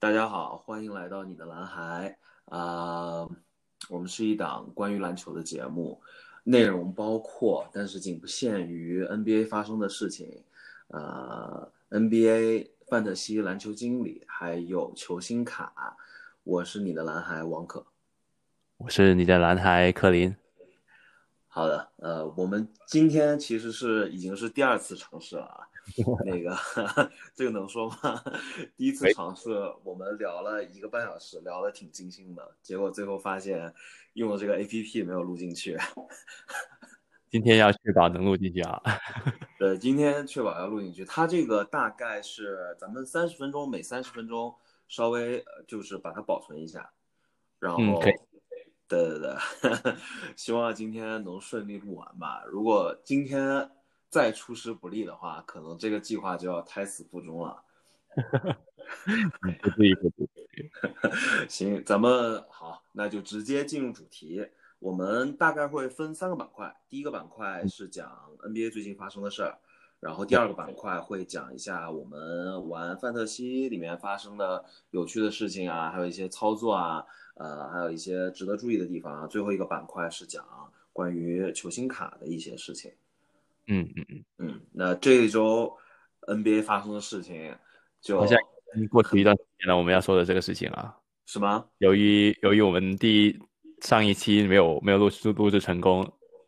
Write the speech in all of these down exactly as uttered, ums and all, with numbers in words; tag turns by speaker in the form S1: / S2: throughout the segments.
S1: 大家好，欢迎来到你的蓝海啊、呃我们是一档关于篮球的节目，内容包括，但是仅不限于 N B A 发生的事情，呃，N B A 范特西篮球经理，还有球星卡。我是你的蓝海王可。
S2: 我是你的男孩克林。
S1: 好的，呃，我们今天其实是已经是第二次尝试了啊。那个这个能说吗？第一次
S2: 喂，
S1: 尝试我们聊了一个半小时，聊得挺尽兴的，结果最后发现用的这个 A P P 没有录进去。
S2: 今天要确保能录进去啊。
S1: 呃，今天确保要录进去。它这个大概是咱们三十分钟，每三十分钟稍微呃就是把它保存一下，然
S2: 嗯，可以。
S1: 后，对对对，希望今天能顺利录完吧。如果今天再出师不利的话，可能这个计划就要胎死腹中了。
S2: 嗯，不至于，不至于。
S1: 行，咱们好，那就直接进入主题。我们大概会分三个板块，第一个板块
S2: 嗯，
S1: 是讲 N B A 最近发生的事儿，然后第
S2: 对。
S1: 二个板块会讲一下我们玩范特西里面发生的有趣的事情啊，还有一些操作啊，呃，还有一些值得注意的地方啊。最后一个板块是讲关于球星卡的一些事情。
S2: 嗯嗯嗯，
S1: 嗯，那这一周 N B A 发生的事情
S2: 好像
S1: 就
S2: 已经过去一段时间了，我们要说的这个事情啊。
S1: 什么？
S2: 由于由于我们第一上一期没有没有录录录制成功，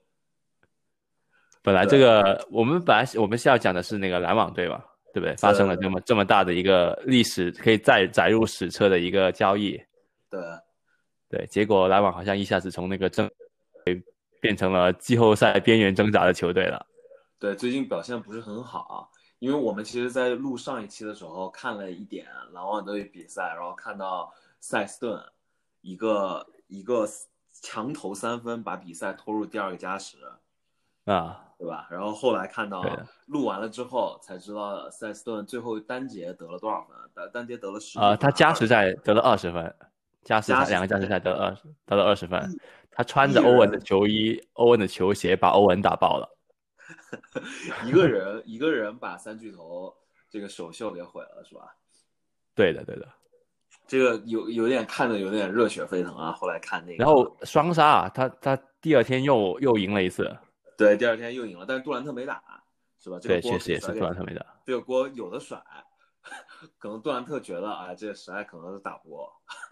S2: 本来这
S1: 对
S2: 个我们本来是我们是要讲的是那个篮网队嘛，对不对？发生了这
S1: 对
S2: 么这么大的一个历史可以载载入史册的一个交易。
S1: 对
S2: 对，结果篮网好像一下子从那个正变成了季后赛边缘挣扎的球队了。
S1: 对，最近表现不是很好，因为我们其实，在录上一期的时候看了一点篮网队比赛，然后看到塞斯顿一个一个强投三分，把比赛拖入第二个加时，
S2: 啊。
S1: 对吧？然后后来看到
S2: 对的。
S1: 录完了之后，才知道塞斯顿最后单节得了多少分，单单节得了十九
S2: 呃，
S1: 分，
S2: 他加时
S1: 二十
S2: 赛得了二十分，加时赛
S1: 加时赛
S2: 两个加时赛得了二十，得了二十分。
S1: 一
S2: 他穿着欧文的
S1: 一人
S2: 球衣、欧文的球鞋，把欧文打爆了。
S1: 一个人一个人把三巨头这个首秀给毁了，是吧？
S2: 对的，对的。
S1: 这个有有点看的有点热血沸腾啊！后来看那个，
S2: 然后双杀啊，他他第二天又又赢了一次。
S1: 对，第二天又赢了，但是杜兰特没打，是吧？这个
S2: 对，
S1: 锅
S2: 确实也是
S1: 给甩给
S2: 杜兰特没打。
S1: 这个锅有的甩，可能杜兰特觉得啊，这实在可能是打不过，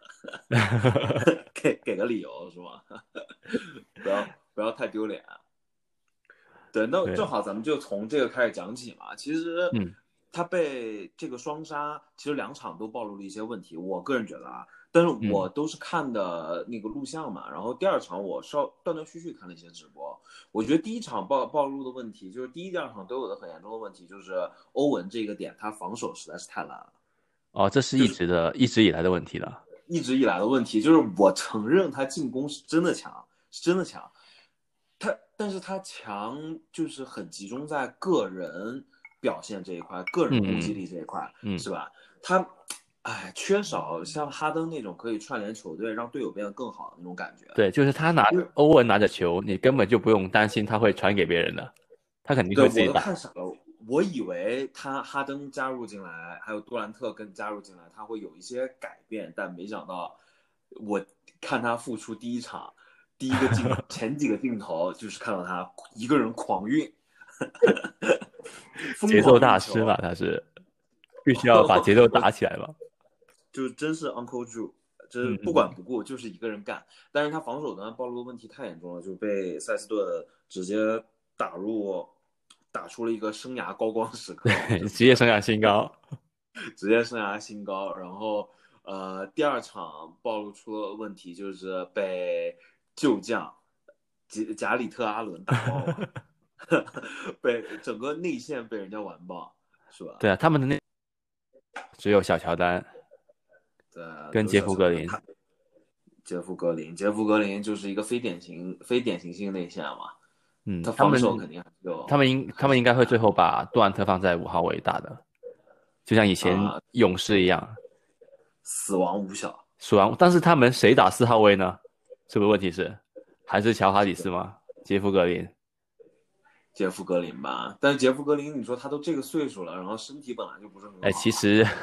S1: 给给个理由是吗？不要不要太丢脸。对，那
S2: 对的。
S1: 正好咱们就从这个开始讲起嘛。其实
S2: 嗯
S1: 他被这个双杀，其实两场都暴露了一些问题。我个人觉得啊，但是我
S2: 嗯。
S1: 都是看的那个录像嘛，然后第二场我稍断断续续看了一些直播。我觉得第一场暴暴露的问题，就是第一、第二场都有的很严重的问题，就是欧文这个点，他防守实在是太烂了。
S2: 哦，这是一直的，一直以来的问题了。
S1: 一直以来的问题就是，我承认他进攻是真的强，是真的强，他但是他强就是很集中在个人表现这一块，个人攻击
S2: 嗯嗯
S1: 力这一块，
S2: 嗯。
S1: 是吧？他，哎，缺少像哈登那种可以串联球队，让队友变得更好的那种感觉。
S2: 对，就是他拿
S1: 因为
S2: 欧文拿着球，你根本就不用担心他会传给别人的，他肯定
S1: 对我都
S2: 会自己打。
S1: 看傻了，我以为他哈登加入进来，还有杜兰特跟加入进来，他会有一些改变，但没想到，我看他复出第一场，第一个镜前几个镜头就是看到他一个人狂运，疯
S2: 节奏
S1: 狂运球，
S2: 大师嘛，他是必须要把节奏
S1: 我
S2: 打起来嘛。
S1: 就真是 Uncle Drew，这
S2: 嗯
S1: 不管
S2: 嗯。
S1: 不顾就是一个人干，但是他防守端暴露的问题太严重了，就被塞斯顿直接打入，打出了一个生涯高光时刻，我
S2: 对，
S1: 只能
S2: 职业生涯新高。
S1: 直接生涯新高。然后呃，第二场暴露出了问题，就是被旧将贾贾里特阿伦打爆了，被整个内线被人家完爆，是吧？
S2: 对啊，他们的那只有小乔丹
S1: 对，
S2: 跟杰
S1: 只有小乔丹，
S2: 夫格林。
S1: 他杰夫格林，杰夫格林就是一个非典型非典型性内线嘛，
S2: 嗯，
S1: 他
S2: 他们
S1: 防守肯定还是有
S2: 他们应他
S1: 还是
S2: 们应该会最后把杜兰特放在五号位打的，就像以前
S1: 啊、呃
S2: 勇士一样。
S1: 死亡五小。
S2: 数完，但是他们谁打四号位呢？这个问题是还是乔哈里斯吗？杰夫格林。
S1: 杰夫格林吧，但是杰夫格林，你说他都这个岁数了，然后身体本来就不是很
S2: 哎，其
S1: 好，
S2: 实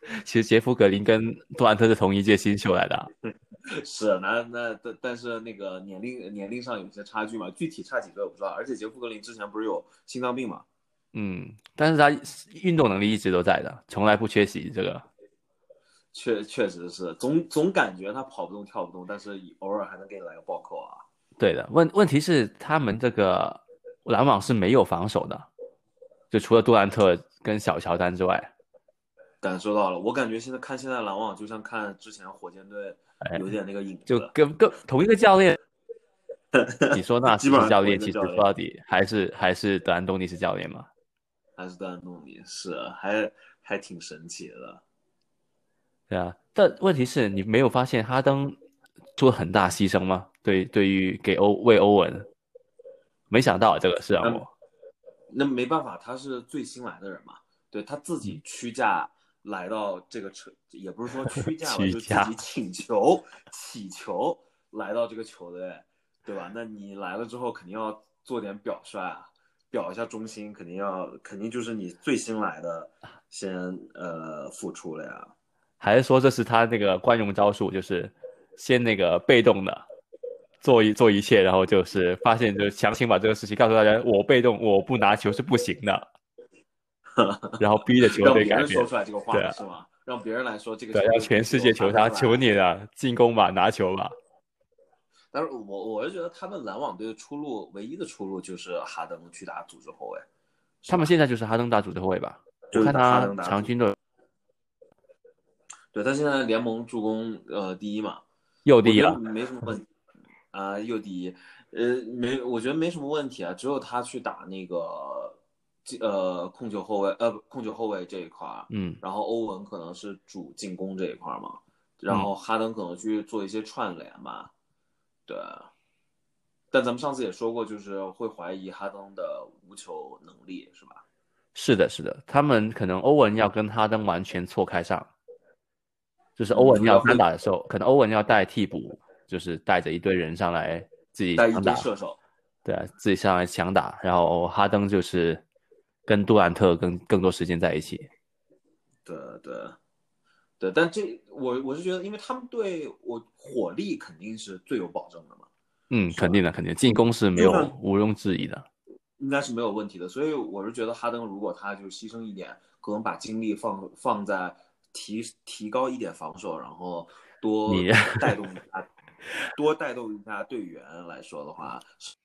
S2: 其实杰夫格林跟杜兰特是同一届新秀来的啊。
S1: 是，那那但但是那个年龄年龄上有些差距嘛，具体差几岁我不知道。而且杰夫格林之前不是有心脏病嘛？
S2: 嗯，但是他运动能力一直都在的，从来不缺席这个。
S1: 确确实是，总总感觉他跑不动跳不动，但是偶尔还能给你来个暴扣啊。
S2: 对的，问问题是他们这个篮网是没有防守的，就除了杜兰特跟小乔丹之外。
S1: 感受到了，我感觉现在看现在篮网就像看之前火箭队
S2: 哎，
S1: 有点那个影
S2: 就
S1: 子，
S2: 跟跟同一个教练，你说纳
S1: 基本上同一
S2: 什是教练，其实
S1: 个教练，
S2: 说到底还是还是德安东尼是教练嘛。
S1: 还是段东尼，是还还挺神奇的。
S2: 对啊，但问题是你没有发现哈登做很大牺牲吗？对，对于给欧为欧文，没想到这个是让
S1: 那
S2: 我
S1: 那没办法，他是最新来的人嘛，对他自己屈驾来到这个城，也不是说屈驾吧，
S2: 屈家。
S1: 就是自己请求祈求来到这个球队，对吧？那你来了之后肯定要做点表率啊，表一下忠心，肯定要肯定就是你最新来的先呃付出了呀。
S2: 还是说这是他那个惯用招数，就是先那个被动的做一做一切，然后就是发现就强行把这个事情告诉大家，我被动我不拿球是不行的，然后逼着球
S1: 让别
S2: 队改变。
S1: 人说出来这个
S2: 对啊，
S1: 话是吗？让别人来说这个
S2: 对啊，
S1: 球
S2: 让全
S1: 队必须由
S2: 世界求他，
S1: 哈登来。
S2: 求你了，进攻吧，拿球吧。
S1: 但是我我是觉得他们篮网队的出路，唯一的出路就是哈登去打组织后卫，是吧？
S2: 他们现在就是哈登打主队后卫吧？我
S1: 就是打哈
S2: 看他
S1: 登打组，
S2: 场均都
S1: 对他现在联盟助攻呃第一嘛，我觉得
S2: 又第一了。
S1: 没什么问题啊，又第一，呃没，我觉得没什么问题啊，只有他去打那个呃控球后卫呃控球后卫这一块儿，
S2: 嗯
S1: 然后欧文可能是主进攻这一块儿嘛，然
S2: 嗯，
S1: 后哈登可能去做一些串联吧，对。但咱们上次也说过，就是会怀疑哈登的无球能力，是吧？
S2: 是的，是的，他们可能欧文要跟哈登完全错开上，就是欧
S1: 嗯，
S2: 文要
S1: 就是要会
S2: 单打的时候，可能欧文要带替补，就是带着一堆人上来自己
S1: 带一
S2: 强打。
S1: 堆射手。
S2: 对啊，自己上来强打，然后哈登就是跟杜兰特更更多时间在一起。
S1: 对对对，但这我我是觉得，因为他们对我火力肯定是最有保证的嘛，
S2: 嗯，
S1: 是吧？
S2: 肯定的，肯定进攻是没有
S1: 就算
S2: 毋庸置疑的。
S1: 应该是没有问题的，所以我是觉得哈登如果他就牺牲一点，可能把精力放放在提提高一点防守，然后多
S2: 你
S1: 带动一下，多带动一下队员来说的话，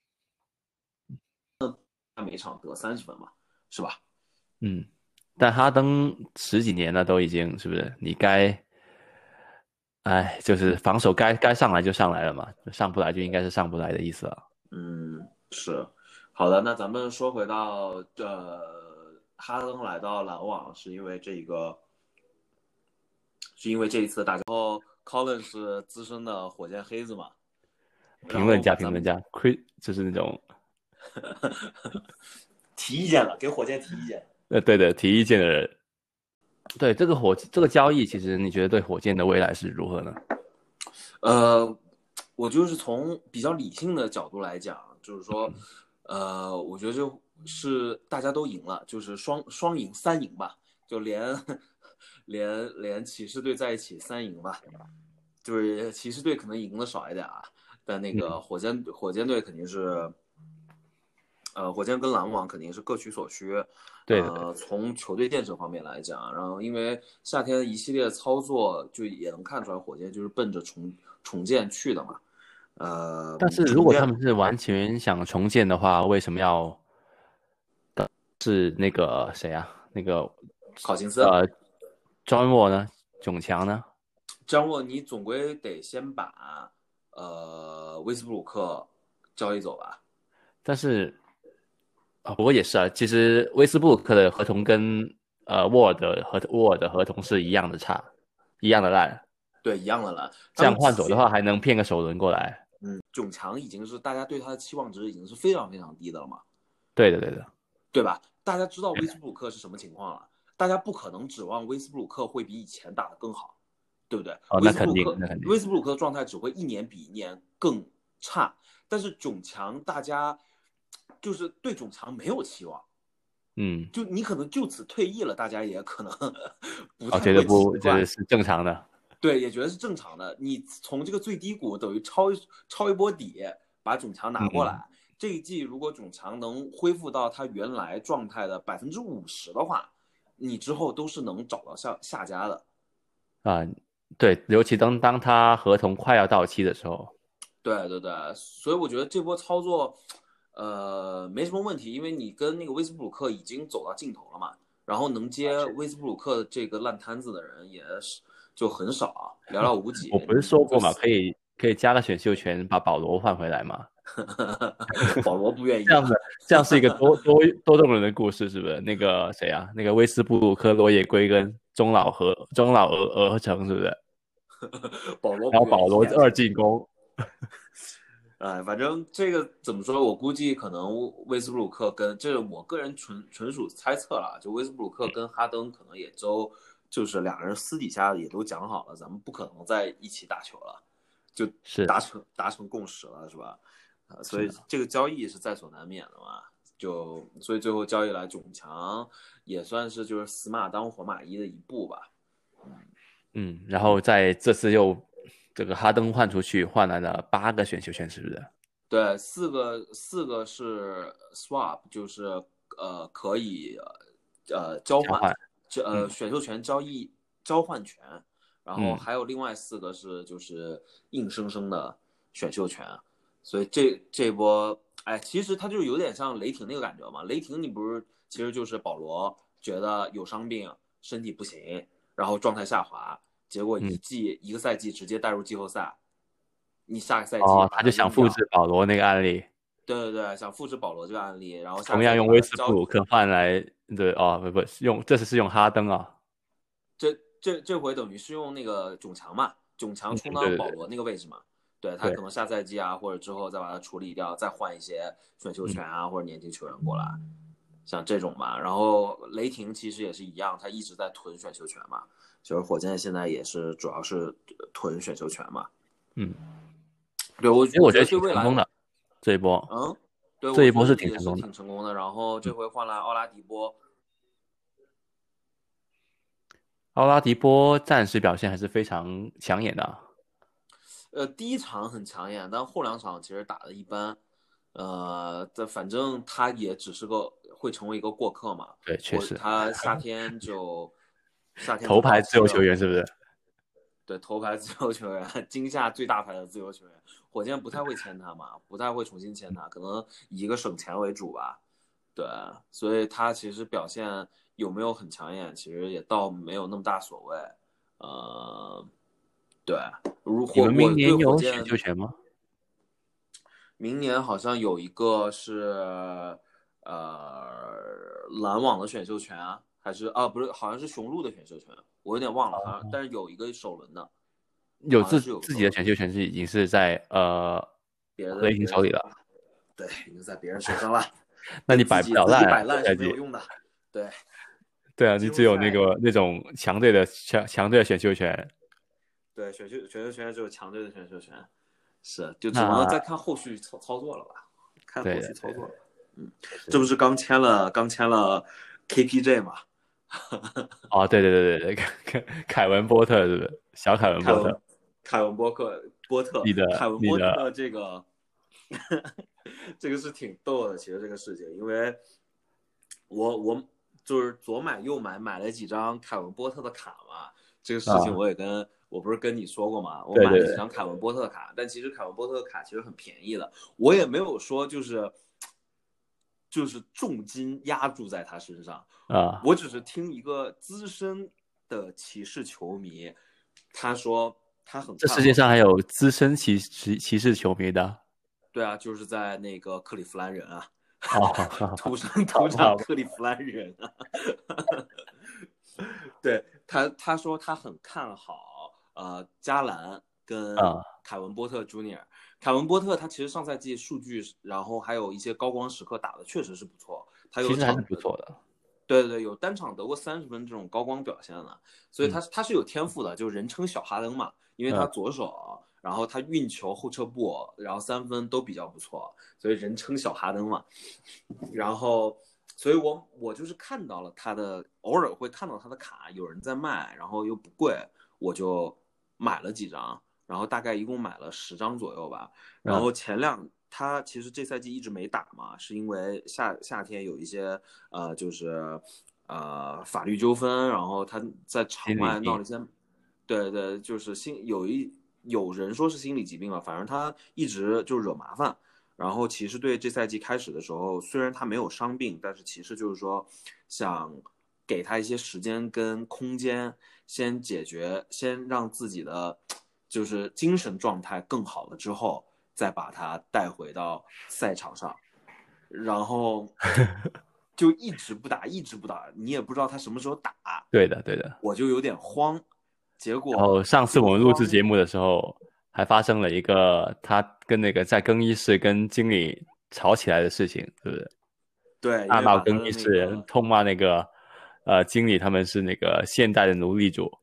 S1: 他每场得三十分嘛，是吧？
S2: 嗯，但哈登十几年了，都已经是不是？你该，哎，就是防守该该上来就上来了嘛，上不来就应该是上不来的意思了。
S1: 嗯，是。好的，那咱们说回到呃，哈登来到篮网是因为这个，是因为这一次大家，然后 Colin 是资深的火箭黑子嘛，然
S2: 评论
S1: 后咱们
S2: 家评论家，Chris 就是那种
S1: 提意见了，给火箭提意见。
S2: 呃对的提意见的人。对这个火这个交易，其实你觉得对火箭的未来是如何呢？
S1: 呃，我就是从比较理性的角度来讲，就是说，呃，我觉得就是大家都赢了，就是双双赢三赢吧，就连连连骑士队在一起三赢吧，就是骑士队可能赢的少一点啊，但那个
S2: 嗯，
S1: 火箭火箭队肯定是，呃，火箭跟篮网肯定是各取所需。
S2: 对的对的。
S1: 呃，从球队建设方面来讲，然后因为夏天一系列操作，就也能看出来火箭就是奔着重重建去的嘛。呃，
S2: 但是如
S1: 重建
S2: 果他们是完全想重建的话，为什么要是那个谁啊？那个
S1: 考辛斯、
S2: 呃，John Wall 呢？囧强呢？
S1: 张沃，你总归得先把呃威斯布鲁克交易走吧？
S2: 但是啊，不过也是啊，其实威斯布鲁克的合同跟呃沃尔的合沃尔的合同是一样的差，一样的烂。
S1: 对，一样的了。他
S2: 这样
S1: 们之前，
S2: 换走的话，还能骗个首轮过来。
S1: 嗯，囧强已经是大家对他的期望值已经是非常非常低的了嘛。
S2: 对的，对的。
S1: 对吧？大家知道威斯布鲁克是什么情况了，大家不可能指望威斯布鲁克会比以前打得更好，对不对？
S2: 哦，那肯定，
S1: 威斯布鲁克，
S2: 那肯定。
S1: 威斯布鲁克的状态只会一年比一年更差，但是囧强大家就是对囧强没有期望，
S2: 嗯，
S1: 就你可能就此退役了，大家也可能不
S2: 哦，
S1: 太会
S2: 觉得不
S1: 奇怪。
S2: 觉得是正常的。
S1: 对，也觉得是正常的。你从这个最低谷等于抄抄一波底，把囧强拿过
S2: 嗯
S1: 来。这一季如果囧强能恢复到它原来状态的百分之五十的话，你之后都是能找到下下家的。
S2: 啊，对，尤其当当他合同快要到期的时候。
S1: 对对对，所以我觉得这波操作，呃，没什么问题，因为你跟那个威斯布鲁克已经走到尽头了嘛，然后能接威斯布鲁克这个烂摊子的人也是就很少，寥寥无几。
S2: 我不是
S1: 你
S2: 说过嘛，
S1: 就死
S2: 可以可以加个选秀权把保罗换回来嘛？
S1: 保罗不愿意啊。
S2: 这样的，这样是一个多多多动人的故事，是不是？那个谁啊，那个威斯布鲁克、罗野归根终老合终老而而成，是不是？
S1: 保罗
S2: 然后保
S1: 不愿意啊，这
S2: 罗二
S1: 个
S2: 进攻。
S1: 哎，反正这个怎么说？我估计可能威斯布鲁克跟这是我个人纯纯属猜测了，就威斯布鲁克跟哈登可能也都就是两人私底下也都讲好了，咱们不可能在一起打球了，就是达成达成共识了，是吧？啊，所以这个交易是在所难免的嘛。就所以最后交易来囧强，也算是就是死马当活马医的一步吧。
S2: 嗯，然后在这次又这个哈登换出去，换来了八个选秀权，是不是？
S1: 对，四个四个是 swap，就是呃可以呃交换，
S2: 交换
S1: 这呃、
S2: 嗯、
S1: 选秀权交易交换权，然后
S2: 嗯，
S1: 还有另外四个是就是硬生生的选秀权，所以这这波哎，其实它就有点像雷霆那个感觉嘛。雷霆你不是其实就是保罗觉得有伤病，身体不行，然后状态下滑，结果一季、嗯、一个赛季直接带入季后赛。你下个赛季
S2: 哦，他就想复制保罗那个案例。
S1: 对对对，想复制保罗这个案例，然后下
S2: 同样用威斯布鲁克换来对哦不不用这次是用哈登啊。
S1: 这这这回等于是用那个囧强嘛，囧强充当保罗那个位置嘛。嗯、对, 对, 对, 对他可能下赛季啊，或者之后再把它处理掉，再换一些选秀权啊、嗯、或者年轻球员过来，像这种吧。然后雷霆其实也是一样，他一直在囤选秀权嘛，就是火箭现在也是主要是囤选秀权嘛。
S2: 嗯。
S1: 对，我
S2: 因为我觉得
S1: 对未来
S2: 挺成功的这一波，
S1: 嗯，对，
S2: 这一波
S1: 是
S2: 挺成功的，
S1: 挺成功的。然后这回换来奥拉迪波，
S2: 奥拉迪波暂时表现还是非常抢眼的、啊。
S1: 呃，第一场很抢眼，但后两场其实打的一般。呃，这反正他也只是个会成为一个过客嘛。
S2: 对，确实。
S1: 他夏天就夏天就
S2: 头牌自由球员是不是？
S1: 对，头牌自由球员，今夏最大牌的自由球员，火箭不太会签他嘛，不太会重新签他，可能以一个省钱为主吧。对，所以他其实表现有没有很抢眼，其实也倒没有那么大所谓。呃，对，如
S2: 你们明年有
S1: 选
S2: 秀权吗？
S1: 明年好像有一个是呃篮网的选秀权啊，还是啊不是，好像是雄鹿的选秀权，我有点忘了哈、哦。但是有一个首轮的，
S2: 有自自己的选秀权是已经是在呃
S1: 别的
S2: 雷霆手里了，
S1: 对，已经在别人手上了。
S2: 那你摆不了烂、啊，
S1: 摆烂是没有用的。对，
S2: 对啊，你只有那个那种强队的强强队的选秀权。
S1: 对，选秀选秀权只有强队的选秀权。是，就只能再看后续操操作了吧，看后续操作了。嗯，这不是刚签了刚签了 K P J 嘛？
S2: 哦，对对对对对，凯凯文波特是不是？小凯文波特，
S1: 凯文波克波特，
S2: 你的
S1: 凯文波特的这个这个是挺逗的，其实这个事情，因为我我就是左买右买，买了几张凯文波特的卡嘛，这个事情我也跟。啊我不是跟你说过吗？我买了几张凯文波特的卡，对对对，但其实凯文波特的卡其实很便宜的，我也没有说就是就是重金压注在他身上
S2: 啊。
S1: 我只是听一个资深的骑士球迷，他说他很
S2: 这世界上还有资深骑骑骑士球迷的。
S1: 对啊，就是在那个克利夫兰人啊，
S2: 哦、
S1: 土生土长克利夫兰人啊。对他他说他很看好。呃，加兰跟凯文波特 Junior，、啊、凯文波特他其实上赛季数据，然后还有一些高光时刻打的确实是不错，他有
S2: 其实还是不错的。
S1: 对对对，有单场得过三十分这种高光表现的，所以他、嗯、他是有天赋的，就人称小哈登嘛，因为他左手，嗯、然后他运球后撤步，然后三分都比较不错，所以人称小哈登嘛。然后， 所以我我就是看到了他的，偶尔会看到他的卡有人在卖，然后又不贵，我就买了几张，然后大概一共买了十张左右吧。然
S2: 嗯，
S1: 后前两他其实这赛季一直没打嘛，是因为夏夏天有一些呃就是呃法律纠纷，然后他在场
S2: 心理病。
S1: 外闹了一些，对对，就是心有一有人说是心理疾病了，反正他一直就惹麻烦。然后骑士队这赛季开始的时候，虽然他没有伤病，但是骑士就是说想给他一些时间跟空间，先解决，先让自己的就是精神状态更好了之后，再把他带回到赛场上。然后就一直不打，一直不打，你也不知道他什么时候打，
S2: 对的，对的。
S1: 我就有点慌。结
S2: 然后
S1: 果这个
S2: 上次我们录制
S1: 慌，
S2: 节目的时候，还发生了一个他跟那个在更衣室跟经理吵起来的事情，是不是？
S1: 对，因
S2: 大闹
S1: 为把他的
S2: 更衣室，
S1: 那个
S2: 痛骂那个呃经理他们是那个现代的奴隶主。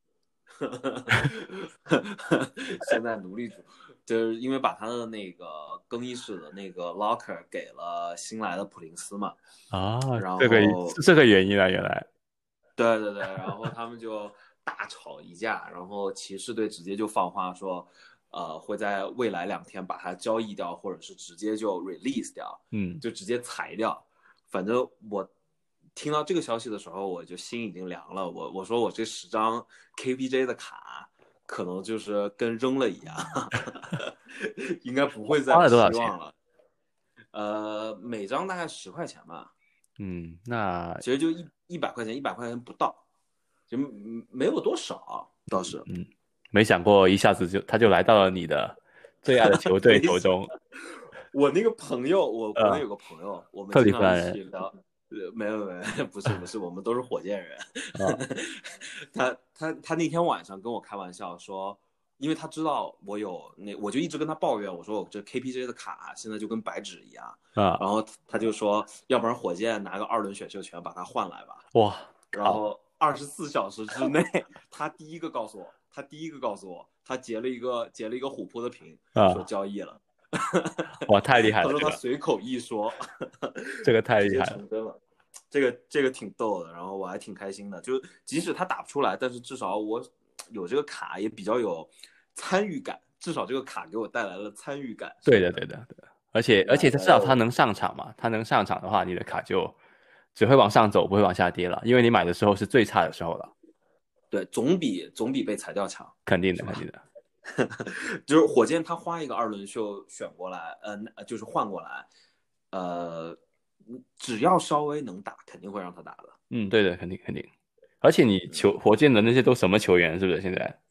S1: 现在奴隶主，就是因为把他的那个更衣室的那个 locker 给了新来的普林斯嘛，
S2: 啊，
S1: 然
S2: 这个
S1: 后
S2: 是这个原因啊，原来。
S1: 对对对，然后他们就大吵一架，然后骑士队直接就放话说，呃，会在未来两天把他交易掉，或者是直接就 release 掉，
S2: 嗯，
S1: 就直接裁掉。反正我听到这个消息的时候，我就心已经凉了。我我说我这十张 K P J 的卡，可能就是跟扔了一样，应该不会再有
S2: 花了多少钱？
S1: 希望了。呃，每张大概十块钱吧。
S2: 嗯，那
S1: 其实就一一百块钱，一百块钱不到，就没有多少，倒是
S2: 嗯，没想过一下子就他就来到了你的最爱的球队
S1: 没想。
S2: 手中。
S1: 我那个朋友，我国内
S2: 呃，
S1: 有个朋友，我们
S2: 特
S1: 经常一
S2: 里弗兰人。
S1: 起聊，呃，没有没有，不是不是，我们都是火箭人。
S2: 啊，
S1: 他他他那天晚上跟我开玩笑说，因为他知道我有那，我就一直跟他抱怨，我说我这 K P J 的卡现在就跟白纸一样，
S2: 啊，
S1: 然后他就说，要不然火箭拿个二轮选秀权把它换来吧。
S2: 哇，靠。
S1: 然后二十四小时之内，他第一个告诉我，他第一个告诉我，他截了一个截了一个虎扑的屏，说
S2: 啊，
S1: 交易了。
S2: 哇，太厉害了，
S1: 他说他
S2: 这个
S1: 随口一说，
S2: 这个太
S1: 直接
S2: 厉害了。
S1: 成真了。这个这个挺逗的，然后我还挺开心的。就即使他打不出来，但是至少我有这个卡，也比较有参与感。至少这个卡给我带来了参与感什
S2: 对的，
S1: 么的。
S2: 对的，对的。而且而且他至少他能上场嘛，他能上场的话，你的卡就只会往上走，不会往下跌了，因为你买的时候是最差的时候了。
S1: 对，总比总比被裁掉强，
S2: 肯定的，
S1: 是吧？
S2: 肯定的。
S1: 就是火箭他花一个二轮秀选过来，嗯、呃，就是换过来，呃，只要稍微能打，肯定会让他打的。
S2: 嗯，对的，肯定肯定。而且你球火箭的那些都什么球员，是不是？现在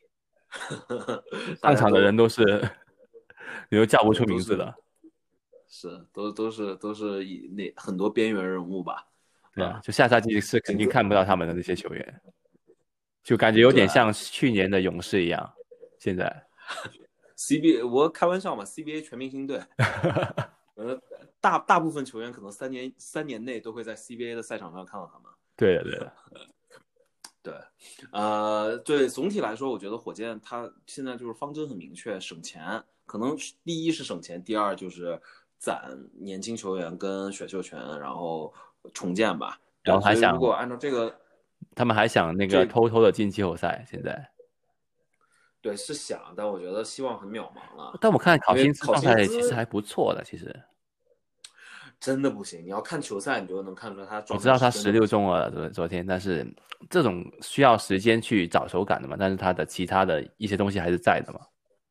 S1: 大
S2: 上场的人
S1: 家都
S2: 都是你都叫不出
S1: 对都是
S2: 名字的。
S1: 是都都是都是以那很多边缘人物吧，
S2: 对啊，
S1: 啊，
S2: 就下赛季是肯定
S1: 金子，
S2: 看不到他们的那些球员，就感觉有点
S1: 对
S2: 像去年的勇士一样。现在
S1: ，C B A 我开玩笑嘛，C B A 全明星队，呃，大大部分球员可能三年三年内都会在 C B A 的赛场上看到他们。
S2: 对的，对的。
S1: 对，呃，对，总体来说，我觉得火箭它现在就是方针很明确，省钱，可能第一是省钱，第二就是攒年轻球员跟选秀权，然后重建吧。对，
S2: 然后还想
S1: 所以如果按照这个，
S2: 他们还想那个
S1: 这
S2: 偷偷的进季后赛。现在，
S1: 对是想，但我觉得希望很渺茫了，
S2: 但我看考
S1: 因为
S2: 辛斯状
S1: 考辛
S2: 态其实还
S1: 斯
S2: 不错的。其实
S1: 真的不行，你要看球赛，你就能看出来他
S2: 我
S1: 状态
S2: 知道他十
S1: 是真的不行。
S2: 六中了昨昨天，但是这种需要时间去找手感的嘛。但是他的其他的一些东西还是在的嘛，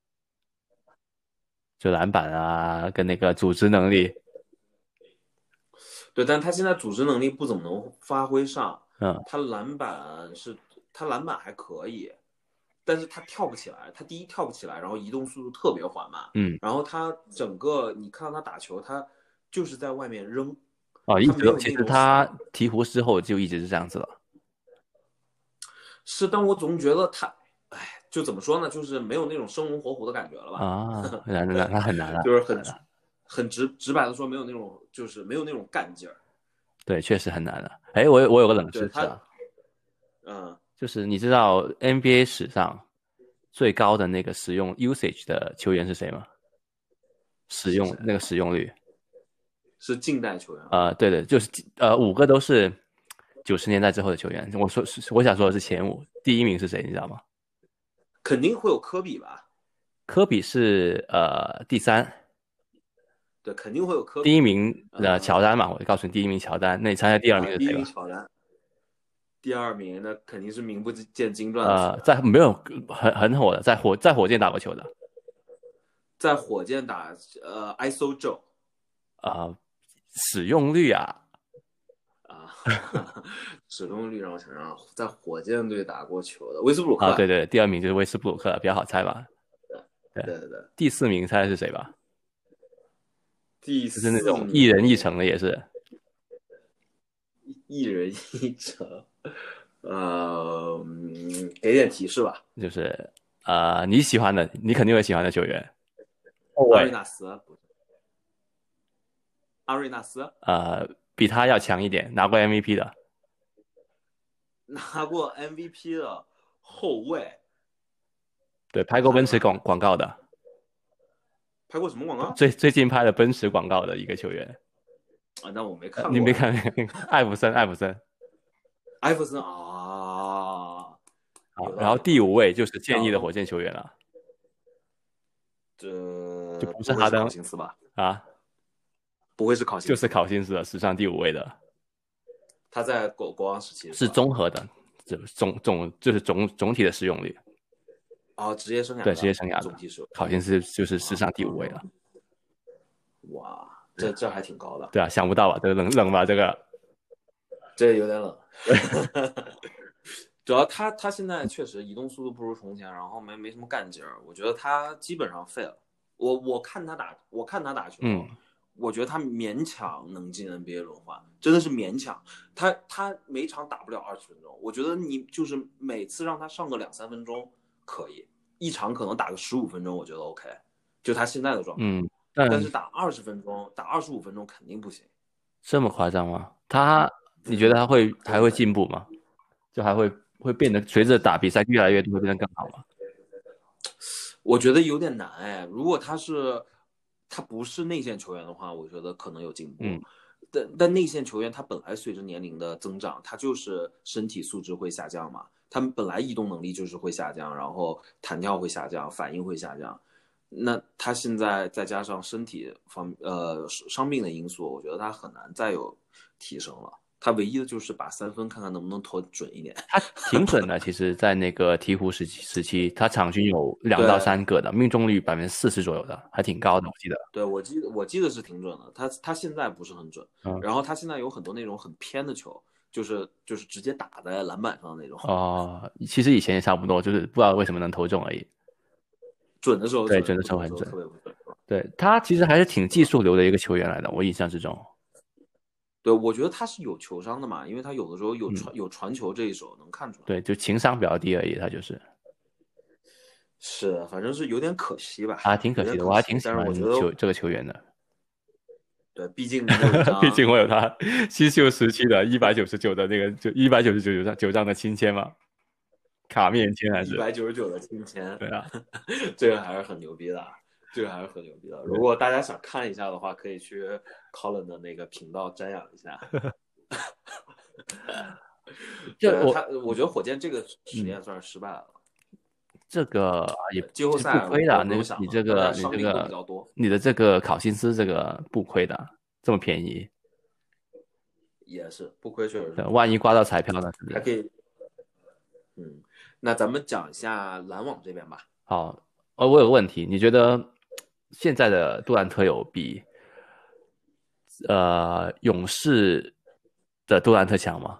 S2: 就篮板啊，跟那个组织能力。
S1: 对，但他现在组织能力不怎么能发挥上，
S2: 嗯，
S1: 他篮板是，他篮板还可以，但是他跳不起来，他第一跳不起来，然后移动速度特别缓慢，
S2: 嗯，
S1: 然后他整个你看到他打球，他就是在外面扔，
S2: 哦，一
S1: 他没
S2: 直都其
S1: 有那种
S2: 实他鹈鹕之后就一直是这样子了。
S1: 是，但我总觉得他，哎，就怎么说呢，就是没有那种生龙活虎的感觉了吧，
S2: 啊，那那那很难了，
S1: 就是很
S2: 很难了。
S1: 很直直白的说，没有那种就是没有那种干劲儿，
S2: 对，确实很难了。哎，我有我有个冷知
S1: 对他，
S2: 识啊，
S1: 嗯，
S2: 就是你知道 N B A 史上最高的那个使用 usage 的球员是谁吗？使
S1: 是谁？
S2: 用那个使用率
S1: 是近代球员。
S2: 呃，对对，就是呃五个都是九十年代之后的球员。我说是我想说的是前五，第一名是谁你知道吗？
S1: 肯定会有科比吧？
S2: 科比是呃第三，
S1: 对，肯定会有科比。
S2: 第一名呃乔
S1: 呃，
S2: 丹嘛，我就告诉你第一名乔丹。那你猜猜第二名
S1: 啊，第一
S2: 是谁吧？
S1: 名乔丹，第二名那肯定是名不见经传的球
S2: 呃，
S1: 员，
S2: 在没有很很火的，在火在火箭打过球的。
S1: 在火箭打呃 I S O Joe
S2: 呃，使用率啊，
S1: 啊，使用率让我想想，在火箭队打过球的威斯布鲁
S2: 啊，
S1: 克。
S2: 对对，第二名就是威斯布鲁克，比较好猜吧？对，
S1: 对对对，
S2: 第四名猜的是谁吧？
S1: 第
S2: 就是那
S1: 四
S2: 种一人一城
S1: 名
S2: 的，也是，
S1: 一人一城，呃，嗯给点提示吧。
S2: 就是呃你喜欢的，你肯定会喜欢的球员，后
S1: 阿瑞
S2: 卫，
S1: 纳斯，阿瑞纳斯
S2: 呃，比他要强一点，拿过 M V P 的，
S1: 拿过 M V P 的后卫，
S2: 对，拍
S1: 我
S2: 过奔
S1: 看看啊，
S2: 驰广广告的，
S1: 拍过什么广告
S2: 最最近拍了奔驰广告的一个球员，
S1: 啊？那我没
S2: 呃，
S1: 看过哎。
S2: 你没看那个艾弗森，艾弗森，
S1: 艾弗森啊，
S2: 好，
S1: 有道理，有
S2: 然后第
S1: 道理。
S2: 五位就是现役的
S1: 像
S2: 火箭球员了，就
S1: 这不会是考
S2: 不是哈登
S1: 辛斯吧？
S2: 啊，
S1: 不会是考辛
S2: 就是
S1: 斯吧？
S2: 考辛斯的，史上第五位的。
S1: 他在国国王时期是
S2: 是
S1: 吧？
S2: 综合的，这总总就是总总体的使用率，
S1: 啊，职业生涯
S2: 对职业
S1: 的
S2: 生涯的，
S1: 总体是
S2: 考辛斯就是史
S1: 啊，
S2: 上第五位了。
S1: 哇，这这还挺高的，
S2: 对啊，想不到吧？这个冷冷吧？这个
S1: 这有点冷。主要他他现在确实移动速度不如从前，然后没没什么干劲儿，我觉得他基本上废了。我我看他打，我看他打球，
S2: 嗯，
S1: 我觉得他勉强能进 N B A 轮换，真的是勉强。他他每场打不了二十分钟，我觉得你就是每次让他上个两三分钟可以，一场可能打个十五分钟，我觉得 OK。就他现在的状态，
S2: 嗯，但
S1: 但是打二十分钟，打二十五分钟肯定不行。
S2: 这么夸张吗？他你觉得
S1: 嗯，
S2: 他会还会
S1: 真的很
S2: 进步吗？就还会会变得随着打比赛越来越多，会变得更好吗？
S1: 我觉得有点难哎。如果他是他不是内线球员的话，我觉得可能有进步。
S2: 嗯
S1: 但但内线球员他本来随着年龄的增长，他就是身体素质会下降嘛，他们本来移动能力就是会下降，然后弹跳会下降，反应会下降。那他现在再加上身体方呃伤病的因素，我觉得他很难再有提升了。他唯一的就是把三分看看能不能投准一点。
S2: 他挺准的，其实，在那个鹈鹕时期时期，他场均有两到
S1: 对
S2: 三个的命中率百分之四十左右的，还挺高的，我记得。
S1: 对，我记得我记得是挺准的，他他现在不是很准，
S2: 嗯，
S1: 然后他现在有很多那种很偏的球，就是就是直接打在篮板上的那种，
S2: 哦，其实以前也差不多，就是不知道为什么能投中而已。对，
S1: 准的时候准，
S2: 准的
S1: 不准的时候
S2: 时候很准。
S1: 特别不准。
S2: 对，他其实还是挺技术流的一个球员来的，我印象之中。
S1: 对，我觉得他是有球商的嘛，因为他有的时候有
S2: 嗯，
S1: 传有传球这一手能看出来。
S2: 对，就情商比较低而已，他就是
S1: 是的，反正是有点可惜吧，
S2: 啊，挺可惜的，我还
S1: 有点可惜。但是
S2: 挺喜欢
S1: 我觉得，
S2: 球这个球员的。
S1: 对，毕竟你有一
S2: 毕竟
S1: 张
S2: 我有他新秀时期的一百九十九的那个，就一百九十九九张九张的亲签嘛，卡面签还
S1: 一
S2: 是？
S1: 百九十九的金钱，
S2: 对啊，
S1: 这个还是很牛逼的，这个还是很牛逼的。如果大家想看一下的话，可以去 Colin 的那个频道瞻仰一下。对啊，
S2: 这我
S1: 他，我觉得火箭这个实
S2: 嗯，
S1: 验算是失败了。
S2: 这个也
S1: 季后
S2: 其实不
S1: 赛我
S2: 亏的，那
S1: 不用想了，
S2: 你这个
S1: 大家伤病都比
S2: 你这个
S1: 较多，
S2: 你的这个考辛斯这个不亏的，这么便宜，
S1: 也是不亏，确实是
S2: 对，
S1: 不亏。
S2: 万一刮到彩票呢，是不是？
S1: 还可以，嗯，那咱们讲一下篮网这边吧。
S2: 好，呃，我有个问题，你觉得现在的杜兰特有比呃勇士的杜兰特强吗？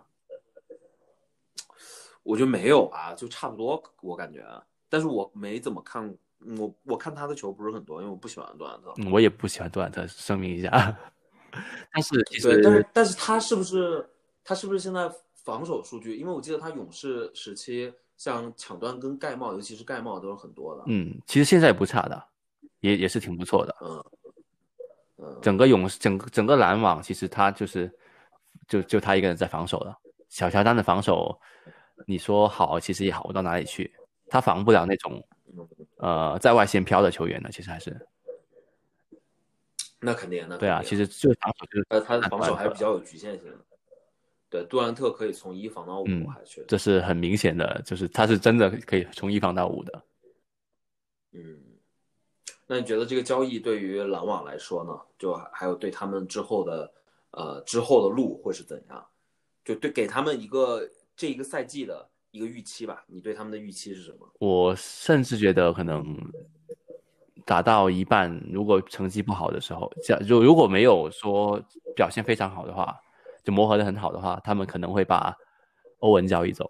S1: 我觉得没有啊，就差不多，我感觉。但是我没怎么看，我我看他的球不是很多，因为我不喜欢杜兰特。
S2: 嗯，我也不喜欢杜兰特，声明一下。但是其
S1: 对，但
S2: 实
S1: 是但是他是不是他是不是现在防守数据？因为我记得他勇士时期像抢断跟盖帽，尤其是盖帽都是很多的。
S2: 嗯，其实现在也不差的，也也是挺不错的。
S1: 嗯嗯，
S2: 整个勇士，整个整个篮网，其实他就是就就他一个人在防守了。小乔丹的防守，你说好，其实也好不到哪里去，他防不了那种呃在外线飘的球员呢。其实还是
S1: 那肯定，那
S2: 对啊，
S1: 肯定。
S2: 其实就是防守就是
S1: 呃，他的
S2: 看杜兰特。
S1: 防守还是比较有局限性的。对，杜兰特可以从一防到五，
S2: 嗯，
S1: 还确实。
S2: 这是很明显的，就是他是真的可以从一防到五的。
S1: 嗯，那你觉得这个交易对于篮网来说呢？就还有对他们之后的呃之后的路会是怎样？就对给他们一个这一个赛季的一个预期吧。你对他们的预期是什么？
S2: 我甚至觉得可能打到一半，如果成绩不好的时候，这样就如果没有说表现非常好的话，就磨合的很好的话，他们可能会把欧文交易走。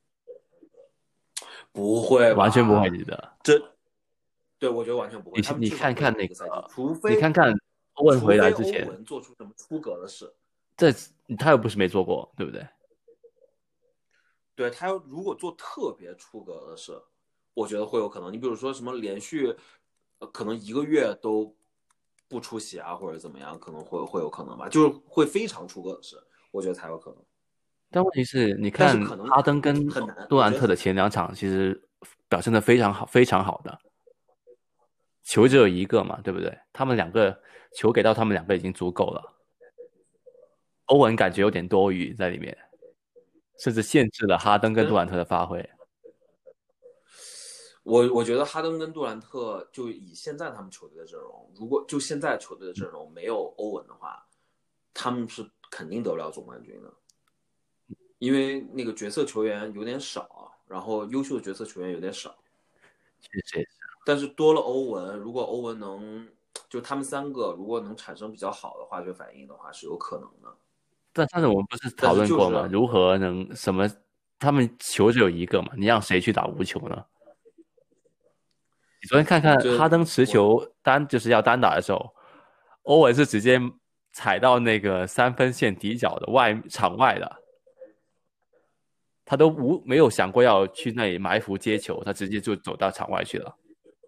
S1: 不会
S2: 完全不会
S1: 吧？
S2: 的。
S1: 这对我觉得完全不会，
S2: 你
S1: 他们至少会
S2: 你看看
S1: 打一个赛季，
S2: 那个，
S1: 除非
S2: 你看看欧文回来
S1: 除非
S2: 之前，
S1: 欧文做出什么出格的事。
S2: 这他又不是没做过，对不对？
S1: 对，他要如果做特别出格的事，我觉得会有可能。你比如说什么连续，呃可能一个月都不出席啊，或者怎么样，可能会会有可能吧，就是会非常出格的事，我觉得才有可能。
S2: 但问题是，你看
S1: 但是可能
S2: 哈登跟
S1: 很难，
S2: 杜兰特的
S1: 我觉得很难。
S2: 前两场其实表现的非常好，非常好的。球只有一个嘛，对不对？他们两个球给到他们两个已经足够了。欧文感觉有点多余在里面，甚至限制了哈登跟杜兰特的发挥。
S1: 我我觉得哈登跟杜兰特就以现在他们球队的阵容，如果就现在球队的阵容没有欧文的话，他们是肯定得不了总冠军的，因为那个角色球员有点少，然后优秀的角色球员有点少。
S2: 确实也是。
S1: 但是多了欧文，如果欧文能就他们三个如果能产生比较好的化学反应的话，是有可能的。
S2: 但上次我们不是
S1: 但
S2: 讨论过吗？
S1: 是就是
S2: 如何能什么？他们球只有一个嘛，你让谁去打无球呢？你昨天看看
S1: 这
S2: 哈登持
S1: 我
S2: 球单就是要单打的时候，欧文是直接踩到那个三分线底角的外场外的，他都无没有想过要去那里埋伏接球，他直接就走到场外去了。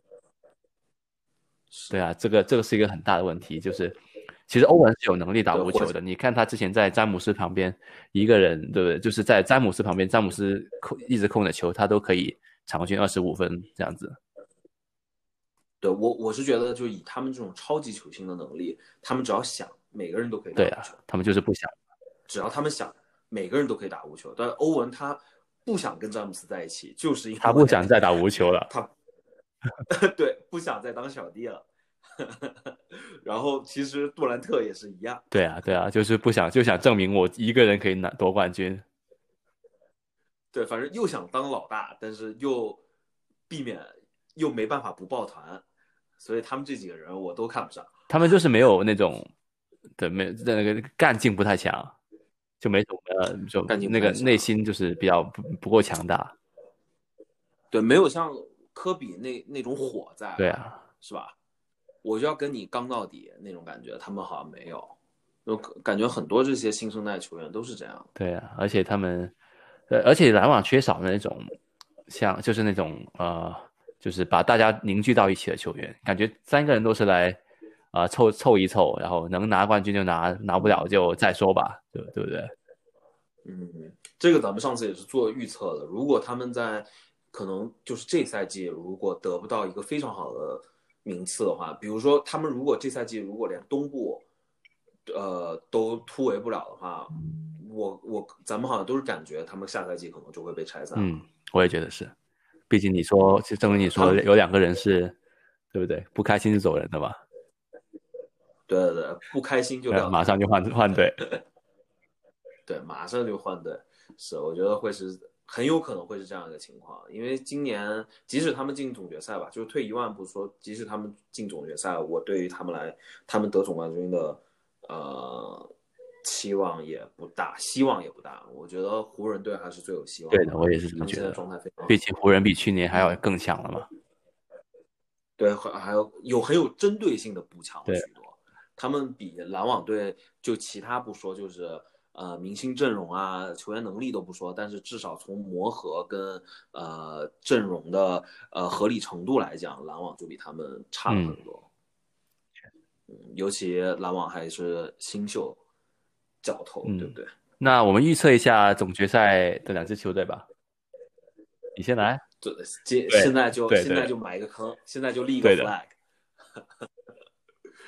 S2: 对
S1: 是
S2: 啊，这个这个是一个很大的问题，就是其实欧文是有能力打
S1: 对火
S2: 无球的。你看他之前在詹姆斯旁边一个人，对不对？就是在詹姆斯旁边，詹姆斯控一直控着球，他都可以场均二十五分这样子。
S1: 对我我是觉得，就以他们这种超级球星的能力，他们只要想，每个人都可以打
S2: 对啊，
S1: 无球。
S2: 他们就是不想。
S1: 只要他们想，每个人都可以打无球。但欧文他不想跟詹姆斯在一起，就是因
S2: 他不想
S1: 为
S2: 再打无球了。
S1: 他对不想再当小弟了。然后其实杜兰特也是一样。
S2: 对啊，对啊，就是不想就想证明我一个人可以拿夺冠军。
S1: 对，反正又想当老大，但是又避免又没办法不抱团，所以他们这几个人我都看不上。
S2: 他们就是没有那种对没那个干劲不太强，就没什么呃就
S1: 干劲不
S2: 那个
S1: 太强。
S2: 内心就是比较不不够强大。
S1: 对，没有像科比那那种火在了，
S2: 对啊。
S1: 是吧？我就要跟你刚到底那种感觉，他们好像没有。就感觉很多这些新生代球员都是这样。
S2: 对啊，而且他们，呃，而且篮网缺少那种像就是那种呃，就是把大家凝聚到一起的球员，感觉三个人都是来啊、呃凑凑一凑，然后能拿冠军就拿，拿不了就再说吧，对对不对？
S1: 嗯，这个咱们上次也是做预测的。如果他们在可能就是这赛季如果得不到一个非常好的名次的话，比如说他们如果这赛季如果连东部呃都突围不了的话，我我咱们好像都是感觉他们下赛季可能就会被拆散了。
S2: 嗯，我也觉得是，毕竟你说，就正如你
S1: 呃，他们
S2: 说的，有两个人是，对不对？不开心就走人的嘛，
S1: 对对对，不开心就
S2: 呃，
S1: 撂台。
S2: 马上就换换队。
S1: 对，马上就换队。是，我觉得会是很有可能会是这样一个情况，因为今年即使他们进总决赛吧，就是退一万步说，即使他们进总决赛，我对于他们来，他们得总冠军的呃期望也不大，希望也不大。我觉得湖人队还是最有希望的，
S2: 对的，我也是这
S1: 他们现在
S2: 么觉得。
S1: 状态非常好。
S2: 毕竟湖人比去年还要更强了嘛。
S1: 对，还有有很有针对性的补强了
S2: 对。
S1: 许多。他们比篮网队就其他不说，就是呃明星阵容啊、球员能力都不说，但是至少从磨合跟呃阵容的呃合理程度来讲，篮网就比他们差了很多。嗯，尤其篮网还是新秀角头，
S2: 嗯，
S1: 对不对？
S2: 那我们预测一下总决赛的两支球队吧。你先来。
S1: 对，现
S2: 对
S1: 现在就
S2: 对对的
S1: 现在就埋一个坑，现在就立一个
S2: 对的。
S1: flag。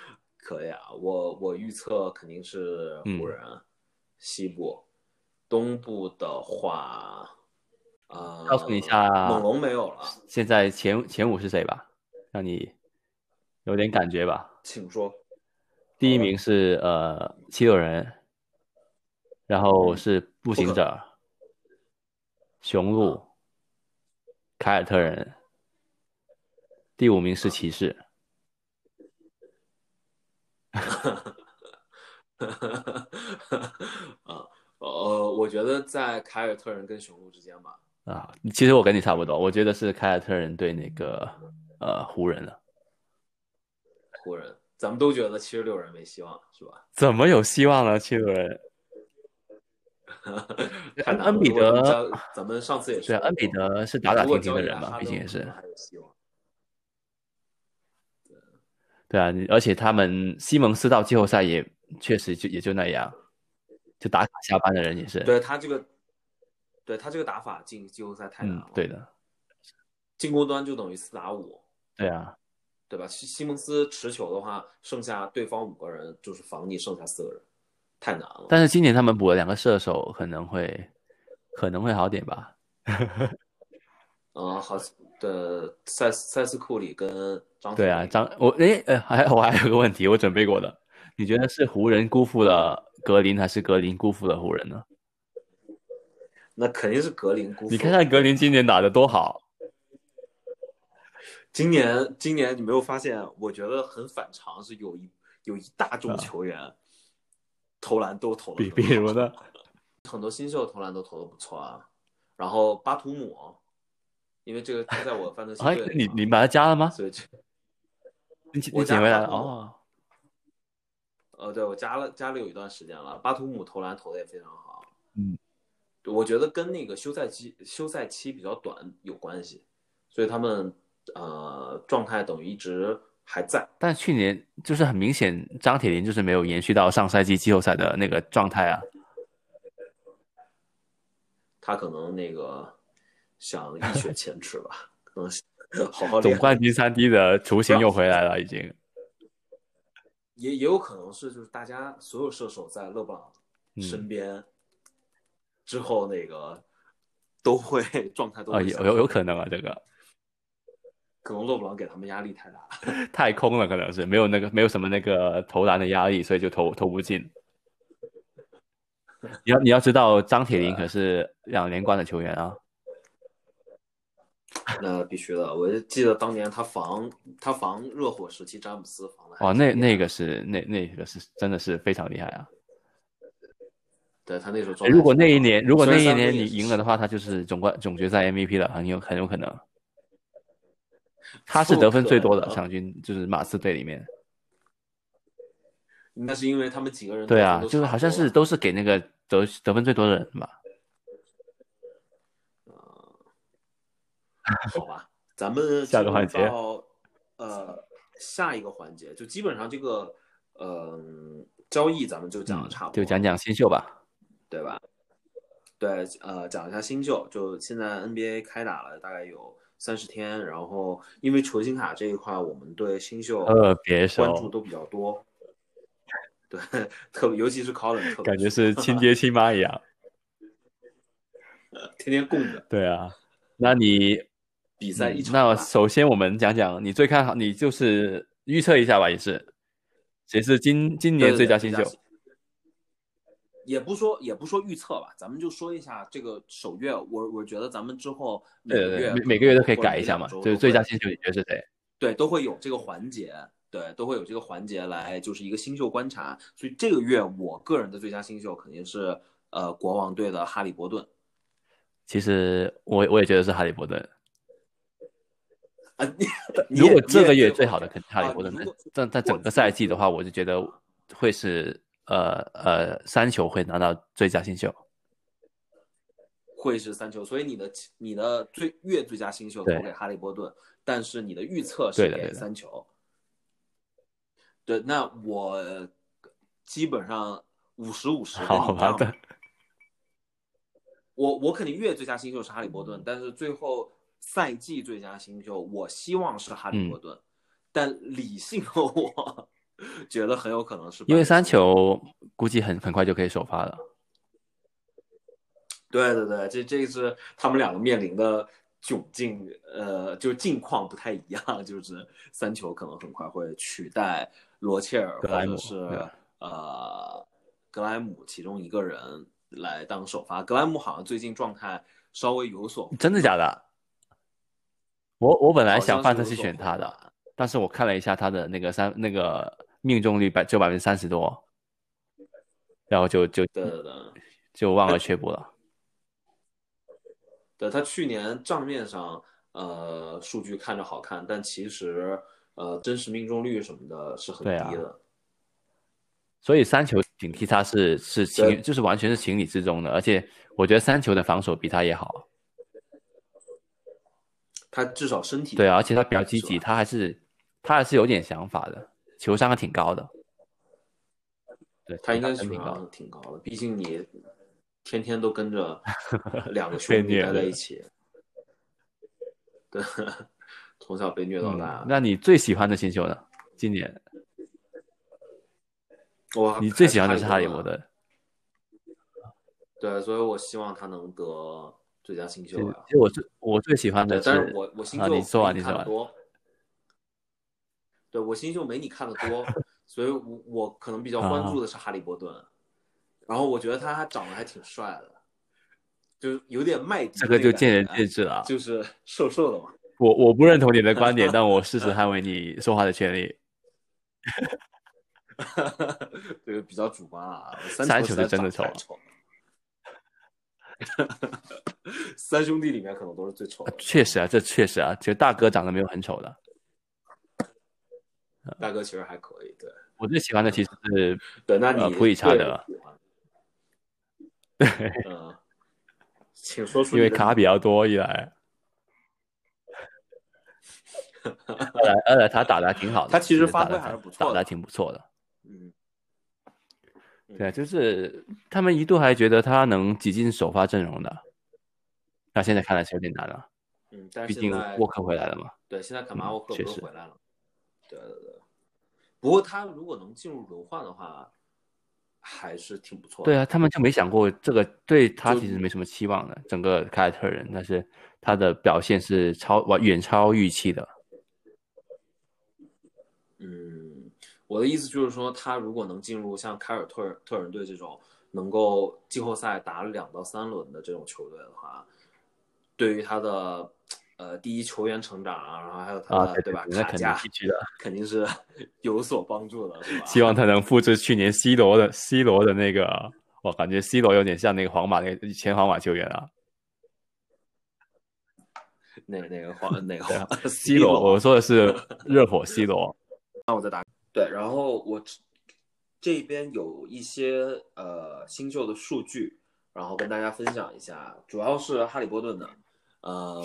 S1: 可以啊，我我预测肯定是湖人，
S2: 嗯、
S1: 西部，东部的话，
S2: 告诉你一
S1: 呃，猛
S2: 下，
S1: 龙没有了，
S2: 现在前前五是谁吧，让你有点感觉吧。
S1: 请说。
S2: 第一
S1: 好的，
S2: 名是呃七六人，然后
S1: 嗯，
S2: 是步
S1: 不可能
S2: 行者、雄
S1: 啊
S2: 鹿、凯尔特人，第五名是骑士。
S1: 啊，呃，我觉得在凯尔特人跟雄鹿之间吧。
S2: 啊，其实我跟你差不多，我觉得是凯尔特人对那个呃湖人了。
S1: 湖人，咱们都觉得七十六人没希望，是吧？
S2: 怎么有希望呢？七六人，恩恩
S1: 太难了。如果他们
S2: 比德，
S1: 交，咱们上次也
S2: 对啊，恩比
S1: 说过，
S2: 德是打打
S1: 如果
S2: 停停的人嘛，
S1: 交易来哈
S2: 毕竟也是。
S1: 登，可能还有希望。
S2: 对啊，而且他们西蒙斯到季后赛也确实就也就那样，就打卡下班的人也是。
S1: 对他这个，对他这个打法进季后赛太难
S2: 嗯，
S1: 了，
S2: 对的，
S1: 进攻端就等于四打五，
S2: 对啊。
S1: 对吧？西西蒙斯持球的话，剩下对方五个人就是防你剩下四个人，太难了。
S2: 但是今年他们补了两个射手，可能会可能会好点吧。
S1: 嗯，好的，塞塞斯库里跟张
S2: 对啊，
S1: 铁林，
S2: 张我诶呃还我还有个问题我准备过的，你觉得是湖人辜负
S1: 嗯，
S2: 了格林，还是格林辜负了湖人呢？
S1: 那肯定是格林辜
S2: 你
S1: 负
S2: 看看格林
S1: 了湖人啊。
S2: 今年打得多好。
S1: 今年今年你没有发现？我觉得很反常，是有一有一大众
S2: 啊，
S1: 球员投篮都投得
S2: 比
S1: 很好，
S2: 比如呢？
S1: 很多新秀投篮都投得不错啊。然后巴图姆，因为这个他在我范特西
S2: 哎，
S1: 队里嘛，
S2: 你你把他加了吗？
S1: 所以就
S2: 你你
S1: 我加
S2: 捡回来了
S1: 了巴图姆。
S2: 哦。
S1: 呃，对，我加了加了有一段时间了。巴图姆投篮投的也非常好，
S2: 嗯，
S1: 我觉得跟那个休赛期休赛期比较短有关系，所以他们呃状态等于一直还在。
S2: 但去年就是很明显，张铁林就是没有延续到上赛季季后赛的那个状态啊。
S1: 他可能那个想一雪前耻吧，可能好好练练。
S2: 总冠军三 D 的雏
S1: 不是，
S2: 形又回来了，已经。
S1: 也也有可能是就是大家所有射手在勒布朗
S2: 嗯，
S1: 身边之后，那个都会状态都
S2: 啊，
S1: 会
S2: 有有有
S1: 下滑，
S2: 可能啊，这个
S1: 可能勒布朗给他们压力太大。
S2: 太空了，可能是没有那个没有什么那个投篮的压力，所以就投投不进。你要你要知道，张铁林可
S1: 对，
S2: 是两连冠的球员啊。
S1: 那必须的。我就记得当年他防他防热火时期，詹姆斯防的还
S2: 哦，
S1: 挺厉害的。
S2: 那那个是那那个是真的是非常厉害啊。
S1: 对他那时候
S2: 诶
S1: 状态
S2: 如果那一
S1: 挺好的，
S2: 年如果
S1: 虽然
S2: 那一年你
S1: 三分也是
S2: 赢了的话，他
S1: 失误，
S2: 就是总冠总决赛 M V P 了，很有很有可能。他是得分
S1: 不可
S2: 最多的
S1: 能。
S2: 场均，就是马刺队里面。
S1: 那是因为他们几个人
S2: 对啊，
S1: 得分都
S2: 就是好像
S1: 差不多吧？
S2: 是都是给那个得得分最多的人吧。
S1: 好吧，咱们
S2: 下
S1: 进入
S2: 个环节，
S1: 到呃下一个环节，就基本上这个呃交易咱们就讲的
S2: 嗯，
S1: 差不多了，
S2: 就讲讲新秀吧。
S1: 对吧？对，呃，讲一下新秀，就现在 N B A 开打了大概有三十天，然后因为球星卡这一块，我们对新秀
S2: 特别熟，
S1: 关注都比较多，对，特别尤其是 Colin 特别
S2: 感觉
S1: 熟，
S2: 是亲爹亲妈一样。
S1: 天天供着，
S2: 对啊，那你，
S1: 比赛一
S2: 嗯，
S1: 场不落。
S2: 那首先我们讲讲你最看好，你就是预测一下吧，也是谁是今今年
S1: 对对对，
S2: 最佳新秀？
S1: 最佳新也不说也不说预测吧，咱们就说一下这个首月，我我觉得咱们之后每个
S2: 对对对，每
S1: 月可能
S2: 每个月都可以
S1: 或者
S2: 改一下嘛，
S1: 每两周
S2: 就是
S1: 都会，
S2: 最佳新秀，你觉得是谁？
S1: 对，都会有这个环节，对，都会有这个环节来就是一个新秀观察。所以这个月我个人的最佳新秀肯定是呃国王队的哈利伯顿
S2: 其实我我也觉得是哈利波特。
S1: 啊，你你
S2: 如果
S1: 也你也
S2: 这个月
S1: 最后选
S2: 最好的肯定哈利
S1: 啊，
S2: 波特，那
S1: 你如果
S2: 在在整个
S1: 如果如果
S2: 赛季的话，我就觉得会是呃呃三球会拿到最佳新秀。
S1: 会是三球，所以你的你的最月最佳新秀投
S2: 对
S1: 给哈利波顿，但是你的预测是给
S2: 对的对的，
S1: 三球。对，那我基本上五十五十跟
S2: 好吧的，
S1: 你账吧。我我肯定月最佳新秀是哈利波顿，但是最后赛季最佳新秀，我希望是哈利
S2: 嗯，
S1: 波顿。但理性的我， 觉得很有可能是
S2: 因为三
S1: 半个新秀。
S2: 球估计很很快就可以首发了。
S1: 对对对，这这是他们两个面临的窘境，呃，就境况不太一样，就是三球可能很快会取代罗切尔
S2: 格莱姆，
S1: 或者是
S2: 对吧？
S1: 呃格莱姆其中一个人来当首发。格莱姆好像最近状态稍微有所回
S2: 真的假
S1: 暖，
S2: 的？我我本来
S1: 好
S2: 想范特西
S1: 像是有所
S2: 选他的，
S1: 回暖。
S2: 但是我看了一下他的那个三那个命中率百只有百分之三十多，然后就就
S1: 对对对，
S2: 就望而却步了。
S1: 对他去年账面上呃数据看着好看，但其实呃真实命中率什么的是很
S2: 对啊，
S1: 低的。
S2: 所以三球顶替他是是情，
S1: 对，
S2: 就是完全是情理之中的，而且我觉得三球的防守比他也好。
S1: 他至少身体
S2: 对啊，而
S1: 上
S2: 且他比较积极，
S1: 是吧？
S2: 他还是他还是有点想法的，球商还挺高的。对，球商
S1: 他应该球商
S2: 真挺高的。
S1: 挺高的，毕竟你天天都跟着两个球
S2: 被
S1: 迷待在
S2: 虐对。
S1: 一起，对，从小被虐到
S2: 嗯，
S1: 大。
S2: 那你最喜欢的新秀呢？今年
S1: 我
S2: 你最
S1: 还是哈利
S2: 喜欢的是哈
S1: 波顿啊，
S2: 利波特。
S1: 对，所以我希望他能得最佳新
S2: 其
S1: 秀呀。
S2: 实其实我最我最喜欢的
S1: 对，但是
S2: 是
S1: 我我新
S2: 啊，你说完，
S1: 秀没你
S2: 你说完。
S1: 看的多，对我新秀没你看的多，所以我我可能比较关注
S2: 啊，
S1: 的是哈利波顿，然后我觉得他长得还挺帅的，就是有点麦迪
S2: 这个
S1: 那个感觉，
S2: 就见仁见智了。
S1: 就是瘦瘦的嘛。
S2: 我我不认同你的观点，但我誓死捍卫你说话的权利。
S1: 这个比较主观啊，三
S2: 三球是
S1: 球实在长
S2: 真的丑啊。
S1: 得太丑了，三兄弟里面可能都是最丑的。
S2: 确实啊，这确实啊，其实大哥长得没有很丑的。
S1: 大哥其实还可以，对
S2: 我最喜欢的其实是
S1: 对。那
S2: 呃普
S1: 你
S2: 里查德。
S1: 个人喜欢，嗯，请说出
S2: 因为
S1: 你的理由。
S2: 卡比较多一来，二来二来他打的还挺好的，
S1: 他其
S2: 其
S1: 实发挥还是
S2: 实打的打的还
S1: 不错的，
S2: 挺不错的。
S1: 嗯
S2: 对啊，
S1: 嗯
S2: 就是他们一度还觉得他能挤进首发阵容的，那现在看来是有点难了，
S1: 嗯。但是
S2: 毕竟
S1: 现在
S2: 沃克回来了嘛。
S1: 对，现在卡马
S2: 嗯，
S1: 沃克不是
S2: 确实。
S1: 回来了，对对对。不过他如果能进入轮换的话，还是挺不错的。
S2: 对啊，他们就没想过这个，对他
S1: 就
S2: 其实没什么期望的，整个凯尔特人，但是他的表现是超完远超预期的。
S1: 嗯，我的意思就是说，他如果能进入像凯尔特人特人队这种能够季后赛打两到三轮的这种球队的话，对于他的呃第一球员成长啊，然后还有他
S2: 啊，
S1: 的对吧
S2: 对对对，那肯定
S1: 卡价，
S2: 必须的。
S1: 肯定是有所帮助的，是
S2: 希望
S1: 吧？
S2: 他能复制去年 C 罗的 C 罗的那个，我感觉 C 罗有点像那个皇马那个前皇马球员啊。
S1: 那那个黄那个
S2: 对啊
S1: 黄
S2: ，C
S1: C
S2: 罗，我
S1: 罗，
S2: 说的是热火 C 罗。
S1: 对，然后我这边有一些呃新秀的数据，然后跟大家分享一下，主要是哈利波顿的，嗯，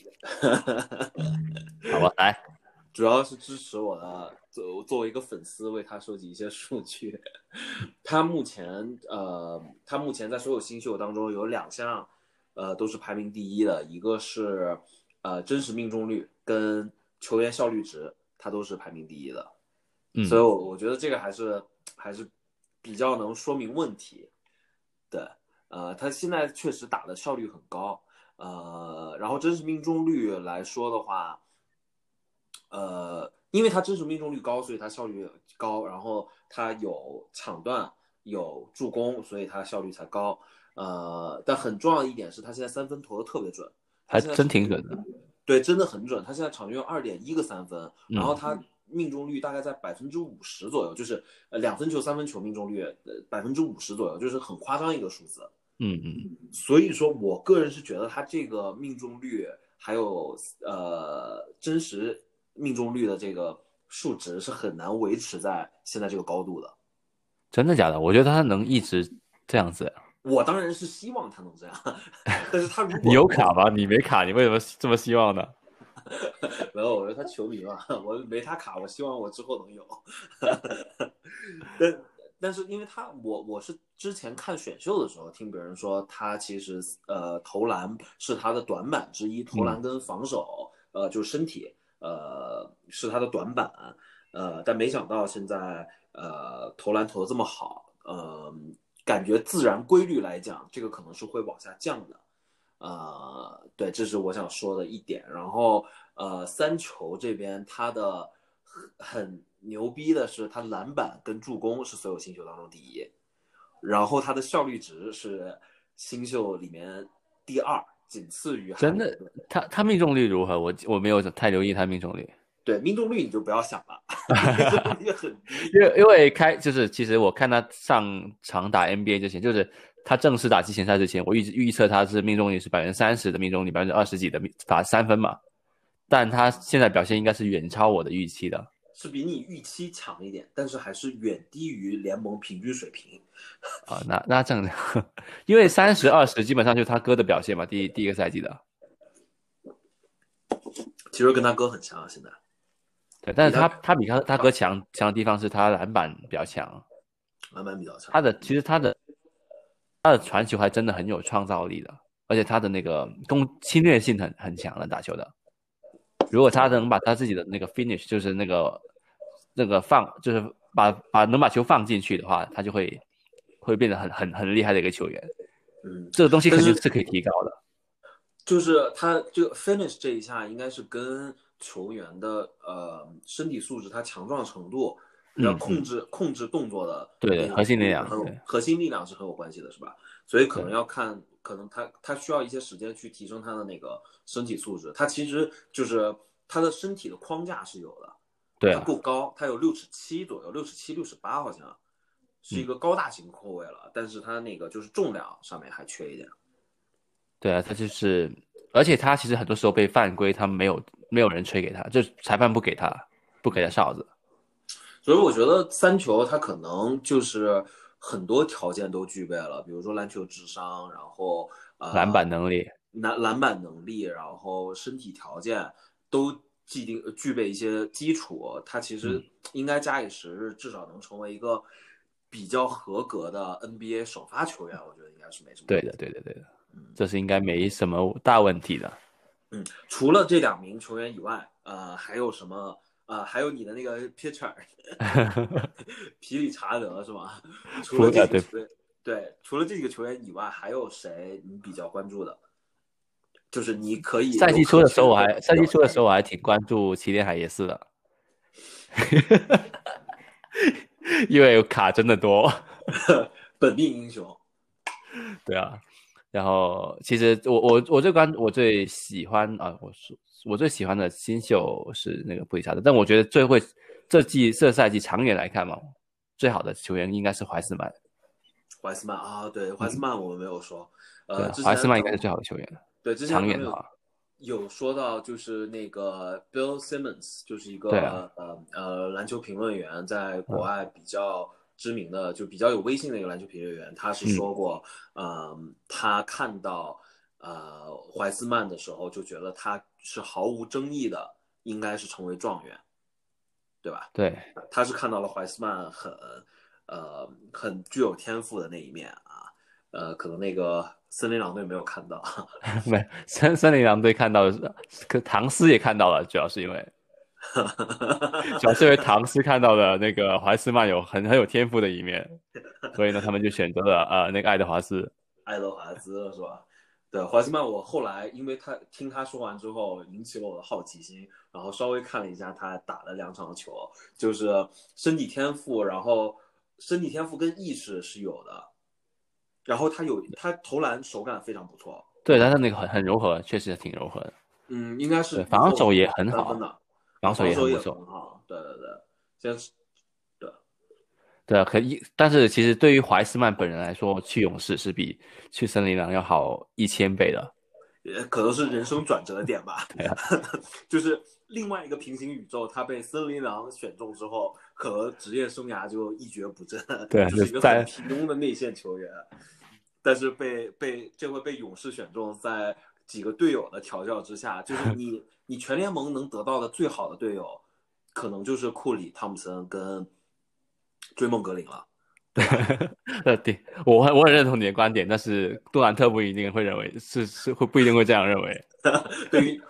S2: 好吧，来。
S1: 主要是支持我的，作作为一个粉丝为他收集一些数据。他目前呃，他目前在所有新秀当中有两项，呃，都是排名第一的，一个是呃真实命中率跟球员效率值，他都是排名第一的。所以
S2: 嗯，
S1: 我，我觉得这个还是还是比较能说明问题。对，呃，他现在确实打的效率很高，呃，然后真实命中率来说的话，呃，因为他真实命中率高，所以他效率高，然后他有抢断，有助攻，所以他效率才高。呃，但很重要的一点是他现在三分投的特别准，他
S2: 还
S1: 现在场均
S2: 真挺准的。
S1: 对真的很准，他现在场均有二点一个三分，然后
S2: 嗯
S1: 他命中率大概在百分之五十左右，就是呃两分球、三分球命中率呃百分之五十左右，就是很夸张一个数字。
S2: 嗯嗯，
S1: 所以说我个人是觉得他这个命中率还有呃真实命中率的这个数值是很难维持在现在这个高度的。
S2: 真的假的？我觉得他能一直这样子。
S1: 我当然是希望他能这样，但是他如
S2: 你
S1: 果能够
S2: 有卡吗？你没卡，你为什么这么希望呢？
S1: 没有，我觉得他球迷嘛，我没他卡，我希望我之后能有。但但是因为他，我我是之前看选秀的时候听别人说，他其实呃投篮是他的短板之一，投
S2: 嗯
S1: 篮跟防守呃就是身体呃是他的短板。 呃，但没想到现在呃投篮投的这么好，呃，感觉自然规律来讲，这个可能是会往下降的。呃，对，这是我想说的一点。然后呃，三球这边他的很牛逼的是，他篮板跟助攻是所有新秀当中第一，然后他的效率值是新秀里面第二，仅次于哈
S2: 真的，
S1: 林顿。
S2: 他他命中率如何？我我没有太留意他命中率。
S1: 对，命中率你就不要想了，命中率很低。
S2: 因为因为开就是其实我看他上场打 N B A 之前，就是他正式打季前赛之前，我预预测他是命中率是百分之三十的命中率，百分之二十几的罚三分嘛。但他现在表现应该是远超我的预期的。
S1: 是比你预期强一点，但是还是远低于联盟平均水平。
S2: 啊，那那这样，因为三十二十基本上就是他哥的表现嘛，第一第一个赛季的。
S1: 其实跟他哥很像啊，现在。
S2: 对，但是他他比他他哥强强的地方是他篮板比较强，
S1: 篮板比较强。
S2: 他的其实他的他的传球还真的很有创造力的，而且他的那个攻侵略性很很强的打球的。如果他能把他自己的那个 finish， 就是那个那个放，就是把把能把球放进去的话，他就会会变得很很很厉害的一个球员。
S1: 嗯，
S2: 这个东西肯定是可以提高的。
S1: 就是他这个 finish 这一下，应该是跟球员的呃身体素质、他强壮程度，要控制、嗯、控制动作的
S2: 对核心力量，
S1: 核心力量是很有关系的，是吧？所以可能要看，可能他他需要一些时间去提升他的那个身体素质。他其实就是他的身体的框架是有的，
S2: 对、
S1: 啊，他够高，他有六尺七左右，六尺七、六尺八好像是一个高大型后卫了、嗯，但是他那个就是重量上面还缺一点。
S2: 对啊，他就是，而且他其实很多时候被犯规，他没有没有人吹给他，就裁判不给他不给他哨子。
S1: 所以我觉得三球他可能就是很多条件都具备了，比如说篮球智商，然后呃
S2: 篮板能力、
S1: 篮篮板能力，然后身体条件都既定具备一些基础，他其实应该假以时日，至少能成为一个比较合格的 N B A 首发球员，我觉得应该是没什么问题。
S2: 对的，对的，对的，这是应该没什么大问题的。
S1: 嗯，除了这两名球员以外，呃，还有什么？呃，还有你的那个 pitcher， 皮里查德是吗？除了这几个球员，对，除了这几个球员以外，还有谁你比较关注的？就是你可以
S2: 赛季初的时候，我还赛季初的时候我还挺关注齐连海耶斯的，因为卡真的多，
S1: 本命英雄。
S2: 对啊。然后其实我我我最关我最喜欢啊，我说我最喜欢的新秀是那个布里查德，但我觉得最会这季这赛季长远来看嘛，最好的球员应该是怀斯曼。
S1: 怀斯曼啊，对，怀斯曼我们没有说，
S2: 嗯、
S1: 呃，
S2: 啊、怀斯曼应该是最好的球员。
S1: 对，之前
S2: 长远的话
S1: 有说到就是那个 Bill Simmons， 就是一个、
S2: 啊、
S1: 呃呃篮球评论员，在国外比较知名的、嗯、就比较有威信的一个篮球评论员，他是说过，嗯、呃，他看到呃怀斯曼的时候就觉得他是毫无争议的，应该是成为状元，对吧？
S2: 对，
S1: 他是看到了怀斯曼很呃很具有天赋的那一面啊，呃，可能那个森林狼队没有看到，
S2: 没森森林狼队看到的，可唐斯也看到了，主要是因为。主要是因为唐斯看到了那个怀斯曼有很很有天赋的一面，所以呢，他们就选择了呃那个爱德华兹。
S1: 爱德华兹是吧？对，怀斯曼，我后来因为他听他说完之后，引起了我的好奇心，然后稍微看了一下他打了两场球，就是身体天赋，然后身体天赋跟意识是有的，然后他有他投篮手感非常不错。
S2: 对，但是那个很很柔和，确实挺柔和的。
S1: 嗯，应该是
S2: 防守也很好，防
S1: 守也
S2: 很
S1: 不错。对对对，现在对
S2: 对啊，可以。但是其实对于怀斯曼本人来说，去勇士是比去森林狼要好一千倍的。
S1: 也可能是人生转折点吧。
S2: 对啊，
S1: 就是另外一个平行宇宙，他被森林狼选中之后，可能职业生涯就一蹶不振。
S2: 对，
S1: 就是一个很平庸的内线球员，但是被被这回被勇士选中，在几个队友的调教之下，就是你你全联盟能得到的最好的队友，可能就是库里、汤普森跟追梦格林了。
S2: 对，对，我我很认同你的观点，但是杜兰特不一定会认为是是会不一定会这样认为。
S1: 对于好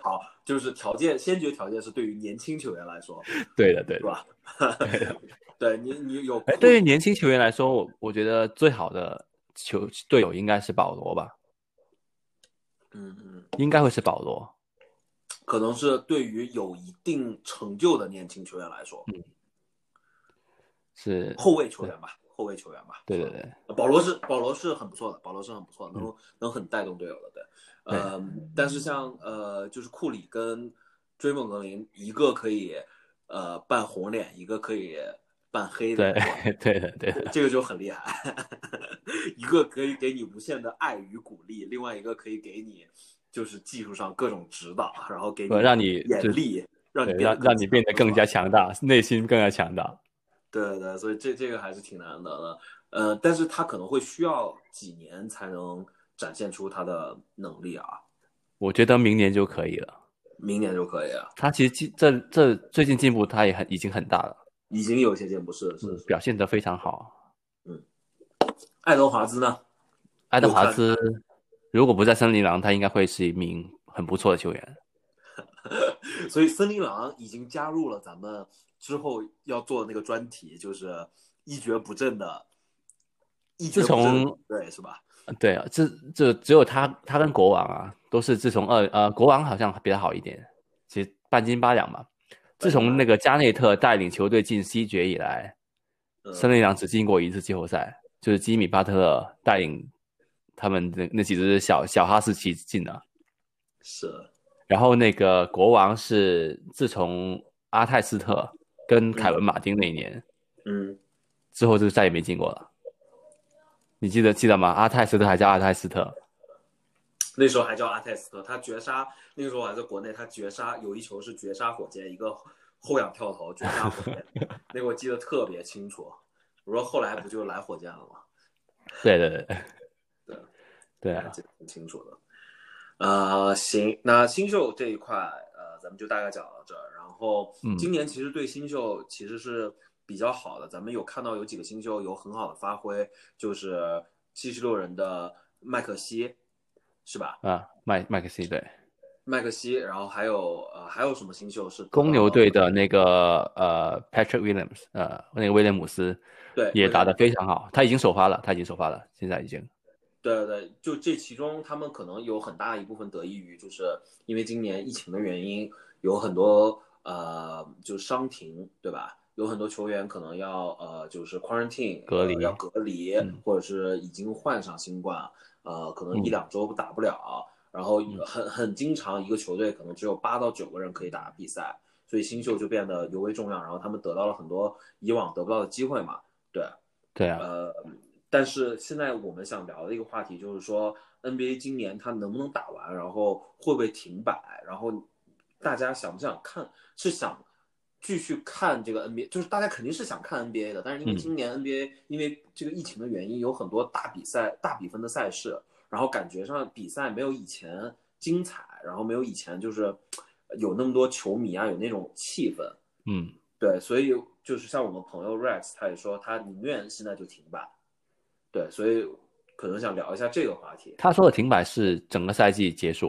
S1: 就是条件先决条件是对于年轻球员来说，
S2: 对的，对的，
S1: 是吧？
S2: 对的。
S1: 对你，你有
S2: 哎，对于年轻球员来说，我我觉得最好的球队友应该是保罗吧。
S1: 嗯嗯，
S2: 应该会是保罗。
S1: 可能是对于有一定成就的年轻球员来说，
S2: 嗯，是
S1: 后卫球员吧，后卫球员吧。
S2: 对对对，
S1: 保罗是保罗是很不错的，保罗是很不错的，能、
S2: 嗯、
S1: 能很带动队友的，对。
S2: 对
S1: 呃，但是像呃，就是库里跟追梦格林，一个可以呃扮红脸，一个可以扮黑脸，
S2: 对对的对的，
S1: 这个就很厉害。一个可以给你无限的爱与鼓励，另外一个可以给你就是技术上各种指导，然后给你
S2: 让你
S1: 眼力，让你
S2: 对
S1: 变得
S2: 让让你变得更加强大，内心更加强大。
S1: 对对，所以这这个还是挺难得的。呃，但是他可能会需要几年才能展现出他的能力啊。
S2: 我觉得明年就可以了，
S1: 明年就可以了。
S2: 他其实这这最近进步他也很已经很大了，
S1: 已经有些进步，是是
S2: 嗯，
S1: 是，
S2: 表现得非常好。
S1: 嗯，爱德华兹呢？
S2: 爱德华兹如果不在森林狼，他应该会是一名很不错的球员。
S1: 所以森林狼已经加入了咱们之后要做的那个专题，就是一蹶不振的，一蹶不振的，对，是吧？
S2: 对啊，这这只有他他跟国王啊，都是自从二呃国王好像比较好一点，其实半斤八两嘛。自从那个加内特带领球队进西决以来，森林狼只进过一次季后赛，就是吉米巴特勒带领他们那那几只小小哈士奇进的。
S1: 是。
S2: 然后那个国王是自从阿泰斯特跟凯文马丁那一年，
S1: 嗯，
S2: 之后就再也没进过了。你记得记得吗？阿泰斯特还叫阿泰斯特，
S1: 那时候还叫阿泰斯特，他绝杀，那个时候还在国内，他绝杀有一球是绝杀火箭，一个后仰跳投绝杀火箭，那个我记得特别清楚。我说后来不就来火箭了吗？
S2: 对对对
S1: 对
S2: 对啊，
S1: 记得很清楚的。呃，行，那新秀这一块，呃，咱们就大概讲到这儿。然后今年其实对新秀其实是比较好的，咱们有看到有几个新秀有很好的发挥，就是七十六人的麦克西，是吧？
S2: 啊，麦麦克西对，
S1: 麦克西，然后还有呃还有什么新秀是
S2: 公牛队的那个呃 Patrick Williams， 呃那个威廉姆斯，
S1: 对，
S2: 也打得非常好，他已经首发了，他已经首发了，现在已经。
S1: 对对，就这其中他们可能有很大一部分得益于，就是因为今年疫情的原因，有很多呃就伤停，对吧？有很多球员可能要呃就是 quarantine
S2: 隔离、
S1: 呃、要隔离、嗯，或者是已经患上新冠，呃可能一两周打不了，嗯、然后很很经常一个球队可能只有八到九个人可以打比赛，所以新秀就变得尤为重要，然后他们得到了很多以往得不到的机会嘛，对，
S2: 对啊，
S1: 呃。但是现在我们想聊的一个话题就是说 N B A 今年它能不能打完，然后会不会停摆，然后大家想不想看，是想继续看这个 N B A， 就是大家肯定是想看 N B A 的，但是因为今年 N B A、嗯、因为这个疫情的原因，有很多大比赛大比分的赛事，然后感觉上比赛没有以前精彩，然后没有以前就是有那么多球迷啊，有那种气氛，
S2: 嗯，
S1: 对，所以就是像我们朋友 Rex 他也说他宁愿现在就停摆。对，所以可能想聊一下这个话题。
S2: 他说的停摆是整个赛季结束。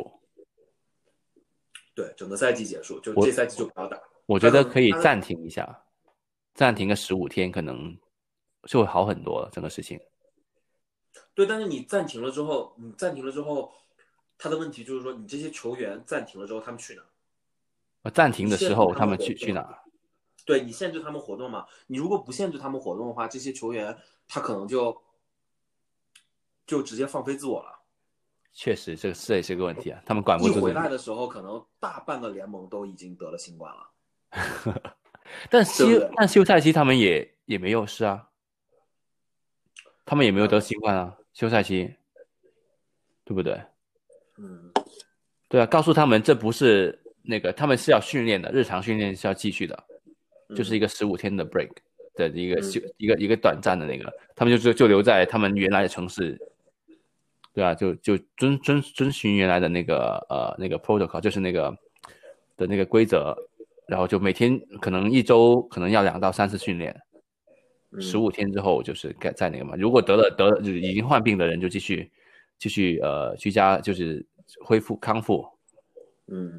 S1: 对，整个赛季结束，就这赛季就不要打。
S2: 我觉得可以暂停一下，暂停个十五天，可能就会好很多了，整个事情。
S1: 对，但是你暂停了之后，你暂停了之后，他的问题就是说，你这些球员暂停了之后，他们去哪？
S2: 暂停的时候，他们去去哪？
S1: 对，你限制他们活动嘛？你如果不限制他们活动的话，这些球员他可能就。就直接放飞自我了，
S2: 确实，这这也是个问题啊。他们管不住。
S1: 一回来的时候，可能大半个联盟都已经得了新冠了。
S2: 但休但休赛期他们也也没有事啊，他们也没有得新冠啊，休赛期，对不对？
S1: 嗯，
S2: 对啊，告诉他们这不是那个，他们是要训练的，日常训练是要继续的，
S1: 嗯、
S2: 就是一个十五天的 break 的一个休、嗯、一个一个短暂的那个，他们就就留在他们原来的城市。对啊，就就遵遵遵循原来的那个呃那个 protocol， 就是那个的那个规则，然后就每天可能一周可能要两到三次训练，十五天之后就是该在那个嘛。如果得了得了就是已经患病的人就继续继续呃居家就是恢复康复。
S1: 嗯，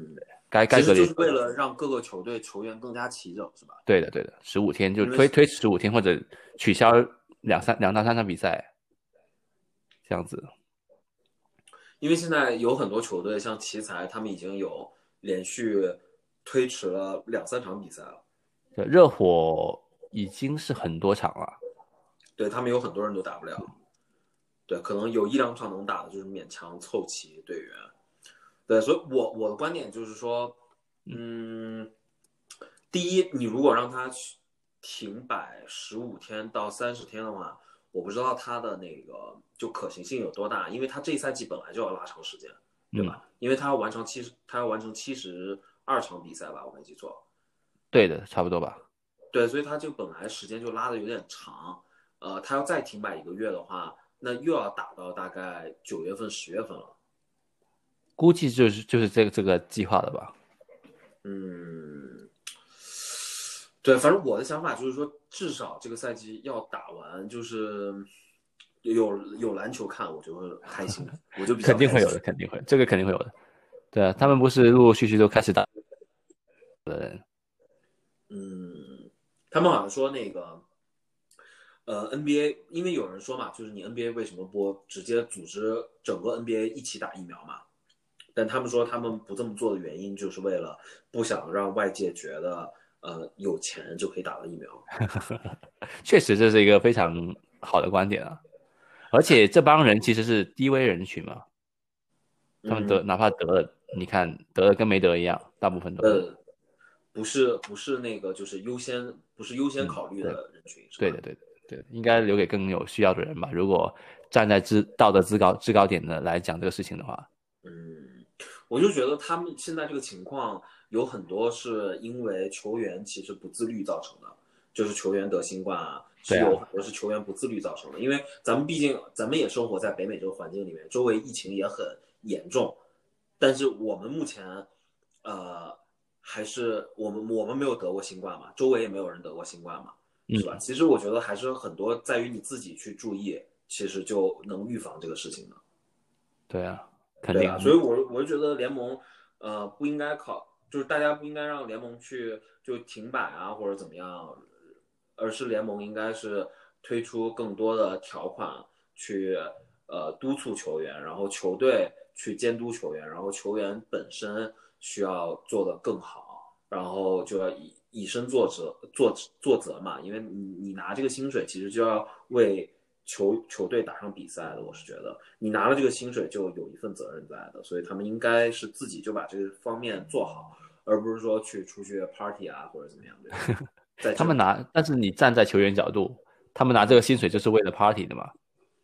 S2: 该该隔离
S1: 其实就是为了让各个球队球员更加齐整，是吧？
S2: 对的对的，十五天就
S1: 因为
S2: 推推十五天，或者取消两三两到三场比赛，这样子。
S1: 因为现在有很多球队，像奇才，他们已经有连续推迟了两三场比赛了。
S2: 对，热火已经是很多场了。
S1: 对，他们有很多人都打不了。对，可能有一两场能打的，就是勉强凑齐队员。对，所以我我的观点就是说，嗯，第一，你如果让他停摆十五天到三十天的话，我不知道他的那个就可行性有多大，因为他这一赛季本来就要拉长时间，对吧？嗯、因为他要完成七十，他要完成七十二场比赛吧，我没记错。
S2: 对的，差不多吧。
S1: 对，所以他就本来时间就拉的有点长，呃，他要再停摆一个月的话，那又要打到大概九月份、十月份了。
S2: 估计就是就是这个这个计划了吧。
S1: 嗯，对，反正我的想法就是说，至少这个赛季要打完，就是有有篮球看，我就会开心，我就比较
S2: 肯定会有的，肯定会，这个肯定会有的。对啊，他们不是陆陆续续都开始打的人。
S1: 嗯，他们好像说那个，呃，N B A， 因为有人说嘛，就是你 N B A 为什么不直接组织整个 N B A 一起打疫苗嘛？但他们说他们不这么做的原因，就是为了不想让外界觉得，呃，有钱就可以打到疫苗。
S2: 确实，这是一个非常好的观点啊。而且这帮人其实是低危人群嘛，他们得、嗯、哪怕得了，你看得了跟没得一样，大部分都是。
S1: 呃，不是不是那个就是优先不是优先考虑的人群，嗯、是吧？
S2: 对的对的对的，应该留给更有需要的人吧。如果站在制道德制高制高点的来讲这个事情的话，
S1: 嗯，我就觉得他们现在这个情况有很多是因为球员其实不自律造成的，就是球员得新冠啊，是有很多是球员不自律造成的。因为咱们毕竟咱们也生活在北美这个环境里面，周围疫情也很严重，但是我们目前，呃，还是我们我们没有得过新冠嘛，周围也没有人得过新冠嘛，是吧？嗯、其实我觉得还是很多在于你自己去注意，其实就能预防这个事情的。
S2: 对啊。肯定，
S1: 啊，所以我我就觉得联盟，呃，不应该考，就是大家不应该让联盟去就停摆啊或者怎么样，而是联盟应该是推出更多的条款去呃督促球员，然后球队去监督球员，然后球员本身需要做得更好，然后就要以以身作则作作则嘛，因为你你拿这个薪水其实就要为。球球队打上比赛的，我是觉得你拿了这个薪水就有一份责任在的，所以他们应该是自己就把这个方面做好，而不是说去出去 party 啊或者怎么样的。
S2: 他们拿，但是你站在球员角度，他们拿这个薪水就是为了 party 的嘛？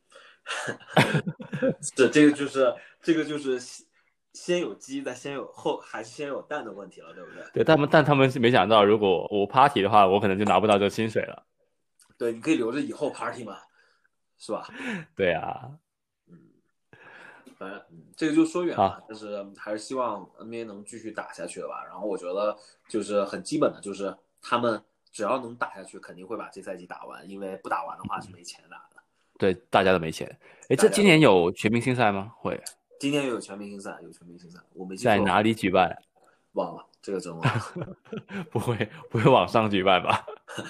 S1: 是这个就是这个就是先有鸡再先有后还是先有蛋的问题了，对不对？
S2: 对，他们但他们是没想到，如果我 party 的话，我可能就拿不到这个薪水了。
S1: 对，你可以留着以后 party 嘛。是吧？
S2: 对啊，
S1: 嗯，反正、嗯、这个就说远了，但是还是希望 N B A 能继续打下去的吧。然后我觉得就是很基本的，就是他们只要能打下去，肯定会把这赛季打完，因为不打完的话是没钱打的。
S2: 对，大家都没钱。哎，这今年有全明星赛吗？会。
S1: 今年有全明星赛，有全明星赛，我没记错。
S2: 在哪里举办？
S1: 忘了，这个真忘了。
S2: 不会，不会网上举办吧？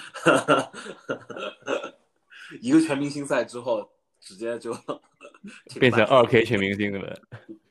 S1: 一个全明星赛之后，直接就
S2: 变成二 K 全明星，对不对？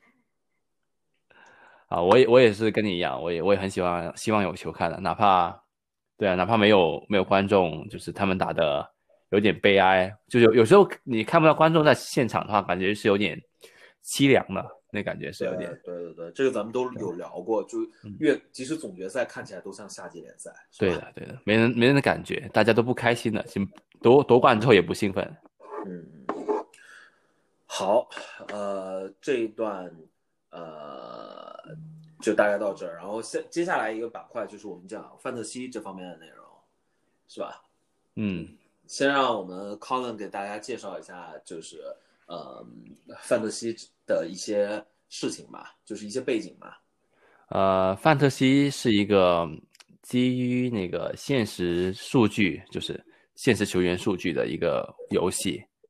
S2: 啊，我也我也是跟你一样，我也我也很喜欢，希望有球看的，哪怕对啊，哪怕没有没有观众，就是他们打的有点悲哀，就是有有时候你看不到观众在现场的话，感觉是有点凄凉的，那感觉是有点。
S1: 对对对，这个咱们都有聊过，就越即使总决赛看起来都像夏季联赛。
S2: 对的对的，没人没人的感觉，大家都不开心的，夺夺冠之后也不兴奋。
S1: 嗯，好，呃，这一段呃就大概到这儿，然后接接下来一个板块就是我们讲范特西这方面的内容，是吧？
S2: 嗯，
S1: 先让我们 Colin 给大家介绍一下，就是呃范特西的一些事情吧，就是一些背景吧。
S2: 呃，范特西是一个基于那个现实数据，就是现实球员数据的一个游戏。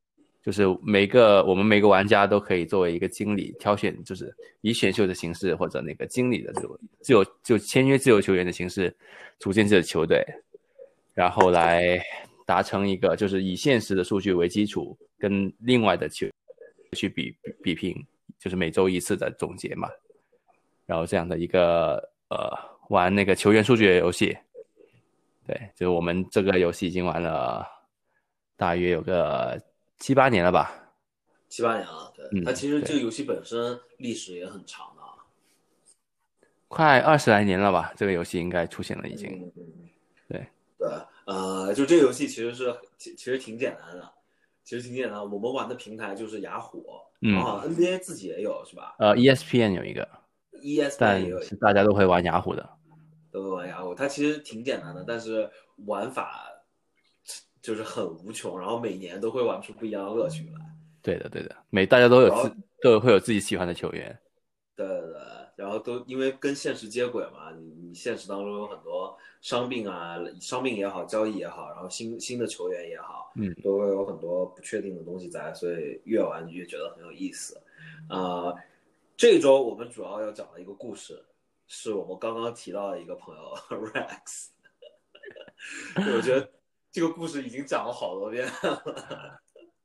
S2: 就是每个我们每个玩家都可以作为一个经理挑选，就是以选秀的形式或者那个经理的这种自由就签约自由球员的形式组建自己的球队，然后来达成一个就是以现实的数据为基础，跟另外的球去比比比拼，就是每周一次的总结嘛。然后这样的一个呃玩那个球员数据的游戏，对，就是我们这个游戏已经玩了大约有个七八年了吧。
S1: 七八年了，对，
S2: 嗯，
S1: 它其实这个
S2: 对，
S1: 游戏本身历史也很长的啊。
S2: 快二十来年了吧，这个游戏应该出现了已经。
S1: 嗯嗯，
S2: 对
S1: 对，呃，就这个游戏其实是其其实挺简单的，其实挺简单的。我们玩的平台就是雅虎，然后好像 N B A 自己也有是吧
S2: 呃，E S P N 有一个，
S1: ？E S P N 也有，
S2: 但是大家都会玩雅虎的。
S1: 都会玩雅虎。它其实挺简单的，但是玩法就是很无穷，然后每年都会玩出不一样的乐趣来。
S2: 对的，对的，每大家都有
S1: 然后
S2: 自都会有自己喜欢的球员。
S1: 对对对，然后都因为跟现实接轨嘛，你你现实当中有很多伤病啊，伤病也好，交易也好，然后新新的球员也好，
S2: 嗯，
S1: 都会有很多不确定的东西在，所以越玩越觉得很有意思。啊、呃，这周我们主要要讲的一个故事，是我们刚刚提到的一个朋友 Rex， 我觉得这个故事已经讲了好多遍了，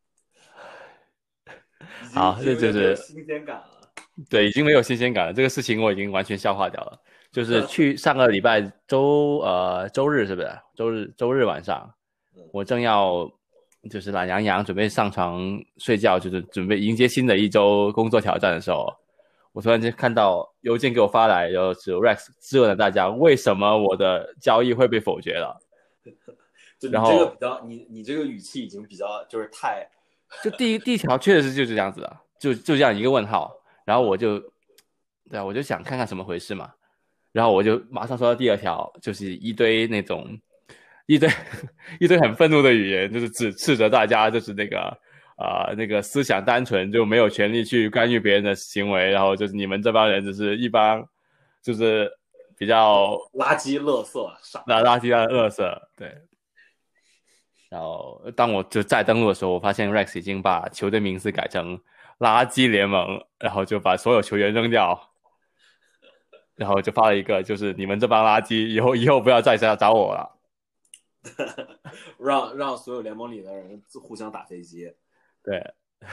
S1: 已经已
S2: 好，
S1: 经有点没有
S2: 这就是
S1: 新鲜感了。
S2: 对，已经没有新鲜感了。这个事情我已经完全消化掉了。就是去上个礼拜周呃周日是不是？周日周日晚上，我正要就是懒洋洋准备上床睡觉，就是准备迎接新的一周工作挑战的时候，我突然间看到邮件给我发来，然后是 Rex 质问了大家为什么我的交易会被否决了。
S1: 就你
S2: 然后
S1: 这个比较，你你这个语气已经比较就是太，
S2: 就第一第一条确实是就是这样子的，就就这样一个问号，然后我就对啊，我就想看看怎么回事嘛。然后我就马上收到第二条，就是一堆那种一堆一堆很愤怒的语言，就是指斥着大家，就是那个啊、呃、那个思想单纯，就没有权利去干预别人的行为，然后就是你们这帮人就是一帮就是比较
S1: 垃圾、垃圾、傻
S2: 垃垃圾的垃圾，对。然后当我就再登录的时候，我发现 Rex 已经把球队名字改成垃圾联盟，然后就把所有球员扔掉。然后就发了一个，就是你们这帮垃圾，以后以后不要再来找我了。
S1: 让让所有联盟里的人互相打飞机。
S2: 对，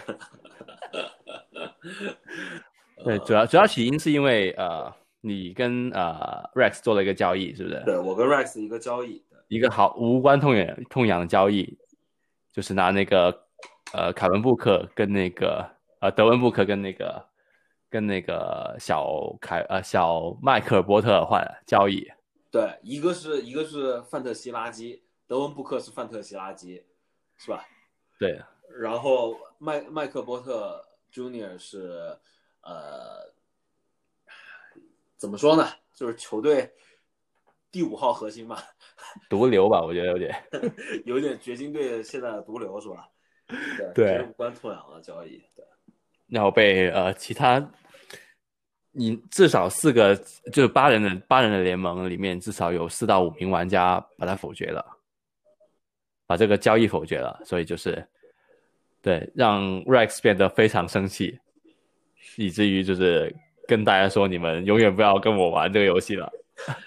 S2: 对，主要主要起因是因为呃，你跟呃 Rex 做了一个交易，是不是？
S1: 对，我跟 Rex 一个交易，
S2: 一个好无关痛痒痛痒的交易，就是拿那个呃凯文布克跟那个呃德文布克跟那个跟那个小凯呃小迈克尔波特换交易。
S1: 对，一个是一个是范特西垃圾，德文布克是范特西垃圾，是吧？
S2: 对，
S1: 然后麦麦克波特 Junior 是呃怎么说呢？就是球队第五号核心吧，
S2: 毒瘤吧，我觉得有点
S1: 有点掘金队现在的毒瘤是吧？对，
S2: 对，
S1: 这是无关痛痒的交易。对，
S2: 然后被呃其他你至少四个就是八人的八人的联盟里面至少有四到五名玩家把它否决了，把这个交易否决了，所以就是对让 Rex 变得非常生气，以至于就是跟大家说你们永远不要跟我玩这个游戏了。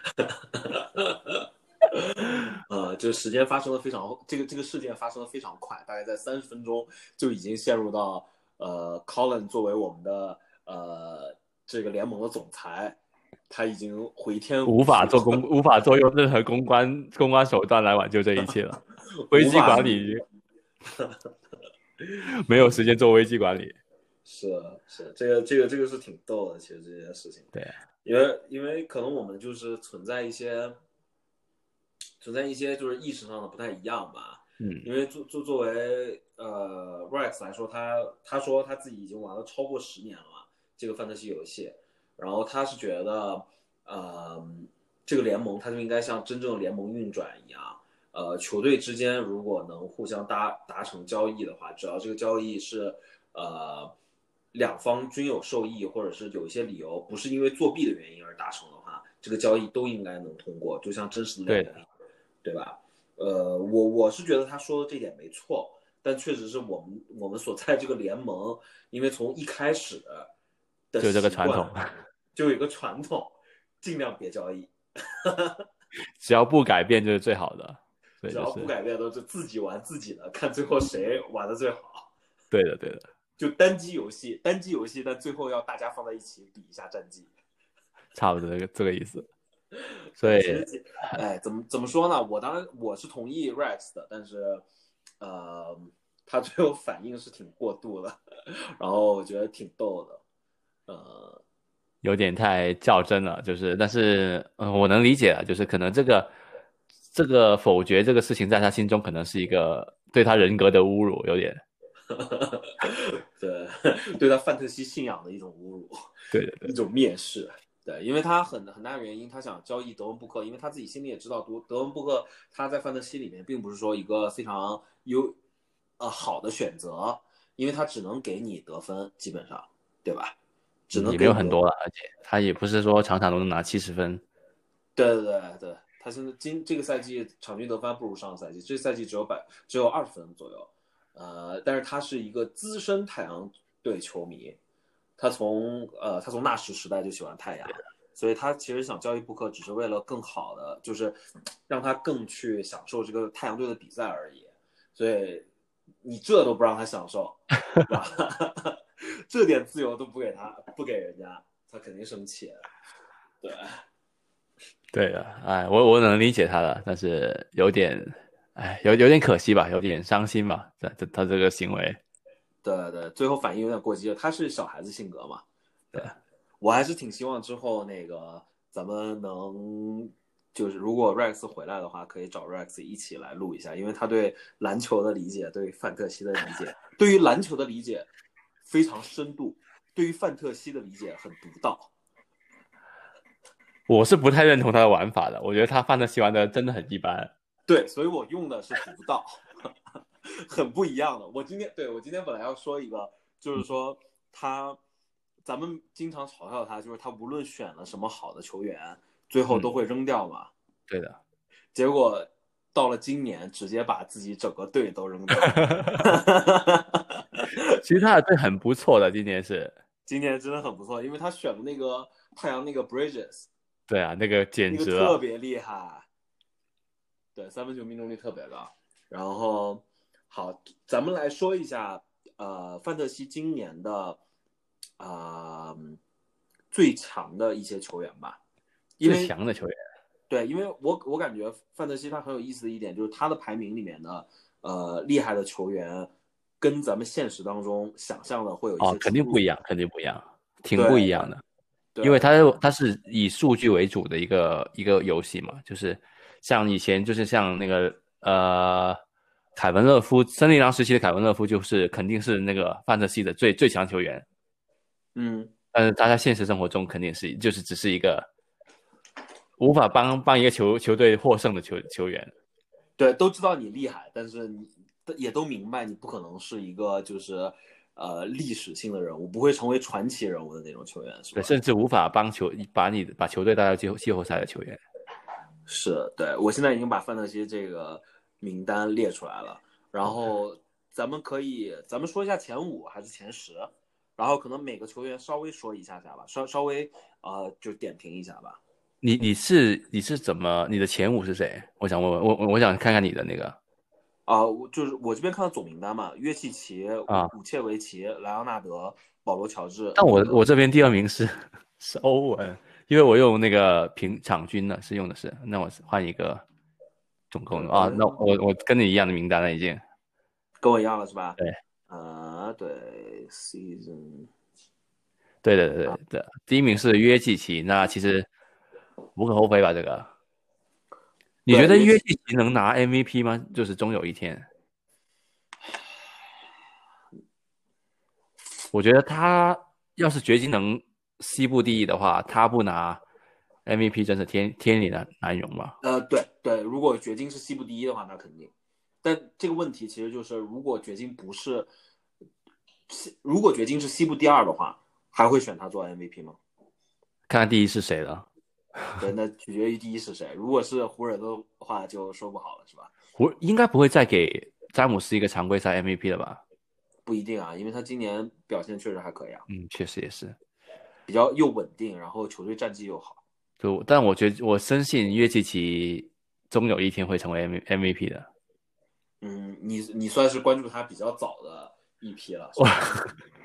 S1: 呃，这时间发生的非常，这个这个事件发生的非常快，大概在三十分钟就已经陷入到呃，Colin 作为我们的呃这个联盟的总裁，他已经回天
S2: 无法做公，无法做用任何公关公关手段来挽救这一切了。危机管理没有时间做危机管理。
S1: 是是，这个这个这个是挺逗的，其实这件事情。
S2: 对，
S1: 因为因为可能我们就是存在一些存在一些就是意识上的不太一样吧。
S2: 嗯，
S1: 因为作作作为呃 Rex 来说，他他说他自己已经玩了超过十年了这个范特西游戏，然后他是觉得呃这个联盟它就应该像真正联盟运转一样。呃，球队之间如果能互相达达成交易的话，只要这个交易是呃两方均有受益，或者是有一些理由不是因为作弊的原因而达成的话，这个交易都应该能通过，就像真实的联盟，对吧？呃，我我是觉得他说的这点没错， 但确实是我们我们所在这个联盟，因为从一开始的
S2: 就这个
S1: 习惯
S2: 传统，
S1: 就有一个传统，尽量别交易，
S2: 只要不改变就是最好的。所以
S1: 只要不
S2: 就是
S1: 改变都是自己玩自己的，看最后谁玩的最好。
S2: 对的对的，
S1: 就单机游戏，单机游戏，但最后要大家放在一起比一下战绩。
S2: 差不多这个这个意思。所以
S1: 其实，哎，怎么怎么说呢？我当然我是同意 Rex 的，但是，呃，他最后反应是挺过度的，然后我觉得挺逗的，呃，
S2: 有点太较真了，就是但是嗯、呃我能理解啊，就是可能这个这个否决这个事情在他心中可能是一个对他人格的侮辱，有点。
S1: 对，对他范特西信仰的一种侮辱，
S2: 对对对
S1: 一种蔑视。对，因为他很很大原因，他想交易德文布克，因为他自己心里也知道，德德文布克他在范特西里面并不是说一个非常优呃好的选择，因为他只能给你得分，基本上，对吧？只
S2: 嗯，也没
S1: 能给你得分。
S2: 有很多了，而且他也不是说场场都能拿七十分。
S1: 对对对对，他现在今这个赛季场均得分不如上个赛季，这个赛季只有百只有二十分左右，呃，但是他是一个资深太阳队球迷，他从呃他从纳什时代就喜欢太阳，所以他其实想交易布克只是为了更好的，就是让他更去享受这个太阳队的比赛而已，所以你这都不让他享受，是吧？这点自由都不给他，不给人家，他肯定生气。对。
S2: 对的，哎，我我能理解他的，但是有点，哎，有有点可惜吧，有点伤心吧，他他他这个行为。
S1: 对对，最后反应有点过激了。他是小孩子性格嘛，对，
S2: 对，
S1: 我还是挺希望之后那个咱们能，就是如果 Rex 回来的话，可以找 Rex 一起来录一下，因为他对篮球的理解，对范特西的理解，对于篮球的理解非常深度，对于范特西的理解很独到。
S2: 我是不太认同他的玩法的，我觉得他范特西玩的真的很一般。
S1: 对，所以我用的是独到，很不一样的。我今天对我今天本来要说一个，就是说他，咱们经常嘲笑他，就是他无论选了什么好的球员，最后都
S2: 嗯，
S1: 会扔掉嘛。
S2: 对的。
S1: 结果到了今年，直接把自己整个队都扔掉了。
S2: 其实他的队很不错的，今年是。
S1: 今年真的很不错，因为他选的那个太阳那个 Bridges，
S2: 对啊，那个简
S1: 那个
S2: 直了。
S1: 特别厉害。对，三分球命中率特别高。然后，好，咱们来说一下，呃，范特西今年的，啊、呃，最强的一些球员吧。因
S2: 最
S1: 为
S2: 强的球员。
S1: 对，因为我我感觉范特西他很有意思的一点就是他的排名里面的，呃，厉害的球员跟咱们现实当中想象的会有一
S2: 哦，
S1: 些出入。
S2: 肯定不一样，肯定不一样，挺不
S1: 对对
S2: 一样的。因为
S1: 对
S2: 它它是以数据为主的一个一个游戏嘛，就是像以前就是像那个呃凯文勒夫，森林狼时期的凯文勒夫就是肯定是那个范特西的最最强球员，
S1: 嗯，
S2: 但是他在现实生活中肯定是就是只是一个无法帮帮一个球球队获胜的球球员。
S1: 对，都知道你厉害，但是你也都明白你不可能是一个就是呃历史性的人物，不会成为传奇人物的那种球员，是
S2: 对，
S1: 吧？
S2: 甚至无法帮球把你把球队带到季后季后赛的球员。
S1: 是，对，我现在已经把范特西这个名单列出来了，然后咱们可以咱们说一下前五还是前十，然后可能每个球员稍微说一下下吧，稍稍微呃就点评一下吧。
S2: 你你是你是怎么你的前五是谁？我想问问我我我想看看你的那个
S1: 啊、呃，我就是我这边看到总名单嘛，约契奇、
S2: 啊，
S1: 武切维奇、莱昂纳德、保罗乔治、
S2: 但我
S1: 那个
S2: 我这边第二名是是欧文，因为我用那个平场均的，是用的是，那我换一个总共的啊，那
S1: 呃
S2: 我我跟你一样的名单了已经。
S1: 跟我一样了是吧？
S2: 对
S1: 啊，对，season
S2: 对对对对对，第一名是约基奇，那其实无可厚非吧？这个，你觉得
S1: 对约基
S2: 约基奇能拿 M V P 吗？就是终有一天，我觉得他要是掘金能西部第一的话，他不拿 M V P 真是天天理难难容吧？
S1: 呃，对对，如果掘金是西部第一的话，那肯定。但这个问题其实就是，如果掘金不是，如果掘金是西部第二的话，还会选他做 M V P 吗？
S2: 看看第一是谁了。
S1: 对，那取决于第一是谁。如果是湖人的话，就说不好了，是吧？
S2: 湖应该不会再给詹姆斯一个常规赛 M V P 了吧？
S1: 不一定啊，因为他今年表现确实还可以啊，
S2: 嗯，确实也是。
S1: 比较又稳定，然后球队战绩又好。
S2: 就但我觉得我深信约基奇终有一天会成为 M M V P 的。
S1: 嗯，你你算是关注他比较早的一批了，是
S2: 哇，
S1: 吧？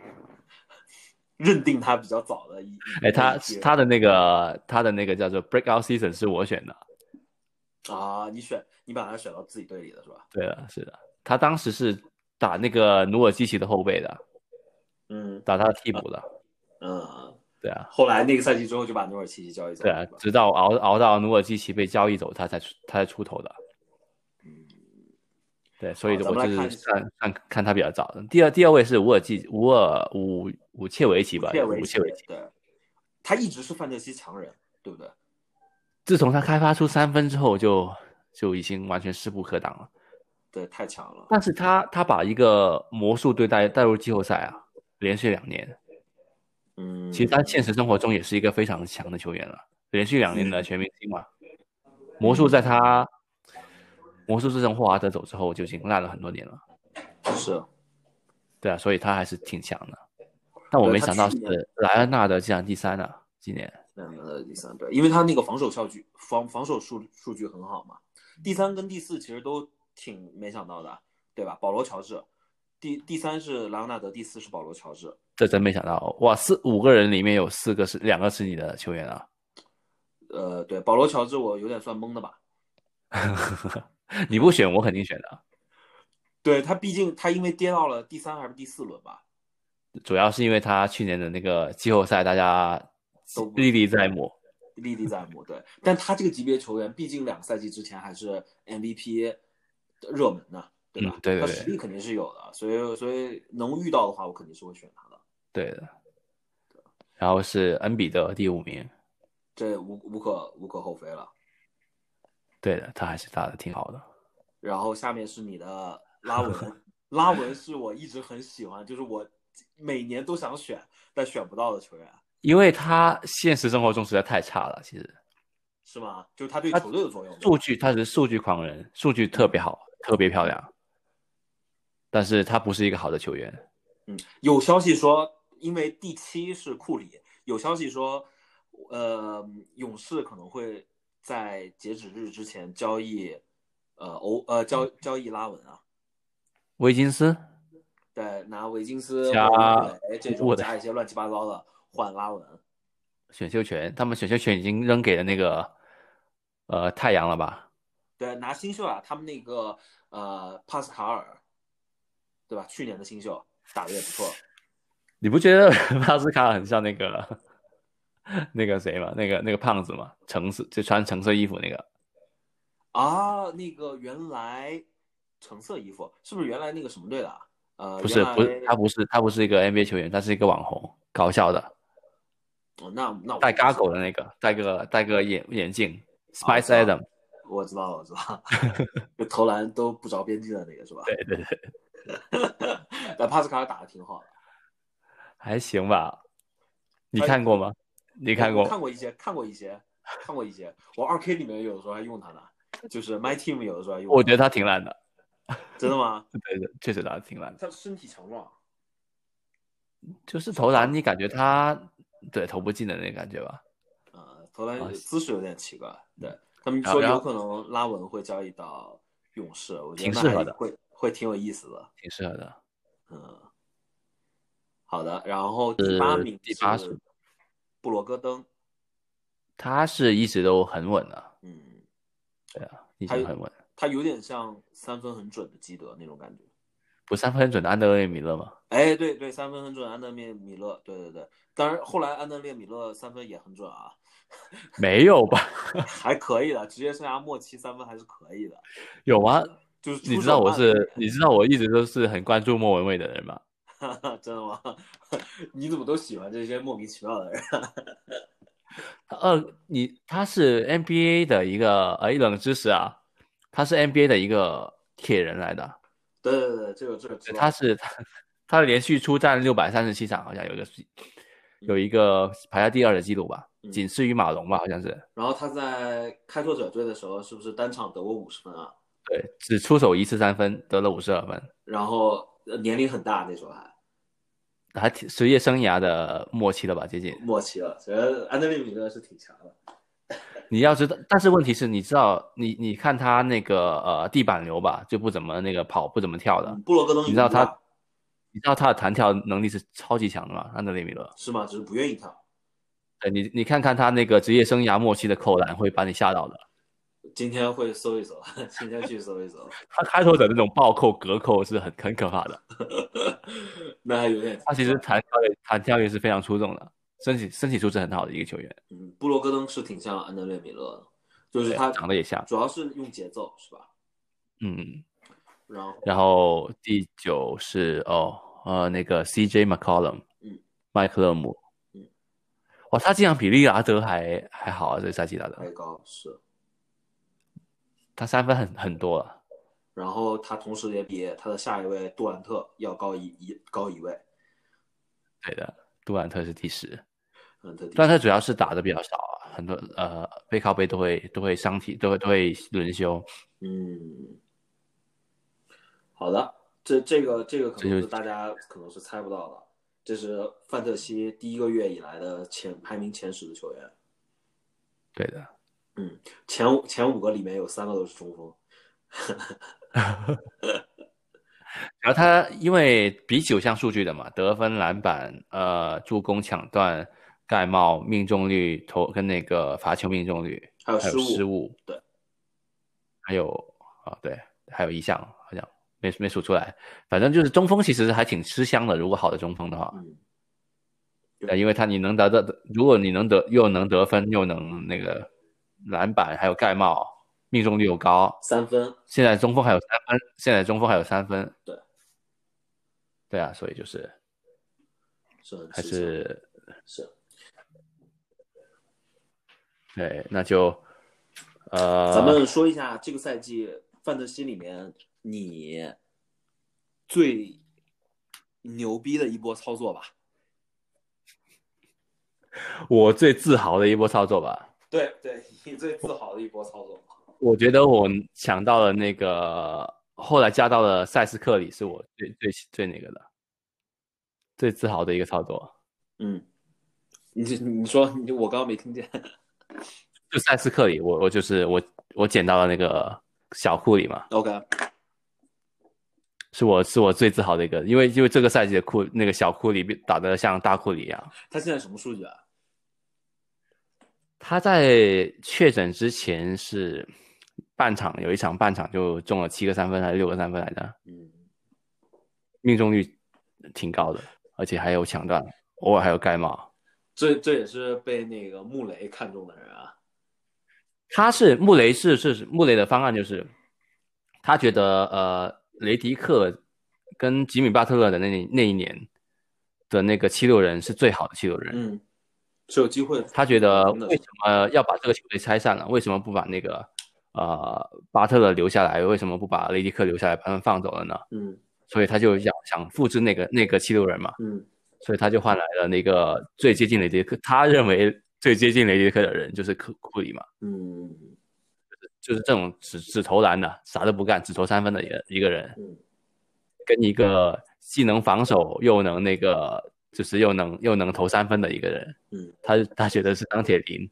S1: 认定他比较早的一
S2: 哎，他
S1: 那一批
S2: 他的那个他的那个叫做 breakout season 是我选的。
S1: 啊，你选你把他选到自己队里的是吧？
S2: 对的，是的，他当时是打那个努尔基奇的后备的，
S1: 嗯
S2: 打他的替补的。
S1: 嗯，
S2: 对啊，
S1: 后来那个赛季之后就把努尔基奇交易走了，
S2: 对啊，
S1: 是吧？
S2: 直到熬熬到努尔基奇被交易走，他才出他才出头的。
S1: 嗯，
S2: 对，所
S1: 好，
S2: 以我就是
S1: 咱们来看
S2: 看看看他比较早的。第二第二位是乌尔季乌尔武武切维奇
S1: 武
S2: 吧，
S1: 切维奇，
S2: 武切维奇。
S1: 对，他一直是范特西强人，对不对？
S2: 自从他开发出三分之后就，就已经完全势不可挡了。
S1: 对，太强了。
S2: 但是他他把一个魔术队带带入季后赛啊，连续两年。
S1: 嗯，
S2: 其实他现实生活中也是一个非常强的球员了，连续两年的全明星嘛。魔术在他魔术自从霍华德走之后就已经烂了很多年了。
S1: 是，
S2: 对啊，所以他还是挺强的。但我没想到是莱恩纳德竟然第三啊，今年。
S1: 莱恩纳德第三，对，因为他那个防守效据防防守数数据很好嘛。第三跟第四其实都挺没想到的，对吧？保罗乔治，第第三是莱昂纳德，第四是保罗乔治。
S2: 这真没想到哇！四五个人里面有四个是两个是你的球员啊。
S1: 呃，对，保罗乔治我有点算懵的吧。
S2: 你不选我肯定选的。
S1: 对，他毕竟他因为跌到了第三还是第四轮吧，
S2: 主要是因为他去年的那个季后赛，大家
S1: 都
S2: 历历在目。
S1: 历历在目。对，但他这个级别球员，毕竟两个赛季之前还是 M V P 热门呢，对吧？
S2: 嗯，对对
S1: 他
S2: 对，
S1: 实力肯定是有的，所以所以能遇到的话，我肯定是会选他的。
S2: 对的。然后是恩比德第五名。
S1: 这无无可无可厚非了。
S2: 对的，他还是打的挺好的。
S1: 然后下面是你的拉文，拉文是我一直很喜欢，就是我每年都想选但选不到的球员。
S2: 因为他现实生活中实在太差了，其实
S1: 是吗？就是他对
S2: 他
S1: 球队的作用。
S2: 数据他是数据狂人，数据特别好，特别漂亮，但是他不是一个好的球员。
S1: 嗯，有消息说，因为第七是库里，有消息说，呃，勇士可能会在截止日之前交易，呃，欧呃交交易拉文啊，
S2: 威金斯
S1: 对，拿维金斯
S2: 加
S1: 或者乌雷这种
S2: 乌雷
S1: 加一些乱七八糟的换拉文。
S2: 选秀权，他们选秀权已经扔给了那个呃太阳了吧？
S1: 对，拿新秀啊，他们那个呃帕斯卡尔，对吧？去年的新秀打的也不错。
S2: 你不觉得帕斯卡很像那个那个谁吗？那个那个胖子吗？橙色就穿橙色衣服那个？
S1: 啊，那个原来橙色衣服是不是原来那个什么队的啊？呃，原来
S2: 不是不是，他不是他不是一个 N B A 球员，他是一个网红，搞笑的，
S1: 哦，那那我
S2: 戴
S1: 就不知
S2: goggle
S1: 道
S2: 的那个，戴个戴个眼眼镜
S1: 啊，我
S2: ，Spice
S1: 知道，
S2: Adam。
S1: 我知道，我知道，就投篮都不着边际的那个是吧？
S2: 对对对，
S1: 但帕斯卡尔打的挺好的。
S2: 还行吧。你
S1: 他
S2: 看过吗？你
S1: 我我
S2: 看过？
S1: 看过一些，看过一些，看过一些。我二 K 里面有的时候还用他呢，就是 My Team 有的时候还用他。
S2: 我觉得他挺烂的。
S1: 真的吗？
S2: 对对，确实打的挺烂的。
S1: 他身体强壮，
S2: 就是投篮，你感觉他对投不进的那个感觉吧？
S1: 呃，投篮
S2: 啊，
S1: 姿势有点奇怪。对，他们
S2: 然后然后
S1: 说有可能拉文会交易到勇士，我觉得那
S2: 挺适合的，
S1: 还会会挺有意思的。
S2: 挺适合的。
S1: 嗯，好的。然后第八
S2: 是
S1: 名
S2: 第八是
S1: 是布罗戈登。
S2: 他是一直都很稳的。
S1: 嗯，
S2: 对啊，一
S1: 他
S2: 直很稳。
S1: 他有点像三分很准的基德那种感觉。
S2: 不三分很准的安德烈米勒吗？
S1: 哎，对对，三分很准，安德烈米勒，对对对。当然后来安德烈米勒三分也很准啊，
S2: 没有吧？
S1: 还可以的，职业生涯末期三分还是可以的。
S2: 有吗？
S1: 就是
S2: 你知道我
S1: 出手慢了一点。
S2: 是你知道我一直都是很关注莫文蔚的人吗？
S1: 真的吗？你怎么都喜欢这些莫名其妙的人？
S2: 呃，你他是 N B A 的一个呃一冷知识啊，他是 N B A 的一个铁人来的。
S1: 对对对，这个这个知道。
S2: 他是他他连续出战六百三十七场，好像有一个有一个排在第二的记录吧，
S1: 嗯
S2: 仅次于马龙吧，好像是。
S1: 然后他在开拓者队的时候，是不是单场得过五十分啊？
S2: 对，只出手一次三分，得了五十二分，
S1: 然后年龄很大，那时候还
S2: 还挺职业生涯的末期了吧，接近。
S1: 末期了。觉得安德烈米勒是挺强的。
S2: 你要知道，但是问题是，你知道，你你看他那个呃地板流吧，就不怎么那个跑，不怎么跳的。
S1: 嗯，布罗格登
S2: 你知道他，
S1: 赢了
S2: 你知道他的弹跳能力是超级强的吗？安德烈米勒。
S1: 是吗？只是不愿意跳。
S2: 对你，你看看他那个职业生涯末期的扣篮，会把你吓到的。
S1: 今天会搜一搜，今天去搜一搜。
S2: 他开头的那种暴扣、隔扣是很很可怕的。
S1: 那还有点。
S2: 他其实弹跳也弹跳也是非常出众的，身体身体素质很好的一个球员。
S1: 嗯，布罗格登是挺像安德烈米勒的，就是
S2: 对，
S1: 他
S2: 长得也像。
S1: 主要是用节奏，是吧？
S2: 嗯，
S1: 然后，
S2: 然后第九是哦呃那个 C J McCollum，
S1: 嗯
S2: 麦克勒姆。
S1: 嗯，
S2: 哇，他竟然比利拉德还还好啊！这个赛季打的，
S1: 还高是。
S2: 他三分很很多了。
S1: 然后他同时也比他的下一位杜兰特要高一一高一位。
S2: 对的，杜兰特是第十。
S1: 嗯，他
S2: 杜兰特主要是打的比较少啊，很多呃背靠背都会都会伤体，都会都会轮休。
S1: 嗯，好的，这这个这个可
S2: 这就
S1: 能是大家可能是猜不到的，这是范特西第一个月以来的前排名前十的球员。
S2: 对的。
S1: 嗯，前五前五个里面有三个都是中锋。
S2: 然后他因为比九项数据的嘛，得分、篮板、呃助攻、抢断、盖帽、命中率、投跟那个罚球命中率，还有
S1: 还有失误。
S2: 失误，
S1: 对，
S2: 还有啊对，还有一项好像没没数出来。反正就是中锋其实还挺吃香的，如果好的中锋的话。
S1: 嗯，
S2: 对，因为他你能得的，如果你能得又能得分又能那个篮板，还有盖帽，命中率又高。
S1: 三分。
S2: 现在中锋还有三分，现在中锋还有三分。
S1: 对，
S2: 对啊，所以就是还
S1: 是很吃香。
S2: 是
S1: 是。
S2: 对，那就呃，
S1: 咱们说一下这个赛季范特西里面你最牛逼的一波操作吧。
S2: 我最自豪的一波操作吧。
S1: 对对，你最自豪的一波操作。
S2: 我觉得我抢到了那个，后来加到了塞斯克里，是我最最最那个的，最自豪的一个操作。
S1: 嗯，你你说你我刚刚没听见。
S2: 就塞斯克里，我我就是我我捡到了那个小库里嘛。
S1: OK。
S2: 是我是我最自豪的一个，因为因为这个赛季的库那个小库里打得像大库里一样。
S1: 他现在什么数据啊？
S2: 他在确诊之前是半场有一场半场就中了七个三分还是六个三分来着。
S1: 嗯，
S2: 命中率挺高的，而且还有抢断，偶尔还有盖帽。
S1: 这这也是被那个穆雷看中的人啊。
S2: 他是穆雷是是穆雷的方案就是他觉得呃雷迪克跟吉米巴特勒的那那一年的那个七六人是最好的七六人。
S1: 嗯，是有机会。
S2: 他觉得为什么要把这个球队拆散了？为什么不把那个呃巴特勒留下来？为什么不把雷迪克留下来，把他们放走了呢？
S1: 嗯，
S2: 所以他就想想复制那个那个七六人嘛。
S1: 嗯，
S2: 所以他就换来了那个最接近雷迪克，他认为最接近雷迪克的人就是库库里嘛。
S1: 嗯，
S2: 就是这种只只投篮的，啥都不干，只投三分的一个一个人，
S1: 嗯，
S2: 跟一个既能防守又能那个，就是又能又能投三分的一个人。
S1: 嗯，
S2: 他他觉得是钢铁林。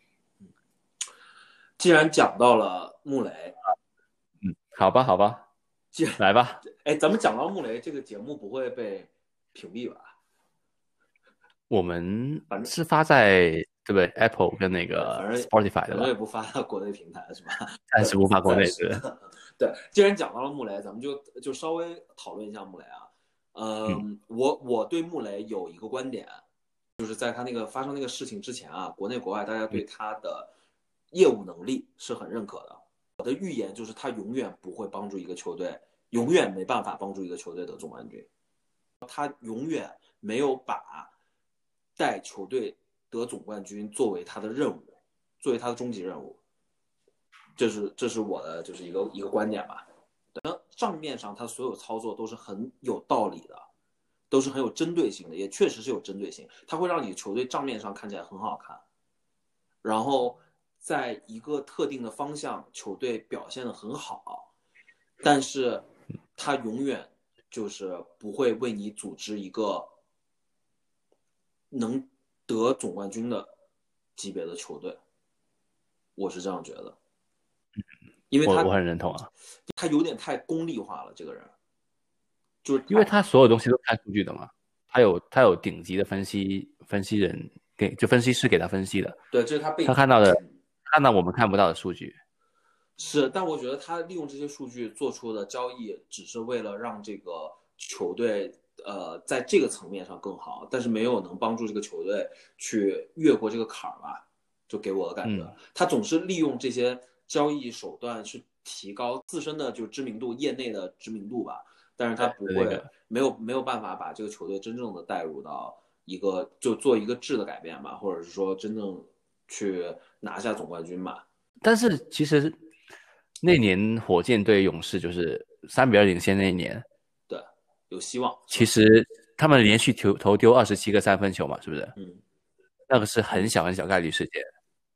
S1: 既然讲到了穆雷，
S2: 嗯，好吧，好吧，来吧。
S1: 哎，咱们讲到穆雷，这个节目不会被屏蔽吧？
S2: 我们是发在对不对 ？Apple 跟那个 Spotify 的吧？
S1: 反正也不发到国内平台是吧？
S2: 暂时不发国内是。
S1: 对，既然讲到了穆雷，咱们就就稍微讨论一下穆雷啊。嗯，嗯我我对穆雷有一个观点，就是在他那个发生那个事情之前啊，国内国外大家对他的业务能力是很认可的。我的预言就是他永远不会帮助一个球队，永远没办法帮助一个球队得总冠军。他永远没有把带球队得总冠军作为他的任务，作为他的终极任务。这是这是我的就是一个一个观点吧。账面上他所有操作都是很有道理的，都是很有针对性的，也确实是有针对性。它会让你球队账面上看起来很好看，然后在一个特定的方向球队表现得很好， 但是他永远就是不会为你组织一个能得总冠军的级别的球队，我是这样觉得，因为他
S2: 我我很认同啊，
S1: 他有点太功利化了，这个人就是
S2: 因为
S1: 太
S2: 他所有东西都看数据的嘛，他有他有顶级的分析分析人给就分析师给他分析的，
S1: 对，这是他背景
S2: 他看到的看到我们看不到的数据。
S1: 是，但我觉得他利用这些数据做出的交易，只是为了让这个球队呃在这个层面上更好，但是没有能帮助这个球队去越过这个坎儿吧，就给我的感觉，
S2: 嗯，
S1: 他总是利用这些交易手段去提高自身的就知名度，业内的知名度吧，但是他不会
S2: 那个
S1: 没有没有办法把这个球队真正的带入到一个就做一个质的改变吧，或者是说真正去拿下总冠军吧。
S2: 但是其实那年火箭对勇士就是三比二领先那一年，
S1: 对，有希望。
S2: 其实他们连续投投丢二十七个三分球嘛，是不是？
S1: 嗯，
S2: 那个是很小很小概率事件，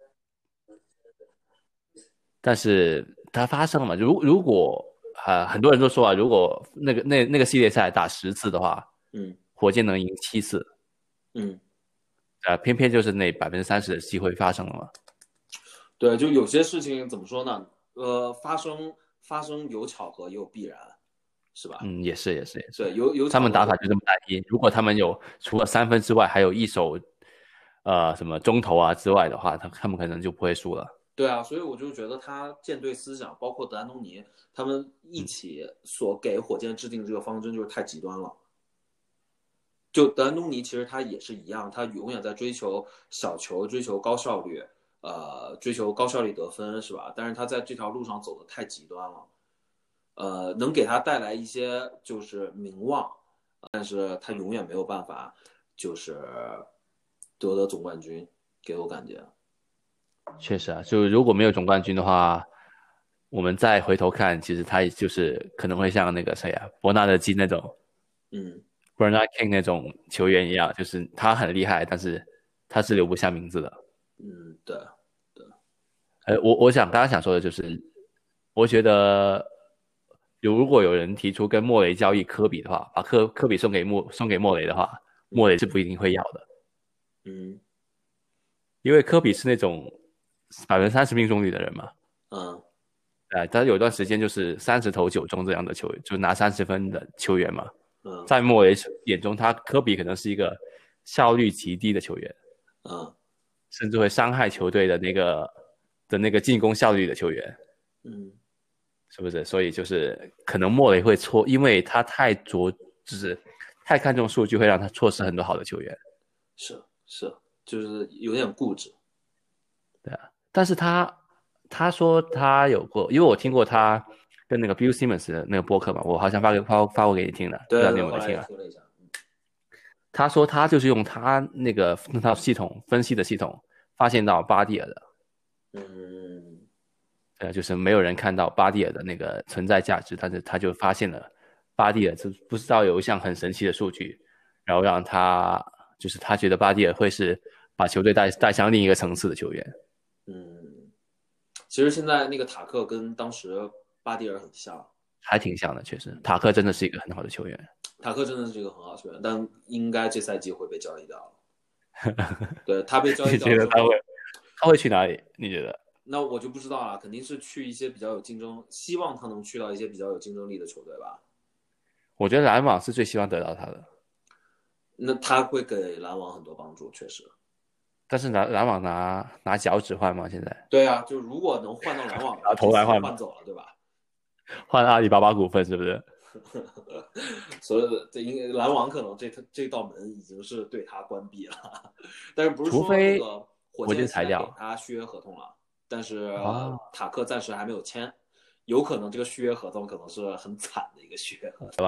S2: 但是它发生了嘛？如如果啊、呃很多人都说啊，如果那个那那个系列赛打十次的话，
S1: 嗯
S2: 火箭能赢七次，
S1: 嗯，
S2: 啊、呃偏偏就是那百分之三十的机会发生了嘛。
S1: 对，就有些事情怎么说呢？呃，发生发生有巧合也有必然，是吧？
S2: 嗯，也是也是也是，
S1: 对，有有
S2: 他
S1: 巧合有
S2: 们打法就这么单一。如果他们有除了三分之外，还有一手呃什么中投啊之外的话，他他们可能就不会输了。
S1: 对啊，所以我就觉得他舰队思想，包括德安东尼他们一
S2: 嗯，
S1: 起所给火箭制定的这个方针就是太极端了。就德安东尼其实他也是一样，他永远在追求小球，追求高效率，呃，追求高效率得分，是吧？但是他在这条路上走的太极端了。呃，能给他带来一些就是名望，但是他永远没有办法就是夺得总冠军，给我感觉。
S2: 确实啊，就如果没有总冠军的话，我们再回头看，其实他也就是可能会像那个谁啊，伯纳德基那种
S1: 嗯
S2: ，Bernard King 那种球员一样，就是他很厉害，但是他是留不下名字的。
S1: 嗯，对对，
S2: 呃，我我想刚刚想说的就是，我觉得有如果有人提出跟莫雷交易科比的话，把科科比送给莫送给莫雷的话，莫雷是不一定会要的，
S1: 嗯
S2: 因为科比是那种百分之三十命中率的人嘛。
S1: 嗯
S2: 呃，他有段时间就是三十投九中这样的球员，就拿三十分的球员嘛。
S1: 嗯
S2: 在莫雷眼中，他科比可能是一个效率极低的球员，
S1: 嗯
S2: 甚至会伤害球队的那个的那个进攻效率的球员，
S1: 嗯，
S2: 是不是？所以就是可能莫雷会错，因为他太着，就是太看重数据，会让他错失很多好的球员。
S1: 是是，就是有点固执。
S2: 对啊，但是他他说他有过，因为我听过他跟那个 Bill Simmons 的那个播客嘛，我好像发给发发过给你听的，不知道你
S1: 对对，后来
S2: 有没有听啊？
S1: 也听了一下。
S2: 他说他就是用他那个那套系统分析的系统，发现到巴蒂尔的，
S1: 嗯
S2: 呃，就是没有人看到巴蒂尔的那个存在价值，但是他就发现了巴蒂尔，就不知道有一项很神奇的数据，然后让他就是他觉得巴蒂尔会是把球队带带向另一个层次的球员。
S1: 嗯，其实现在那个塔克跟当时巴蒂尔很像。
S2: 还挺像的，确实，塔克真的是一个很好的球员。
S1: 塔克真的是一个很好球员，但应该这赛季会被交易掉了。对，他被交易
S2: 你
S1: 掉之后，
S2: 觉得他会他会去哪里？你觉得？
S1: 那我就不知道了，肯定是去一些比较有竞争，希望他能去到一些比较有竞争力的球队吧。
S2: 我觉得篮网是最希望得到他的，
S1: 那他会给篮网很多帮助，确实。
S2: 但是篮篮网拿拿脚趾换吗？现在
S1: 对啊，就如果能换到篮网的
S2: 拿
S1: 话，这次就
S2: 投篮换吗？
S1: 换走了，对吧？
S2: 换阿里巴巴股份是不是？
S1: 所以这应篮网可能这这道门已经是对他关闭了，但是不是说那个火箭现在给他续约合同了，但是、
S2: 啊，
S1: 塔克暂时还没有签，有可能这个续约合同可能是很惨的一个续约合同，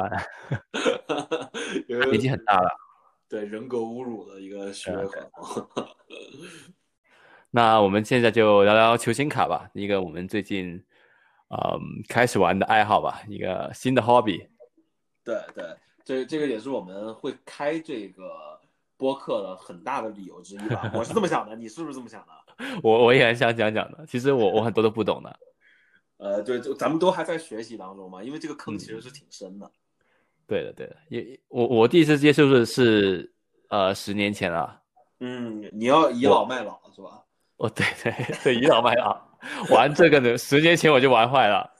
S2: 年纪很大了。
S1: 对人格侮辱的一个续约合同。
S2: 那我们现在就聊聊球星卡吧，一个我们最近嗯开始玩的爱好吧，一个新的 hobby。
S1: 对对，这这个也是我们会开这个播客的很大的理由之一吧。我是这么想的，你是不是这么想的？
S2: 我我也很想讲讲的，其实我我很多都不懂的。
S1: 呃，对，就咱们都还在学习当中嘛，因为这个坑其实是挺深的。
S2: 嗯、对的，对的，也我我第一次接触的是呃十年前了。
S1: 嗯，你要倚老卖老是吧？
S2: 哦，对对对，倚老卖老，玩这个呢，十年前我就玩坏了。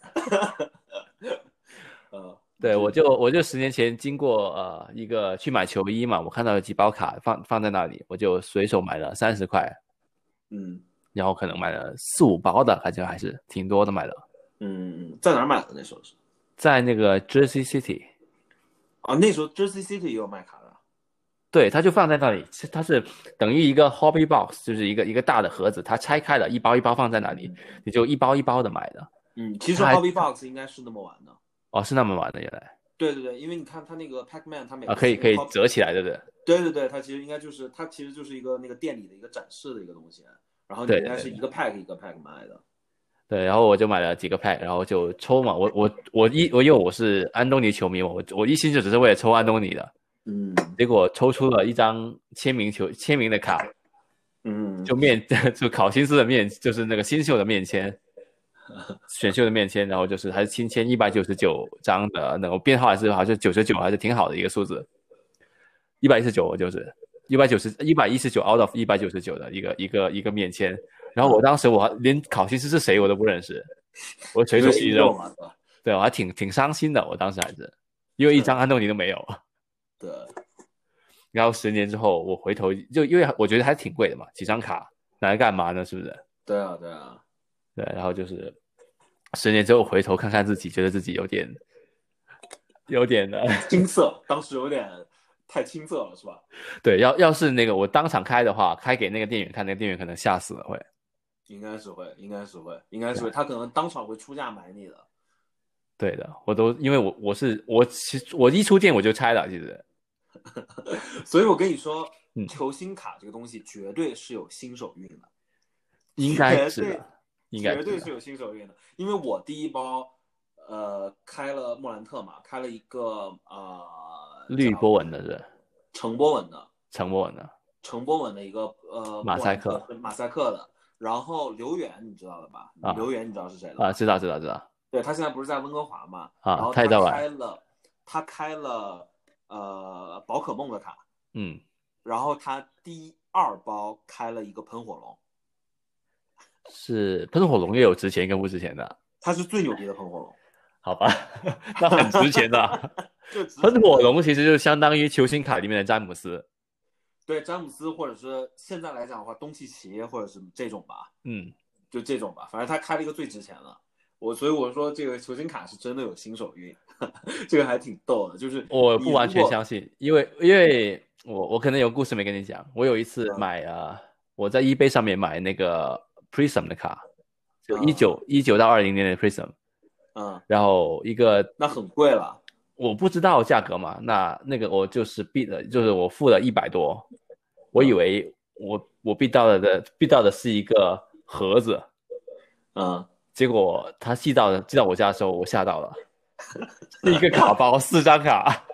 S1: 呃，
S2: 对，
S1: 这
S2: 我就我就十年前经过呃一个去买球衣嘛，我看到有几包卡放放在那里，我就随手买了三十块，
S1: 嗯
S2: 然后可能买了四五包的，感觉还是挺多的买的，
S1: 嗯嗯，在哪儿买的那时候是？
S2: 在那个 Jersey City。
S1: 啊，那时候 Jersey City 也有卖卡的。
S2: 对，它就放在那里，是它是等于一个 hobby box，就是一个一个大的盒子，它拆开了，一包一包放在那里，你就一包一包的买的。
S1: 嗯，其实
S2: 它还
S1: Hobby Box 应该是那么玩的。
S2: 哦是那么玩的，原来
S1: 对对对，因为你看它那个 Pac-Man，它每
S2: 啊，
S1: 个那个
S2: 可以可以
S1: Hobby，
S2: 折起来，对不对？
S1: 对对对，它其实应该就是它其实就是一个那个店里的一个展示的一个东西，然后你
S2: 对对对
S1: 应该是一个 pack 一个 pack 卖的。
S2: 对，然后我就买了几个 pack，然后就抽嘛，我我我一我因为我是安东尼球迷嘛，我我一心就只是为了抽安东尼的，
S1: 嗯
S2: 结果抽出了一张签名球签名的卡，
S1: 嗯，
S2: 就面就考辛斯的面，就是那个新秀的面签，选秀的面签，然后就是还是亲签一百九十九张的那个编号还是好像九十九，还是挺好的一个数字，一百一十九就是一百九十一百一十九 out of 一百九十九的一个一个一个面签，然后我当时我连考辛斯是谁我都不认识，我随手一扔，
S1: 嘛，对吧？
S2: 对我还挺挺伤心的，我当时还是因为一张安东尼都没有。
S1: 对，
S2: 然后十年之后我回头就因为我觉得还挺贵的嘛，几张卡拿来干嘛呢？是不是？
S1: 对啊，对啊，
S2: 对，然后就是十年之后回头看看自己，觉得自己有点有点的，
S1: 青涩，当时有点太青涩了，是吧？
S2: 对，要要是那个我当场开的话，开给那个店员看，那个店员可能吓死了会。
S1: 应该是会，应该是会，应该是会，他可能当场会出价买你的。
S2: 对的，我都因为我我是我其实我一出店我就拆了，其实。
S1: 所以我跟你说，
S2: 嗯，
S1: 球星卡这个东西绝对是有新手运的，
S2: 应该
S1: 绝对
S2: 是的，应该是的。
S1: 绝对是有新手运的。因为我第一包，呃，开了莫兰特嘛，开了一个呃
S2: 绿波纹的是
S1: 橙波纹的，
S2: 橙波纹的
S1: 橙波纹的一个呃
S2: 马赛克，
S1: 马赛克的。然后刘源你知道的吧？
S2: 啊
S1: 刘源你知道是谁的
S2: 啊，知道知道知道
S1: 对，他现在不是在温哥华嘛？
S2: 啊，
S1: 然后他
S2: 他也在玩。
S1: 开了，他开了呃宝可梦的卡，
S2: 嗯，
S1: 然后他第二包开了一个喷火龙，
S2: 是喷火龙也有值钱跟不值钱的，
S1: 他是最牛逼的喷火龙，
S2: 好吧？那很值钱的。
S1: 就值钱
S2: 喷火龙其实就相当于球星卡里面的詹姆斯。
S1: 对詹姆斯，或者是现在来讲的话，东契奇或者是这种吧，
S2: 嗯，
S1: 就这种吧，反正他开了一个最值钱的。我所以我说这个球星卡是真的有新手运，这个还挺逗的。就是
S2: 我不完全相信，因为因为我我可能有故事没跟你讲。我有一次买啊、呃，我在 eBay 上面买那个 Prism 的卡，就一九一九到二零年的 Prism，
S1: 嗯，
S2: 然后一个
S1: 那很贵了，
S2: 我不知道价格嘛，那那个我就是 bid 了，就是我付了一百多，我以为我我 bid 到了的 bid 到的是一个盒子，
S1: 嗯。
S2: 结果他寄到寄到我家的时候，我吓到了，是一个卡包，四张卡。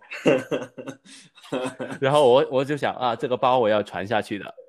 S2: 然后我我就想啊，这个包我要传下去的，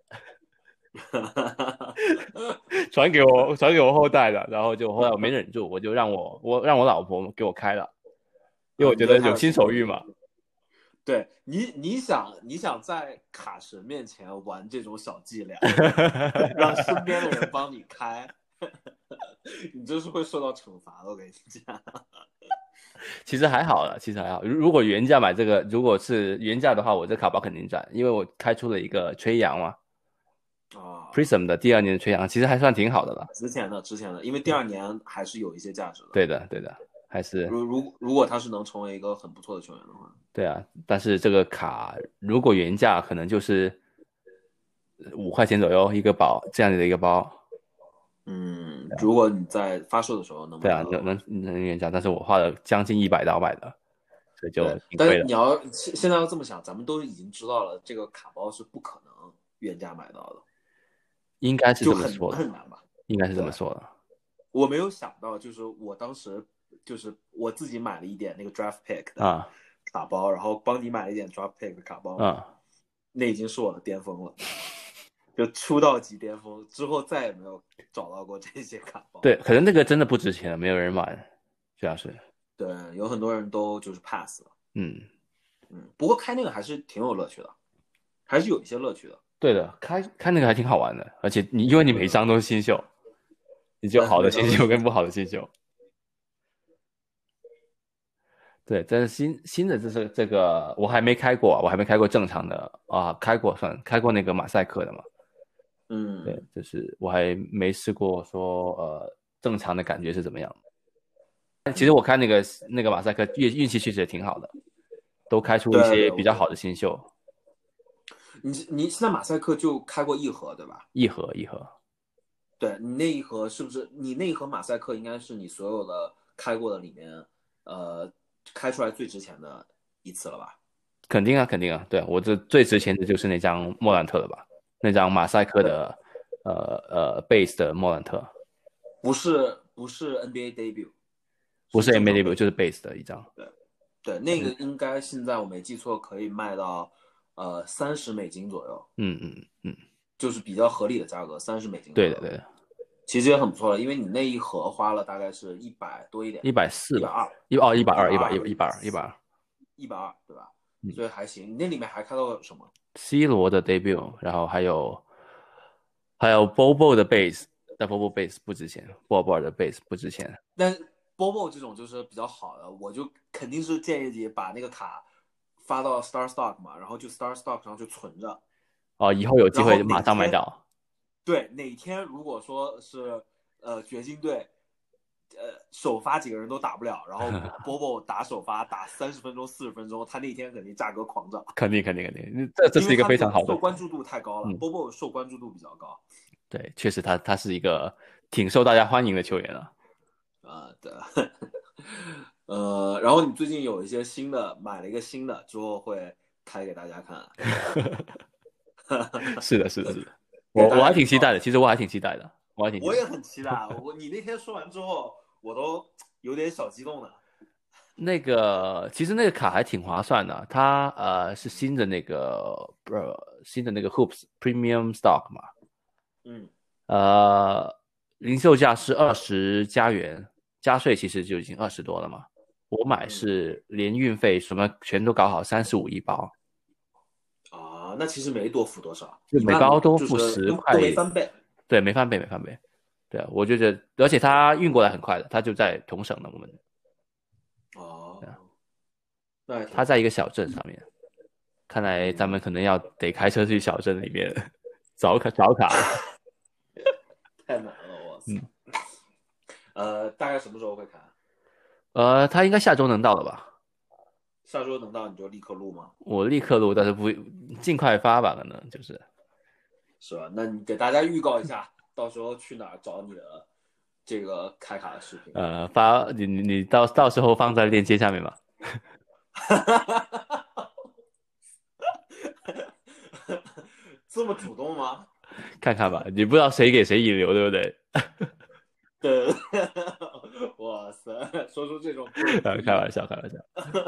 S2: 传给我传给我后代的。然后就后来我没忍住，我就让我我让我老婆给我开了，因为我觉得有新手运嘛。
S1: 对你，你想你想在卡神面前玩这种小伎俩，让身边的人帮你开。你就是会受到惩罚的，我跟你讲。
S2: 其实还好了，其实还好。如果原价买这个，如果是原价的话，我这卡包肯定赚，因为我开出了一个吹扬嘛。
S1: 啊
S2: ，Prism 的第二年的吹扬其实还算挺好的了。
S1: 值钱的，值钱的，因为第二年还是有一些价值的。
S2: 对的，对的，还是。
S1: 如如如果他是能成为一个很不错的球员的话。
S2: 对啊，但是这个卡如果原价可能就是五块钱左右一个包，这样子的一个包。
S1: 嗯，如果你在发售的时候能
S2: 对啊，能能能原价，但是我花了将近一百刀买的，所以就挺贵的。
S1: 但是你要现在要这么想，咱们都已经知道了，这个卡包是不可能原价买到的，
S2: 应该是这么说
S1: 的，就很难吧？
S2: 应该是这么说的。
S1: 我没有想到，就是我当时就是我自己买了一点那个 draft pick 的卡包，
S2: 啊、
S1: 然后帮你买了一点 draft pick 的卡包，
S2: 啊、
S1: 那已经是我的巅峰了。 就出道即巅峰之后再也没有找到过这些卡包。
S2: 对，可能那个真的不值钱，没有人买，主要是。
S1: 对，有很多人都就是 pass 了。
S2: 嗯
S1: 嗯，不过开那个还是挺有乐趣的，还是有一些乐趣的。
S2: 对的，开开那个还挺好玩的，而且你因为你每一张都是新秀，你就好的新秀跟不好的新秀。对，但是新新的这是这个我还没开过，我还没开过正常的啊，开过算开过那个马赛克的嘛。
S1: 嗯，
S2: 对，就是我还没试过说呃正常的感觉是怎么样。其实我看那个那个马赛克运运气确实也挺好的，都开出一
S1: 对对，
S2: 些比较好的新秀。
S1: 你你现在马赛克就开过一盒对吧？
S2: 一盒一盒。
S1: 对你那一盒是不是你那一盒马赛克应该是你所有的开过的里面，呃，开出来最值钱的一次了吧？
S2: 肯定啊，肯定啊，对我这最值钱的就是那张莫兰特了吧？那张马赛克的呃呃 base 的莫兰特，
S1: 不是不是 N B A debut，
S2: 不是
S1: 正
S2: M A
S1: 常
S2: debut
S1: 杯。
S2: 就是 base 的一张。
S1: 对对，那个应该现在我没记错可以卖到呃三十美金左右，
S2: 嗯嗯嗯，
S1: 就是比较合理的价格，三十美金左右。
S2: 对的对的，
S1: 其实也很不错了，因为你那一盒花了大概是一百多一点，
S2: 一百四吧，
S1: 一百二，
S2: 一哦一百二一百
S1: 一百二，
S2: 一百二一百二，
S1: 一百二，对吧？
S2: 嗯
S1: 所以还行。你那里面还看到什么？
S2: ，C 罗的 debut，然后还有还有 Bobo 的 base，但 Bobo base 不值钱，波尔波尔的 base 不值钱。
S1: 但 Bobo 这种就是比较好的，我就肯定是建议你把那个卡发到 Star Stock 嘛，然后就 Star Stock 上就存着，
S2: 哦，以后有机
S1: 然后
S2: 会马上买到。
S1: 对，哪天如果说是呃掘金队，呃首发几个人都打不了，然后 Bobo 打首发打三十分钟、四十分钟，他那天肯定价格狂涨，
S2: 肯定肯定肯定，这这是一个
S1: 因为他
S2: 非常好的
S1: 受关注度太高了、
S2: 嗯
S1: b o b o 受关注度比较高。
S2: 对，确实他他是一个挺受大家欢迎的球员了。
S1: 啊、呃，对，呃，然后你最近有一些新的，买了一个新的，之后会开给大家看。
S2: 是的，是的，是的，我我还挺期待的，其实我还挺期待的，我还挺期待。
S1: 我也很期待，我你那天说完之后，我都有点小激动了。
S2: 那个其实那个卡还挺划算的，它呃是新的那个呃新的那个 Hoops Premium Stock 嘛，
S1: 嗯，
S2: 呃零售价是二十加元，加税其实就已经二十多了嘛。我买是连运费什么全都搞好，三十五一包。
S1: 啊，那其实没多付多少，
S2: 就每
S1: 一万多，就
S2: 包多付
S1: 是都都
S2: 十块，
S1: 没翻倍。
S2: 对，没翻倍，没翻倍。对啊，我就觉得，而且它运过来很快的，它就在同省的，我们，
S1: 哦，
S2: 对啊，
S1: 那还挺好。
S2: 它在一个小镇上面。看来咱们可能要得开车去小镇里面找卡找卡了。
S1: 太难了，我操。
S2: 嗯，
S1: 呃，大概什么时候会开？
S2: 呃，它应该下周能到了吧？
S1: 下周能到你就立刻录吗？
S2: 我立刻录，但是不尽快发吧，可能就是。
S1: 是吧？那你给大家预告一下，到时候去哪儿找你的这个开卡的视频？
S2: 呃，发你你你到到时候放在链接下面吧。
S1: 这么主动吗？
S2: 看看吧，你不知道谁给谁引流，对不对？
S1: 对，哇塞，说出这种
S2: 呃，开玩笑，开玩笑。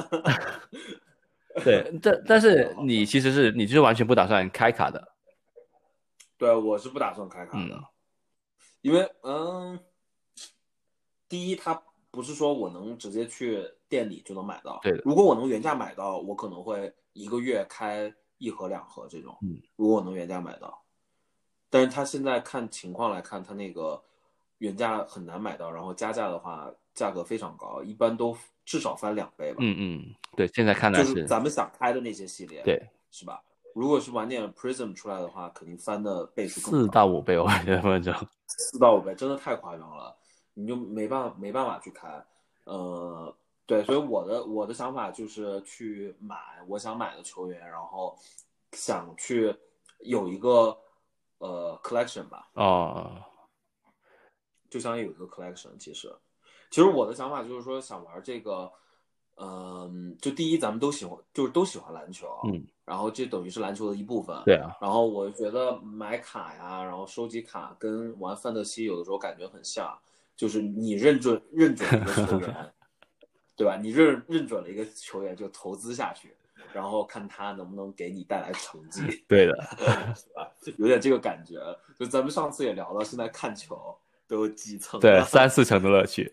S2: 对，但但是你其实是你就是完全不打算开卡的。
S1: 对，我是不打算开卡的，
S2: 嗯，
S1: 因为嗯，第一，它不是说我能直接去店里就能买到，
S2: 对的。
S1: 如果我能原价买到，我可能会一个月开一盒两盒这种，
S2: 嗯，
S1: 如果我能原价买到，但是他现在看情况来看，他那个原价很难买到，然后加价的话价格非常高，一般都至少翻两倍吧。
S2: 嗯嗯，对，现在看来
S1: 就是咱们想开的那些系列，
S2: 对，
S1: 是吧？如果是晚点 Prism 出来的话，肯定翻的倍数更
S2: 四
S1: 高，
S2: 到五倍，我觉得反正
S1: 四到五倍，真的太夸张了，你就没办法没办法去开。呃，对，所以我的我的想法就是去买我想买的球员，然后想去有一个呃 collection 吧，
S2: 哦，
S1: 就相当于有一个 collection。其实，其实我的想法就是说想玩这个，嗯、就第一咱们都喜欢，就是都喜欢篮球，
S2: 嗯，
S1: 然后这等于是篮球的一部分。
S2: 对啊，
S1: 然后我觉得买卡呀，然后收集卡跟玩范特西有的时候感觉很像，就是你认准认准一个球员，对吧？你认认准了一个球员就投资下去， 然后看他能不能给你带来成绩。
S2: 对的，
S1: 是吧？有点这个感觉。就咱们上次也聊了，现在看球都有几层
S2: 对，
S1: 了，
S2: 三四成的乐趣。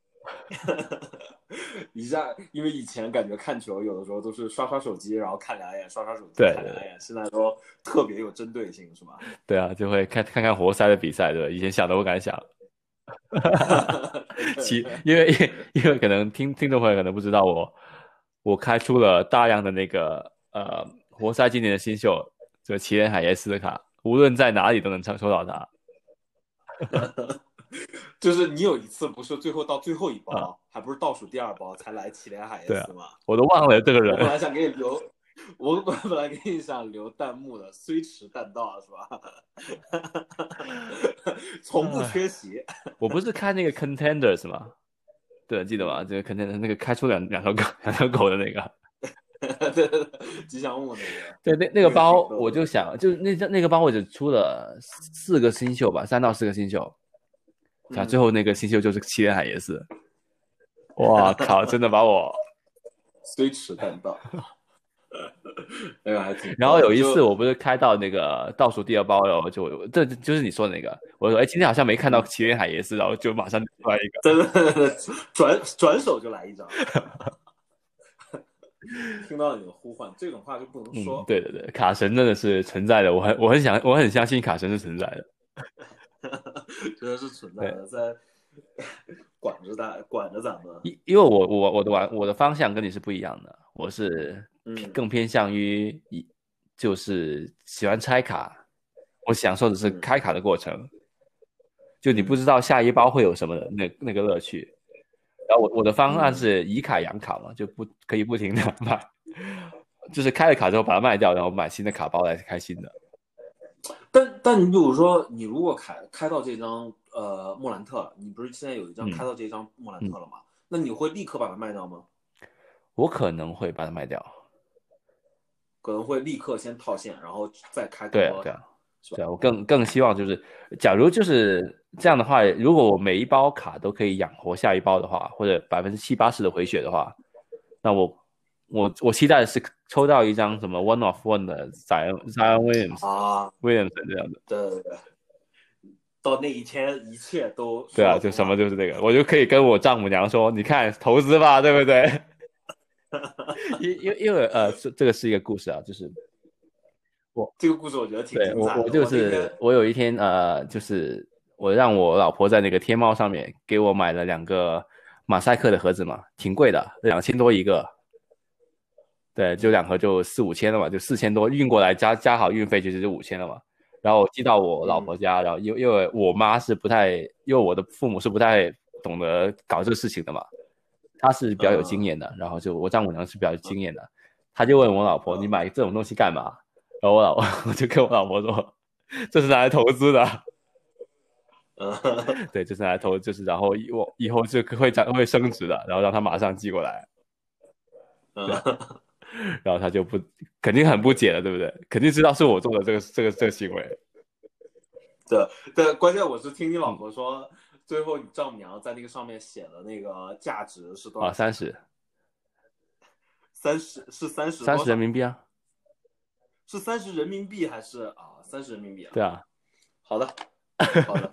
S1: 一下，因为以前感觉看球有的时候都是刷刷手机，然后看两眼，刷刷手机
S2: 对
S1: 看两眼，现在都特别有针对性，是吧？
S2: 对啊，就会看看看活塞的比赛，对吧？以前想都不敢想。其因为因为可能听听众朋友可能不知道我，我开出了大量的那个呃活塞今年的新秀，这个奇连海耶斯的卡，无论在哪里都能抽到他。
S1: 就是你有一次不是最后到最后一包，
S2: 啊、
S1: 还不是倒数第二包才来奇连海耶
S2: 对啊
S1: 斯吗？
S2: 我都忘了这个人。
S1: 我本来想给你留，我本来给你想留弹幕的，虽迟但到是吧？从不缺席。
S2: 我不是看那个 Contenders 吗？对，记得吗？这个 Contenders 那个开出两两条狗两条狗的那个。
S1: 对对对，吉祥物那个。
S2: 对，那那个包我就想，就那那个包我只出了四个新秀吧，三到四个新秀。啊，最后那个新秀就是奇连海耶斯。哇靠！真的把我
S1: 虽迟但到。那个还挺。
S2: 然后有一次我不是开到那个倒数第二包，然后就这就是你说的那个，我说哎，今天好像没看到奇连海耶斯，然后就马上出来一个，
S1: 对对对，转转手就来一张。听到你的呼唤，这种话就不能说。
S2: 嗯，对对对，卡神真的是存在的，我很我很想我很相信卡神是存在的。
S1: 真的是存在的，在管着大管着咱们。
S2: 因因为我我我的玩我的方向跟你是不一样的，我是
S1: 嗯
S2: 更偏向于就是喜欢拆卡，我享受的是开卡的过程，嗯、就你不知道下一包会有什么的那那个乐趣。然后我我的方案是以卡养卡嘛，就不可以不停的买，就是开了卡之后把它卖掉，然后买新的卡包来开心的。
S1: 但但你比如说，你如果开开到这张呃莫兰特，你不是现在有一张开到这张莫兰特了吗？嗯、那你会立刻把它卖掉吗？
S2: 我可能会把它卖掉，
S1: 可能会立刻先套现，然后再开更多卡。
S2: 对啊，对啊，我更更希望就是，假如就是这样的话，如果我每一包卡都可以养活下一包的话，或者百分之七八十的回血的话，那我我我期待的是抽到一张什么 one of one 的 Zion Zion Williams
S1: 啊
S2: Williamson 这样的。
S1: 对对对，到那一天一切都
S2: 对啊，就什么就是这个，我就可以跟我丈母娘说，你看投资吧，对不对？因因因为呃，这这个是一个故事啊，就是我
S1: 这个故事我觉得挺精彩的。
S2: 对我我就是我有一天呃，就是我让我老婆在那个天猫上面给我买了两个马赛克的盒子嘛，挺贵的，两千多一个。对，就两盒就四五千了嘛，就四千多运过来加加好运费，其实就五千了嘛。然后寄到我老婆家，嗯、然后因因为我妈是不太，因为我的父母是不太懂得搞这个事情的嘛。他是比较有经验的，然后就我丈母娘是比较有经验的，他就问我老婆：“你买这种东西干嘛？”然后我老婆我就跟我老婆说：“这是拿来投资的。”对，就是拿来投，就是然后以后以后就会涨会升值的，然后让他马上寄过来。对，然后他就不肯定很不解了，对不对？肯定知道是我做的这个这个这个行为。
S1: 对对，关键我是听你老婆说。嗯最后，你丈母娘在那个上面写的那个价值是多少？
S2: 啊，三十，
S1: 三十是三十，
S2: 三十人民币啊？
S1: 是三十人民币还是啊？三十人民币啊？
S2: 对啊。
S1: 好的，好的。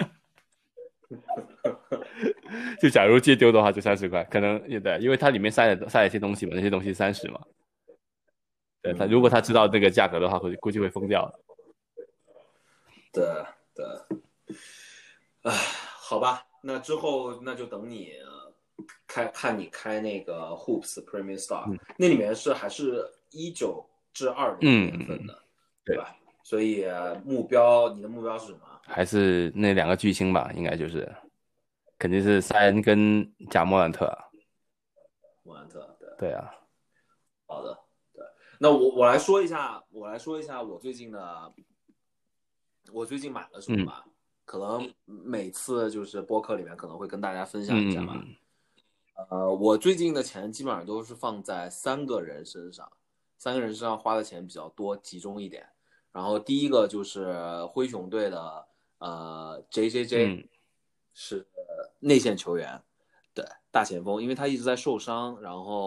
S2: 就假如借丢的话，就三十块，可能也对，因为它里面塞了塞了一些东西嘛，那些东西三十嘛。对他，如果他知道这个价格的话，会估计会疯掉了。
S1: 对对，唉。好吧，那之后那就等你开看你开那个 Hoops Premium Star，、嗯、那里面是还是一九至二零年份的，嗯、对吧？所以目标你的目标是什么？
S2: 还是那两个巨星吧，应该就是肯定是塞恩跟贾莫兰特。
S1: 莫兰特，对
S2: 对啊。
S1: 好的，对，那我我来说一下，我来说一下我最近的，我最近买了什么吧。嗯，可能每次就是播客里面可能会跟大家分享一下吧。嗯、呃，我最近的钱基本上都是放在三个人身上，三个人身上花的钱比较多，集中一点。然后第一个就是灰熊队的呃 J J J，、嗯、是内线球员，对，大前锋，因为他一直在受伤，然后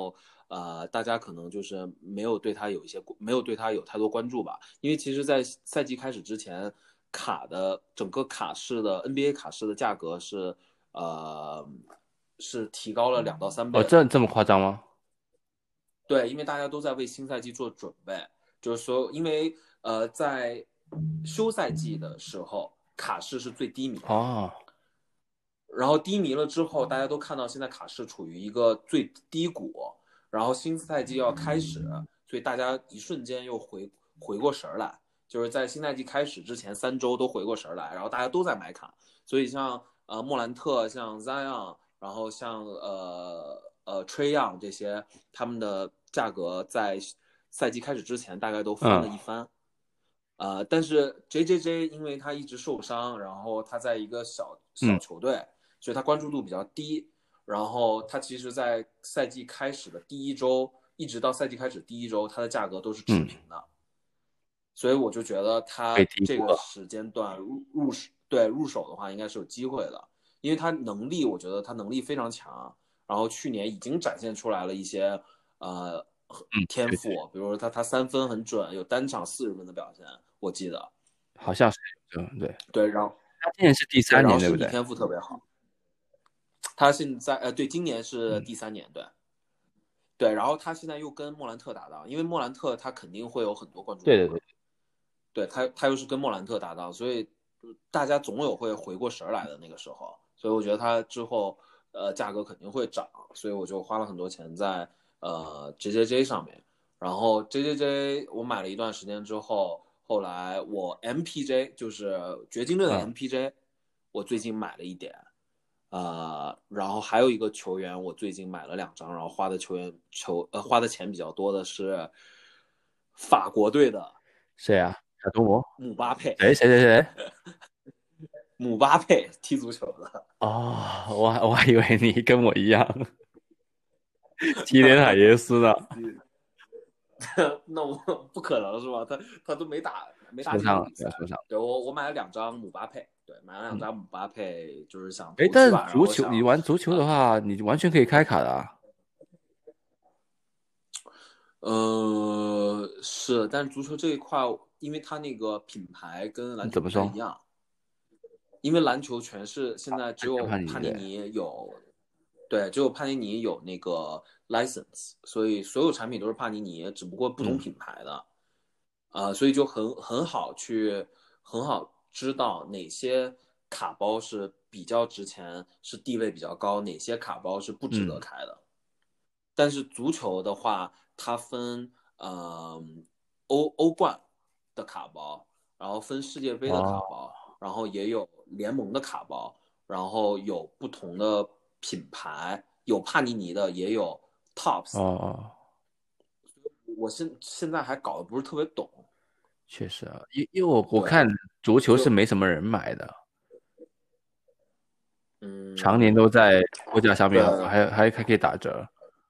S1: 呃，大家可能就是没有对他有一些没有对他有太多关注吧，因为其实，在赛季开始之前，卡的整个卡市的 N B A 卡市的价格是呃是提高了两到三倍
S2: 哦，
S1: 的。
S2: 这这么夸张吗？
S1: 对，因为大家都在为新赛季做准备，就是说，因为呃，在休赛季的时候，卡市是最低迷的，
S2: 哦，
S1: 然后低迷了之后，大家都看到现在卡市处于一个最低谷，然后新赛季要开始，所以大家一瞬间又回回过神来，就是在新赛季开始之前三周都回过神来，然后大家都在买卡，所以像呃莫兰特、像 Zion，然后像呃呃 Trae Young 这些，他们的价格在赛季开始之前大概都翻了一番。嗯呃，但是 J J J 因为他一直受伤，然后他在一个小小球队，嗯、所以他关注度比较低。然后他其实，在赛季开始的第一周，一直到赛季开始第一周，他的价格都是持平的。嗯、所以我就觉得他这个时间段入入对入手的话，应该是有机会的，因为他能力，我觉得他能力非常强。然后去年已经展现出来了一些呃天赋，嗯、比如说他他三分很准，有单场四十分的表现。我记得
S2: 好像是，嗯，对
S1: 对，然后
S2: 他今年是第三年，对不对？
S1: 然后身体天赋特别好。他现在呃，对，今年是第三年，嗯、对，对，然后他现在又跟莫兰特搭档，因为莫兰特他肯定会有很多关注度，
S2: 对对对，
S1: 对他他又是跟莫兰特搭档，所以大家总有会回过神来的那个时候，所以我觉得他之后呃价格肯定会涨，所以我就花了很多钱在呃 J J J 上面，然后 J J J 我买了一段时间之后。后来我 M P J 就是掘金队的 M P J，、嗯、我最近买了一点，呃，然后还有一个球员，我最近买了两张，然后花的球员球呃花的钱比较多的是法国队的
S2: 谁啊？小多摩？
S1: 姆巴佩？
S2: 谁谁谁谁？
S1: 姆巴佩踢足球的。
S2: 哦，我我还以为你跟我一样，提连海耶斯呢。
S1: 那我不可能是吧？他他都没打没打
S2: 几场
S1: 比赛。
S2: 受伤。
S1: 对，我我买了两张姆巴佩，对，买了两张姆巴佩，就是想
S2: 哎、
S1: 投资吧。
S2: 但是足球你玩足球的话，呃、你完全可以开卡的啊。
S1: 呃，是，但是足球这一块，因为它那个品牌跟篮球不太一样。因为篮球全是现在只有帕尼尼有，对，只有帕尼尼有那个 license， 所以所有产品都是帕尼尼，只不过不同品牌的，嗯、呃，所以就很很好去很好知道哪些卡包是比较值钱，是地位比较高，哪些卡包是不值得开的。嗯、但是足球的话，它分呃欧欧冠的卡包，然后分世界杯的卡包。哦，然后也有联盟的卡包，然后有不同的品牌，有帕尼尼的，也有 Tops。
S2: 哦，
S1: 我现现在还搞得不是特别懂。
S2: 确实啊，因因为我我看足球是没什么人买的，
S1: 嗯，
S2: 常年都在货架上面，还还还可以打折。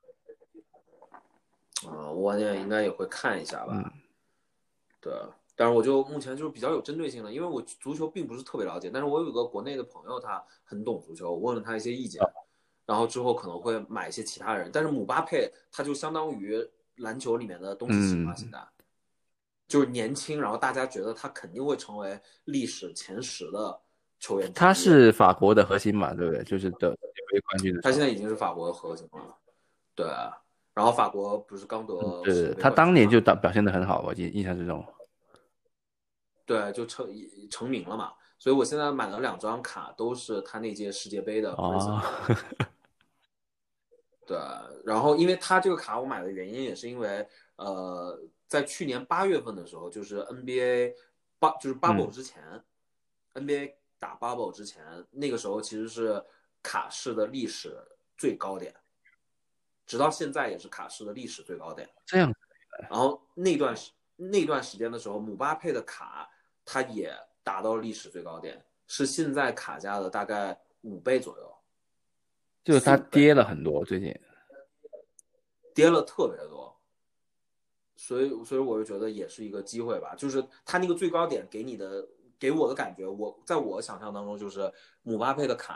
S1: 啊、我也应该也会看一下吧。
S2: 嗯，
S1: 对。但是我就目前就是比较有针对性的，因为我足球并不是特别了解，但是我有一个国内的朋友，他很懂足球，我问了他一些意见，然后之后可能会买一些其他人。但是姆巴佩他就相当于篮球里面的东契奇嘛，现在就是年轻，然后大家觉得他肯定会成为历史前十的球员。
S2: 他是法国的核心嘛，对不对？就是得世界杯冠军的。
S1: 他现在已经是法国的核心了，对。然后法国不是刚得世界杯冠军吗？
S2: 对，他当年就打表现得很好，我印印象之中。
S1: 对，就成成名了嘛，所以我现在买了两张卡，都是他那届世界杯的 present。哦、对，然后因为他这个卡我买的原因也是因为，呃，在去年八月份的时候，就是 N B A 八就是 bubble 之前、嗯、，N B A 打 bubble 之前，那个时候其实是卡市的历史最高点，直到现在也是卡市的历史最高点。
S2: 这样。
S1: 然后那段时那段时间的时候，姆巴佩的卡。它也达到历史最高点，是现在卡价的大概五倍左右，
S2: 就是它跌了很多，最近
S1: 跌了特别多，所以所以我就觉得也是一个机会吧，就是它那个最高点给你的给我的感觉，我在我想象当中就是姆巴佩的卡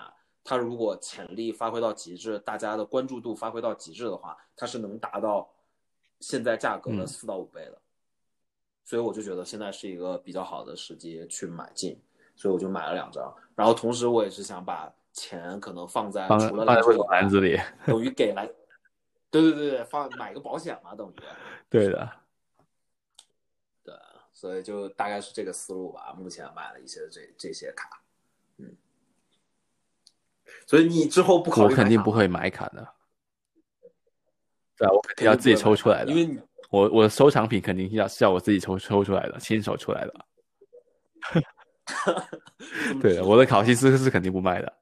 S1: 它如果潜力发挥到极致，大家的关注度发挥到极致的话，它是能达到现在价格的四到五倍的。嗯，所以我就觉得现在是一个比较好的时机去买进，所以我就买了两张。然后同时我也是想把钱可能放在除了篮球以外，
S2: 篮子里，
S1: 等于给篮，对对对对，放买个保险嘛，等于。
S2: 对的，
S1: 对，所以就大概是这个思路吧。目前买了一些这这些卡，嗯。所以你之后不考虑买卡吗？
S2: 我肯定不会买卡的。对啊，我肯定要自己抽出来的，
S1: 因为你
S2: 我我的收藏品肯定要是要我自己抽抽出来的，亲手出来的。对，我的考辛斯是肯定不卖的。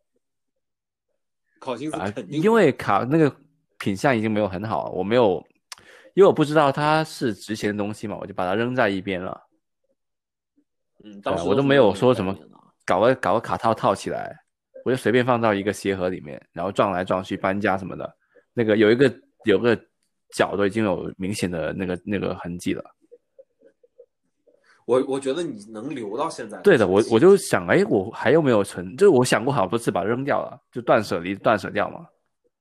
S1: 考辛斯肯定、
S2: 啊、因为卡那个品相已经没有很好，我没有，因为我不知道它是值钱的东西嘛，我就把它扔在一边了。
S1: 嗯，当时、
S2: 啊、我都没有说什么搞个搞个卡套套起来，我就随便放到一个鞋盒里面，然后撞来撞去搬家什么的。那个有一个有个角都已经有明显的那个那个痕迹了。
S1: 我我觉得你能留到现在。
S2: 对的，我我就想，哎，我还有没有存？就是我想过好多次把它扔掉了，就断舍离，断舍掉嘛。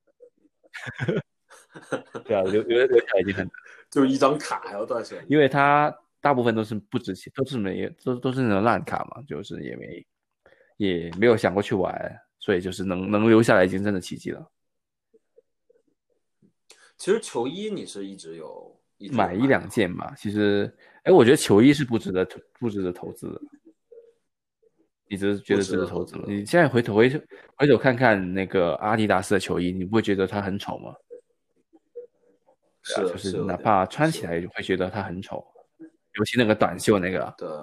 S2: 对啊，留留留下来已经很，
S1: 就是一张卡还要断舍离，
S2: 因为它大部分都是不值钱，都是没都都是那种烂卡嘛，就是也没也没有想过去玩，所以就是能能留下来已经真的奇迹了。
S1: 其实球衣你是一直有。
S2: 买一两件吧，其实，哎，我觉得球衣是不值得不值得投资的。你只是觉得值得投资吗？你现在回头回回头看看那个阿迪达斯的球衣，你不会觉得它很丑吗？
S1: 是、
S2: 啊，就是哪怕穿起来会觉得它很丑，尤其那个短袖那个。
S1: 对，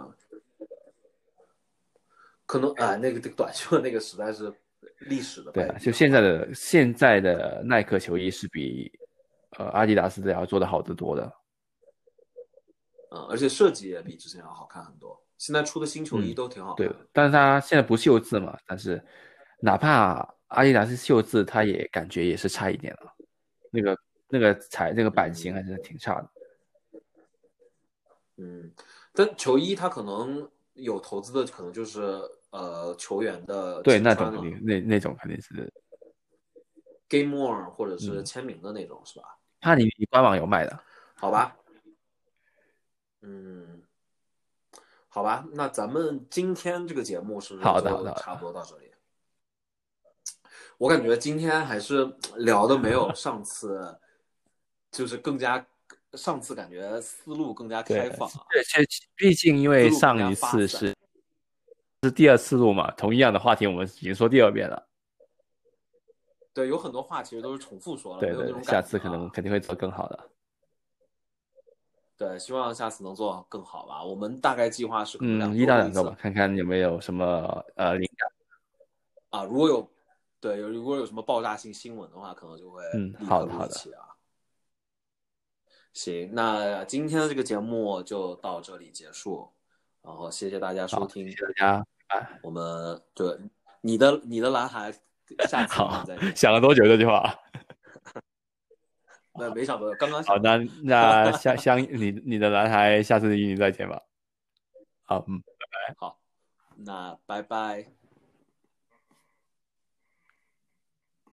S1: 可能啊、呃，那个短袖那个实在是历史的。
S2: 对啊，就现在的现在的耐克球衣是比呃阿迪达斯的要做的好得多的。
S1: 嗯，而且设计也比之前要好看很多。现在出的新球衣都挺好看的。
S2: 嗯、对，但是它现在不绣字嘛，但是哪怕阿迪达斯绣字，它也感觉也是差一点了。那个那个材那个版型还是挺差的。
S1: 嗯，但球衣它可能有投资的，可能就是呃球员的
S2: 对那种肯定那那种肯定是
S1: Game On 或者是签名的那种，嗯、是吧？
S2: 怕你你官网有卖的，
S1: 好吧？嗯，好吧，那咱们今天这个节目是不是就差不多到这里？我感觉今天还是聊的没有上次，就是更加。上次感觉思路更加开放啊，
S2: 对，对，毕竟因为上一次是是第二次录嘛，同一样的话题我们已经说第二遍了。
S1: 对，有很多话其实都是重复说了，
S2: 对
S1: 没有那种感觉、
S2: 啊。下次可能肯定会做更好的。
S1: 对，希望下次能做更好吧。我们大概计划是可能
S2: 嗯，一到两周吧，看看有没有什么呃灵感
S1: 啊。如果有对，如果有什么爆炸性新闻的话，可能就会
S2: 嗯，好的好的。
S1: 行，那今天的这个节目就到这里结束，然后谢谢大家收听，
S2: 谢谢大家，拜。
S1: 我们对你的你的蓝海，下次我们再见。
S2: 想了多久这句话？
S1: 没没想多久，刚刚
S2: 想。好，那那相相你你的蓝海，下次与你再见吧。好，嗯，拜拜。
S1: 好，那拜拜。